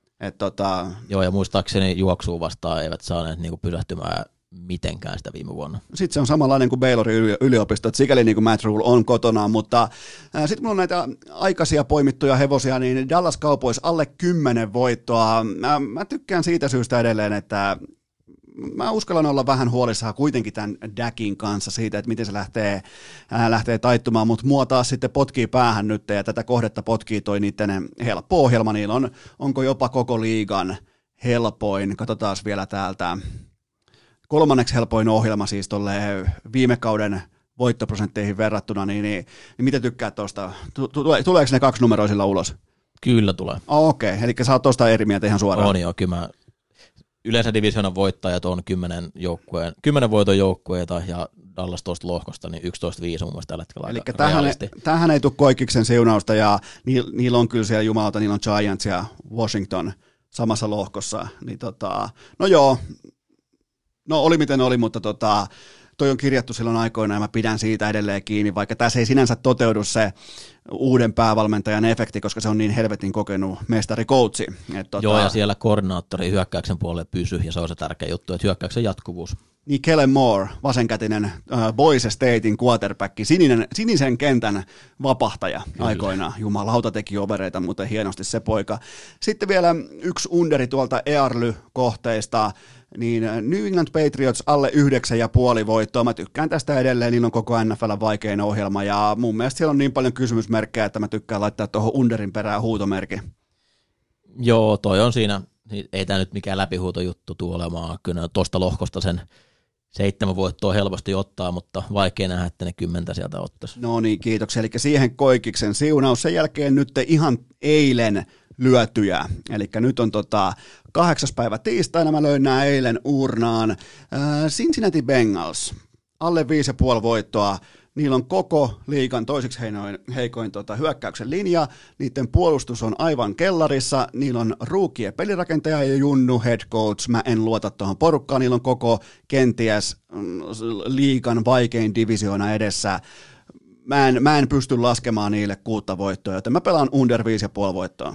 Joo, ja muistaakseni juoksuun vastaan eivät saaneet niinku pysähtymään mitenkään sitä viime vuonna. Sitten se on samanlainen kuin Baylorin yliopisto, että sikäli niin kuin Matt Rule on kotonaan, mutta sitten mulla on näitä aikaisia poimittuja hevosia, niin Dallas Cowboys alle 10 voittoa. Mä tykkään siitä syystä edelleen, että mä uskallan olla vähän huolissaan kuitenkin tämän Dakin kanssa siitä, että miten se lähtee taittumaan, mutta mua taas sitten potkii päähän nyt, ja tätä kohdetta potkii toi niiden helppo ohjelma, niillä onko jopa koko liigan helpoin, katsotaan vielä täältä, 3. helpoin ohjelma siis tolle viime kauden voittoprosentteihin verrattuna, niin miten tykkäät tuosta? Tuleeko ne 2-numeroisilla ulos? Kyllä tulee. Okei, eli sä oot tuosta eri mieltä ihan suoraan. On joo, kyllä mä yleensä divisioonan voittajat on 10 voiton joukkueita ja Dallas tuosta lohkosta, niin 11-5 on mun mielestä tällä hetkellä aika realisti. Tähän ei tule Koikiksen siunausta, ja niillä on kyllä siellä jumalauta, niillä on Giants ja Washington samassa lohkossa. Niin no joo, no oli miten oli, mutta toi on kirjattu silloin aikoina ja mä pidän siitä edelleen kiinni, vaikka tässä ei sinänsä toteudu se uuden päävalmentajan efekti, koska se on niin helvetin kokenut mestarikoutsi. Joo, ja siellä koordinaattori hyökkäyksen puolelle pysyy, ja se on se tärkeä juttu, että hyökkäyksen jatkuvuus. Niin Kellen Moore, vasenkätinen Boise Statein quarterback, sinisen kentän vapahtaja aikoinaan. Jumalauta teki overeita, mutta hienosti se poika. Sitten vielä yksi underi tuolta EARLY-kohteista, niin New England Patriots alle 9,5 voittoa. Mä tykkään tästä edelleen, niillä on koko NFL:n vaikein ohjelma, ja mun mielestä siellä on niin paljon kysymysmerkkejä, että mä tykkään laittaa tuohon underin perään huutomerkin. Joo, toi on siinä. Ei tämä nyt mikään läpihuutojuttu tule olemaan. Kyllä tuosta lohkosta sen 7 voittoa helposti ottaa, mutta vaikea nähdä, että ne 10 sieltä ottaisi. No niin, kiitoksia. Eli siihen Koikiksen siunaus. Sen jälkeen nyt ihan eilen lyötyjä. Eli nyt on 8. päivä tiistaina, mä löin nämä eilen uurnaan. Cincinnati Bengals, alle 5,5 voittoa. Niillä on koko liigan toiseksi heikoin hyökkäyksen linja, niiden puolustus on aivan kellarissa, niillä on rookie pelirakentaja ja junnu head coach, mä en luota tuohon porukkaan, niillä on koko kenties liigan vaikein divisioona edessä. Mä en pysty laskemaan niille 6 voittoa, joten mä pelaan under 5,5 voittoa.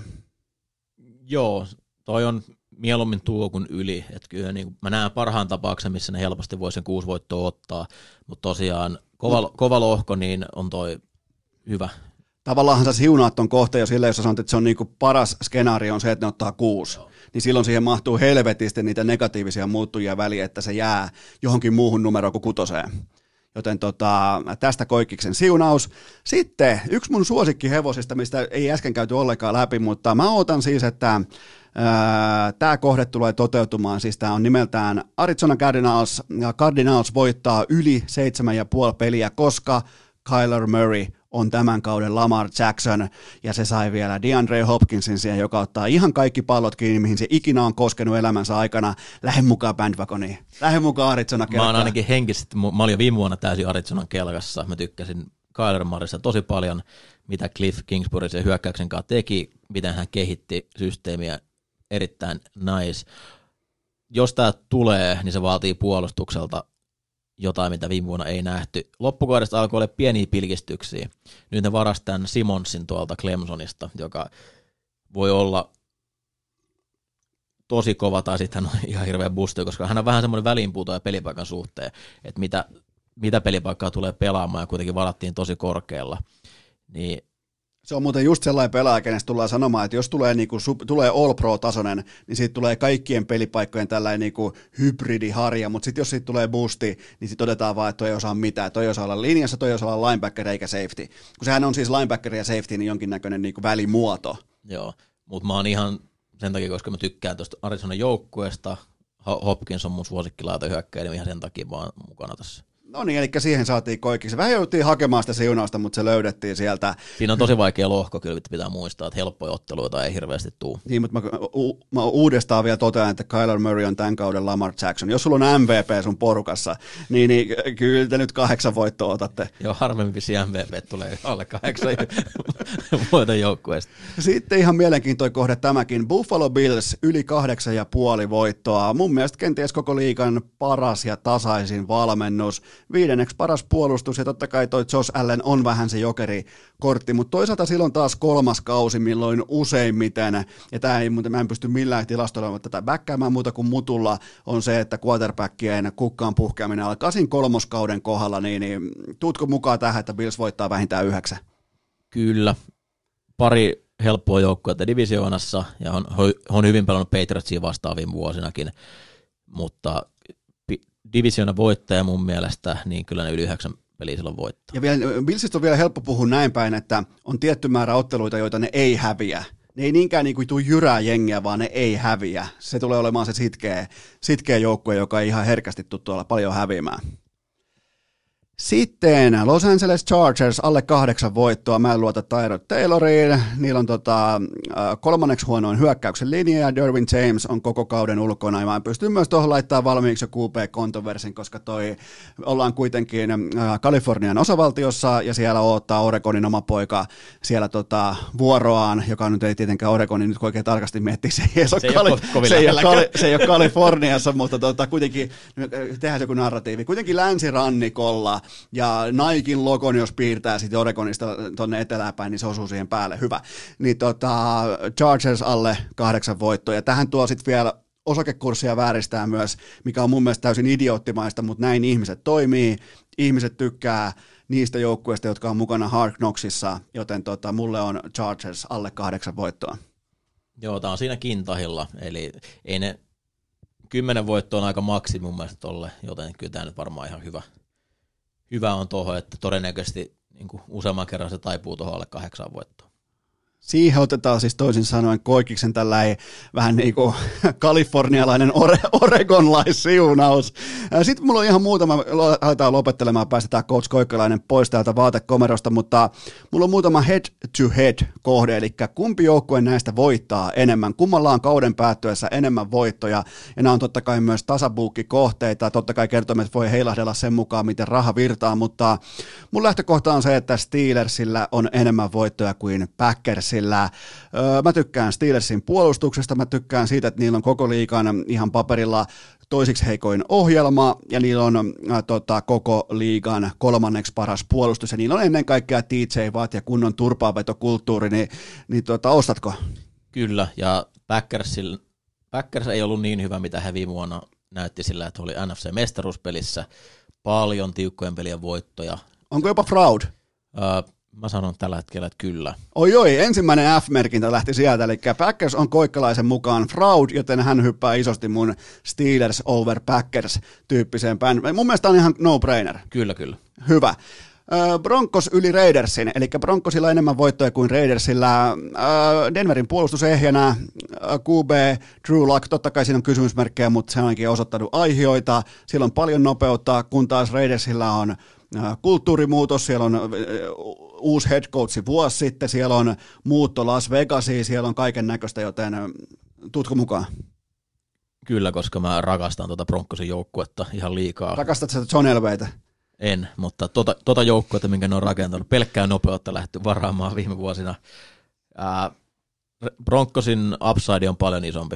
Joo, toi on mieluummin tuo kuin yli, että kyllä niin mä näen parhaan tapauksen, missä ne helposti voi sen 6 voittoa ottaa, mutta tosiaan kova lohko, niin on toi hyvä. Tavallaan sä siunaat ton kohteen jo silleen, jos sä sanot, että se on niinku paras skenaario on se, että ne ottaa 6. Joo. Niin silloin siihen mahtuu helvetisti niitä negatiivisia muuttujia väliin, että se jää johonkin muuhun numeroon kuin 6. Joten tästä Koikiksen siunaus. Sitten yksi mun suosikkihevosista, mistä ei äsken käyty ollenkaan läpi, mutta mä ootan siis, että tämä kohde tulee toteutumaan, siis tämä on nimeltään Arizona Cardinals, ja Cardinals voittaa yli 7,5 peliä, koska Kyler Murray on tämän kauden Lamar Jackson, ja se sai vielä DeAndre Hopkinsin siihen, joka ottaa ihan kaikki pallot kiinni, mihin se ikinä on koskenut elämänsä aikana. Lähde mukaan bandwagoniin, lähde mukaan Arizona kelkkaan. Mä oon ainakin henkisesti, mä olin viime vuonna täysin Arizonan kelkassa, mä tykkäsin Kyler Murraysta tosi paljon, mitä Cliff Kingsbury sen hyökkäyksen kanssa teki, miten hän kehitti systeemiä, erittäin nice. Jos tämä tulee, niin se vaatii puolustukselta jotain, mitä viime vuonna ei nähty. Loppukaudesta alkoi olla pieniä pilkistyksiä. Nyt ne varasi tämän Simonsin tuolta Clemsonista, joka voi olla tosi kova, tai sitten hän on ihan hirveä booster, koska hän on vähän semmoinen väliinpuutoja pelipaikan suhteen, että mitä pelipaikkaa tulee pelaamaan, ja kuitenkin varattiin tosi korkealla. Niin se on muuten just sellainen pelaaja, kenestä tullaan sanomaan, että jos tulee, tulee All-Pro-tasoinen, niin siitä tulee kaikkien pelipaikkojen tällainen hybridiharja, mutta sitten jos siitä tulee boosti, niin sitten todetaan vaan, että toi ei osaa mitään, toi ei osaa olla linjassa, toi ei osaa olla linebacker eikä safety. Kun sehän on siis linebacker ja safety, niin jonkinnäköinen välimuoto. Joo, mutta mä oon ihan sen takia, koska mä tykkään tuosta Arizonan joukkueesta, Hopkins on mun suosikkilaitahyökkäjä, niin ihan sen takia vaan mukana tässä. No niin, eli siihen saatiin koikiksi. Vähän jouduttiin hakemaan sitä siunausta, mutta se löydettiin sieltä. Siinä on tosi vaikea lohko, kyllä pitää muistaa, että helppoja otteluita ei hirveästi tule. Niin, mutta mä uudestaan vielä totean, että Kyler Murray on tämän kauden Lamar Jackson. Jos sulla on MVP sun porukassa, niin kyllä te nyt 8 voittoa otatte. Joo, harvemmin MVP tulee alle 8 voiton joukkueesta. Sitten ihan mielenkiintoinen kohde tämäkin. Buffalo Bills yli 8,5 voittoa. Mun mielestä kenties koko liigan paras ja tasaisin valmennus. 5. paras puolustus, ja totta kai toi Josh Allen on vähän se jokerikortti, mutta toisaalta silloin taas 3. kausi, milloin useimmiten, ja mä en pysty millään tilastoilla tätä bäkkäämään muuta kuin mutulla, on se, että quarterbackien kukkaan puhkeaminen alkaa siinä 3. kauden kohdalla, niin tuutko mukaan tähän, että Bills voittaa vähintään 9? Kyllä. Pari helppoa joukkuetta divisioonassa, ja on hyvin pelannut Patriotsia vastaan viime vuosinakin, mutta divisioonan voittaja mun mielestä, niin kyllä ne yli 9 peliä silloin voittaa. Ja vielä, Billsistä on vielä helppo puhua näin päin, että on tietty määrä otteluita, joita ne ei häviä. Ne ei niinkään tuu jyrää jengiä, vaan ne ei häviä. Se tulee olemaan se sitkeä joukkue, joka ei ihan herkästi tule tuolla paljon häviämään. Sitten Los Angeles Chargers alle 8 voittoa. Mä en luota Tyrod Tayloriin. Niillä on 3. huonoin hyökkäyksen linja ja Derwin James on koko kauden ulkona. Ja mä pystyn myös tuohon laittaa valmiiksi jo QB-kontroversin, koska ollaan kuitenkin Kalifornian osavaltiossa ja siellä odottaa Oregonin oma poika siellä vuoroaan, joka nyt ei tietenkään Oregoni nyt oikein tarkasti miettiä. Se ei ole Kaliforniassa, mutta kuitenkin tehdään joku narratiivi. Kuitenkin länsirannikolla. Ja Nikein logon, jos piirtää sitten Oregonista tuonne eteläpäin, niin se osuu siihen päälle. Hyvä. Niin Chargers alle 8 voittoa. Ja tähän tuo sitten vielä osakekurssia vääristää myös, mikä on mun mielestä täysin idioottimaista, mutta näin ihmiset toimii. Ihmiset tykkää niistä joukkueista, jotka on mukana Hard Knocksissa, joten mulle on Chargers alle 8 voittoa. Joo, tää on siinä kintahilla, eli ei ne 10 voittoa on aika maksi mun mielestä tolle, joten kyllä tämä nyt varmaan ihan hyvä on tuohon, että todennäköisesti niin useamman kerran se taipuu tuohon alle 8 voittoa. Siihen otetaan siis toisin sanoen koikiksen tällainen vähän niin kuin kalifornialainen oregonlaissiunaus. Sitten mulla on ihan muutama, aletaan lopettelemaan, päästetään Coach Koikkalainen pois täältä vaatekomerosta, mutta mulla on muutama head-to-head-kohde, eli kumpi joukkue näistä voittaa enemmän, kummalla on kauden päättyessä enemmän voittoja, ja nämä on totta kai myös tasabuukkikohteita, totta kai kertoimet voi heilahdella sen mukaan, miten raha virtaa, mutta mun lähtökohta on se, että Steelersillä on enemmän voittoja kuin Packers. Mä tykkään Steelersin puolustuksesta, mä tykkään siitä, että niillä on koko liigan ihan paperilla toisiksi heikoin ohjelma, ja niillä on koko liigan 3. paras puolustus, ja niillä on ennen kaikkea TJ Watt ja kunnon turpaavetokulttuuri, niin ostatko? Kyllä, ja Packers ei ollut niin hyvä, mitä he viime vuonna näytti sillä, että oli NFC-mestaruuspelissä paljon tiukkojen pelien voittoja. Onko jopa fraud? Mä sanon tällä hetkellä, että kyllä. Oi, ensimmäinen F-merkintä lähti sieltä, eli Packers on Koikkalaisen mukaan fraud, joten hän hyppää isosti mun Steelers over Packers -tyyppiseen päin. Mun mielestä on ihan no-brainer. Kyllä. Hyvä. Broncos yli Raidersin, eli Broncosilla enemmän voittoja kuin Raidersilla. Denverin puolustus ehjänä, QB, Drew Luck, totta kai siinä on kysymysmerkkejä, mutta se on ainakin osoittanut aihioita. Siellä on paljon nopeutta, kun taas Raidersilla on kulttuurimuutos, siellä on uusi head coach vuosi sitten, siellä on muutto Las Vegasiin, siellä on kaiken näköistä, joten tutko mukaan? Kyllä, koska mä rakastan Broncosin joukkuetta ihan liikaa. Rakastat sä John Elwaytä? En, mutta joukkuetta, minkä ne on rakentanut, pelkkää nopeutta lähty varaamaan viime vuosina. Broncosin upside on paljon isompi.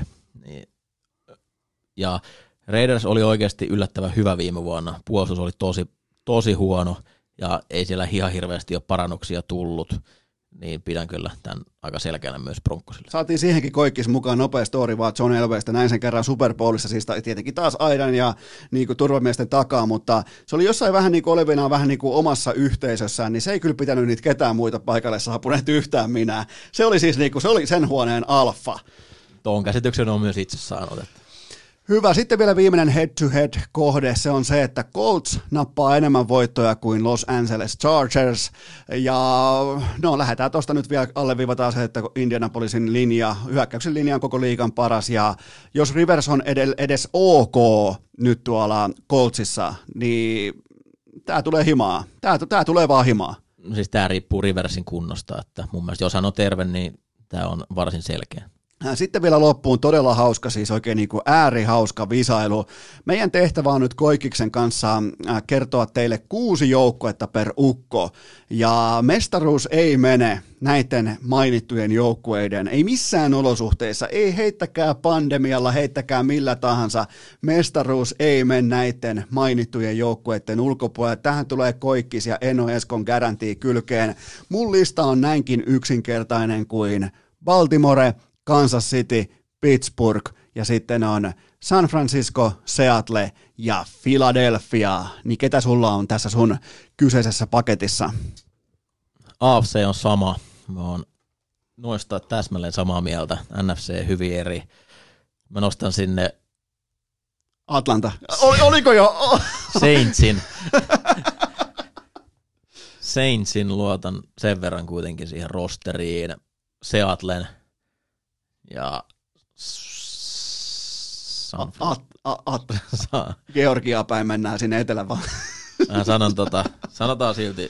Ja Raiders oli oikeasti yllättävän hyvä viime vuonna. Puolustus oli tosi huono, ja ei siellä ihan hirveästi ole parannuksia tullut. niin pidän kyllä tämän aika selkeänä myös Broncosille. Saatiin siihenkin Koikkis mukaan nopea story vaan John Elwaystä, näin sen kerran Super Bowlissa, siis tietenkin taas aidan ja niin kuin turvamiesten takaa, mutta se oli jossain vähän niin kuin olevinaan vähän niin kuin omassa yhteisössään, niin se ei kyllä pitänyt niitä ketään muita paikalle saapuneet yhtään minä. Se oli siis niin kuin, se oli sen huoneen alfa. Tuon käsityksen on myös itse saanut. Että. Hyvä. Sitten vielä viimeinen head-to-head-kohde. Se on se, että Colts nappaa enemmän voittoja kuin Los Angeles Chargers. Ja no lähdetään tuosta nyt vielä alleviivataan se, että Indianapolisin linja, hyökkäyksen linja on koko liigan paras. Ja jos Rivers on edes ok nyt tuolla Coltsissa, niin tämä tulee himaa. Tämä tulee vaan himaa. No siis tämä riippuu Riversin kunnosta. Että mun mielestä jos hän on terve, niin tämä on varsin selkeä. Sitten vielä loppuun todella hauska, siis oikein niin kuin äärihauska visailu. Meidän tehtävä on nyt Koikiksen kanssa kertoa teille 6 joukkuetta per ukko. Ja mestaruus ei mene näiden mainittujen joukkueiden, ei missään olosuhteissa, ei heittäkää pandemialla, heittäkää millä tahansa. Mestaruus ei mene näiden mainittujen joukkueiden ulkopuolelle. Tähän tulee Koikkis ja Eno Eskon garantii kylkeen. Mun lista on näinkin yksinkertainen kuin Baltimore, Kansas City, Pittsburgh ja sitten on San Francisco, Seattle ja Philadelphia. Niin ketä sulla on tässä sun kyseisessä paketissa? AFC on sama. Mä oon noista täsmälleen samaa mieltä. NFC hyvin eri. Mä nostan sinne Atlanta. Oliko jo? Saintsin luotan sen verran kuitenkin siihen rosteriin. Seattlen ja Georgiaa päin mennään sinne etelän vaan. Mä sanotaan silti,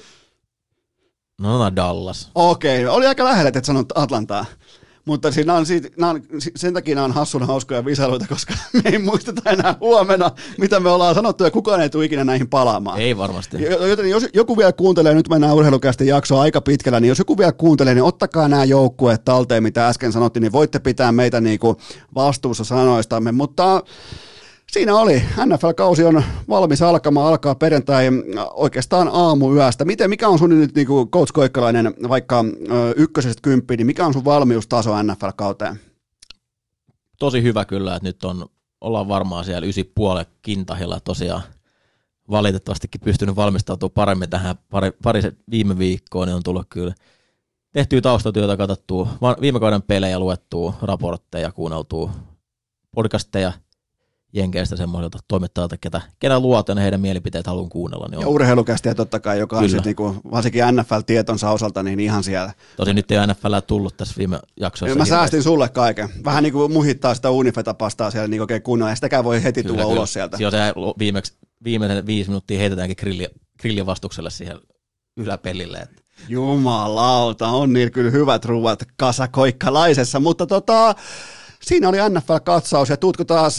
no Dallas. Okei, oli aika lähellä, että sanot Atlantaa. Mutta siinä sen takia nämä on hassun hauskoja visailuita, koska me ei muisteta enää huomenna, mitä me ollaan sanottu, ja kukaan ei tule ikinä näihin palaamaan. Ei varmasti. Joten jos joku vielä kuuntelee, nyt mennään urheilukästi jaksoa aika pitkällä, niin jos joku vielä kuuntelee, niin ottakaa nämä joukkueet talteen, mitä äsken sanottiin, niin voitte pitää meitä niinku vastuussa sanoistamme, mutta siinä oli. NFL-kausi on valmis alkaa perjantai oikeastaan aamuyöstä. Mikä on sun nyt, niin kuin Coach Koikkalainen, vaikka 1-10, niin mikä on sun valmiustaso NFL-kauteen? Tosi hyvä kyllä, että nyt ollaan varmaan siellä 9,5 kintahilla tosiaan valitettavastikin pystynyt valmistautumaan paremmin tähän pari viime viikkoon, niin on tullut kyllä tehtyä taustatyötä, katsottua viime kauden pelejä, luettua raportteja, kuunneltua podcasteja, jenkeistä semmoiselta toimittajalta, ketä luotan ja heidän mielipiteet haluan kuunnella. Niin ja urheilukästiä totta kai, joka on sitten niinku, varsinkin NFL-tietonsa osalta niin ihan siellä. Tosin nyt ei ole NFL tullut tässä viime jaksoissa. Mä säästin sulle kaiken. Vähän niin kuin muhittaa sitä unifetapastaa siellä niin oikein kunnolla, ja sitäkään voi heti tulla ulos sieltä. Joo, se viimeisen 5 minuuttia heitetäänkin grillivastukselle siihen yläpellille. Että. Jumalauta, on niillä kyllä hyvät ruuat kasakoikkalaisessa, mutta siinä oli NFL-katsaus, ja tuutko taas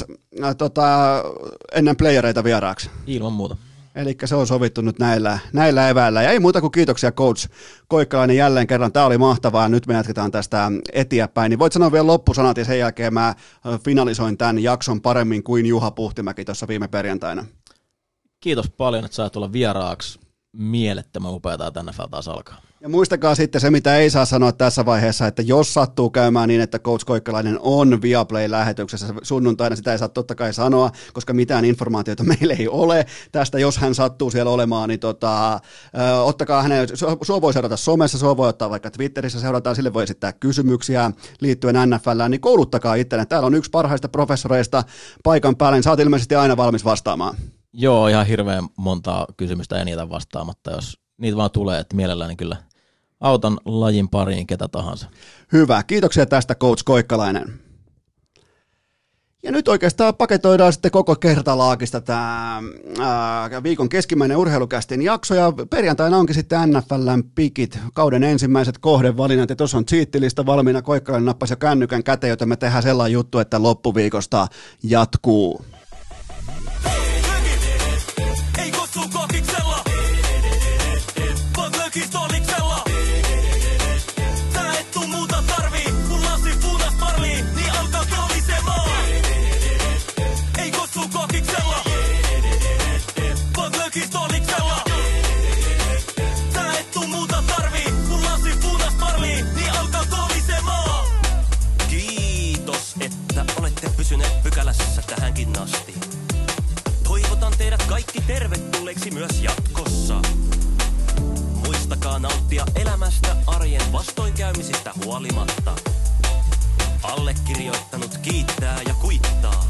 ennen playereita vieraaksi? Ilman muuta. Eli se on sovittu nyt näillä eväillä. Ja ei muuta kuin kiitoksia Coach Koikkalainen jälleen kerran. Tämä oli mahtavaa. Nyt me jatketaan tästä eteenpäin. Niin voit sanoa vielä loppusanat, ja sen jälkeen mä finalisoin tämän jakson paremmin kuin Juha Puhtimäki tuossa viime perjantaina. Kiitos paljon, että saat tulla vieraaksi. Mielettömän upeata, että NFL taas alkaa. Ja muistakaa sitten se, mitä ei saa sanoa tässä vaiheessa, että jos sattuu käymään niin, että Coach Koikkalainen on Viaplay-lähetyksessä sunnuntaina, sitä ei saa totta kai sanoa, koska mitään informaatiota meillä ei ole tästä, jos hän sattuu siellä olemaan, niin ottakaa hänen, sua voi seurata somessa, sua voi ottaa vaikka Twitterissä seurataan, sille voi esittää kysymyksiä liittyen NFLään, niin kouluttakaa itselleen. Täällä on yksi parhaista professoreista paikan päällä, niin sä oot ilmeisesti aina valmis vastaamaan. Joo, ihan hirveän montaa kysymystä ei niitä vastaamatta, jos niitä vaan tulee, että mielelläni kyllä autan lajin pariin ketä tahansa. Hyvä, kiitoksia tästä Coach Koikkalainen. Ja nyt oikeastaan paketoidaan sitten koko kertalaakista tämä viikon keskimmäinen urheilukästin jakso, ja perjantaina onkin sitten NFL:n pikit, kauden ensimmäiset kohdevalinnat, ja tuossa on cheat-lista valmiina, Koikkalainen nappasi jo kännykän käteen, joten me tehdään sellainen juttu, että loppuviikosta jatkuu. olisi myös jatkossa. Muistakaa nauttia elämästä arjen vastoinkäymisistä huolimatta. Allekirjoittanut kiittää ja kuittaa.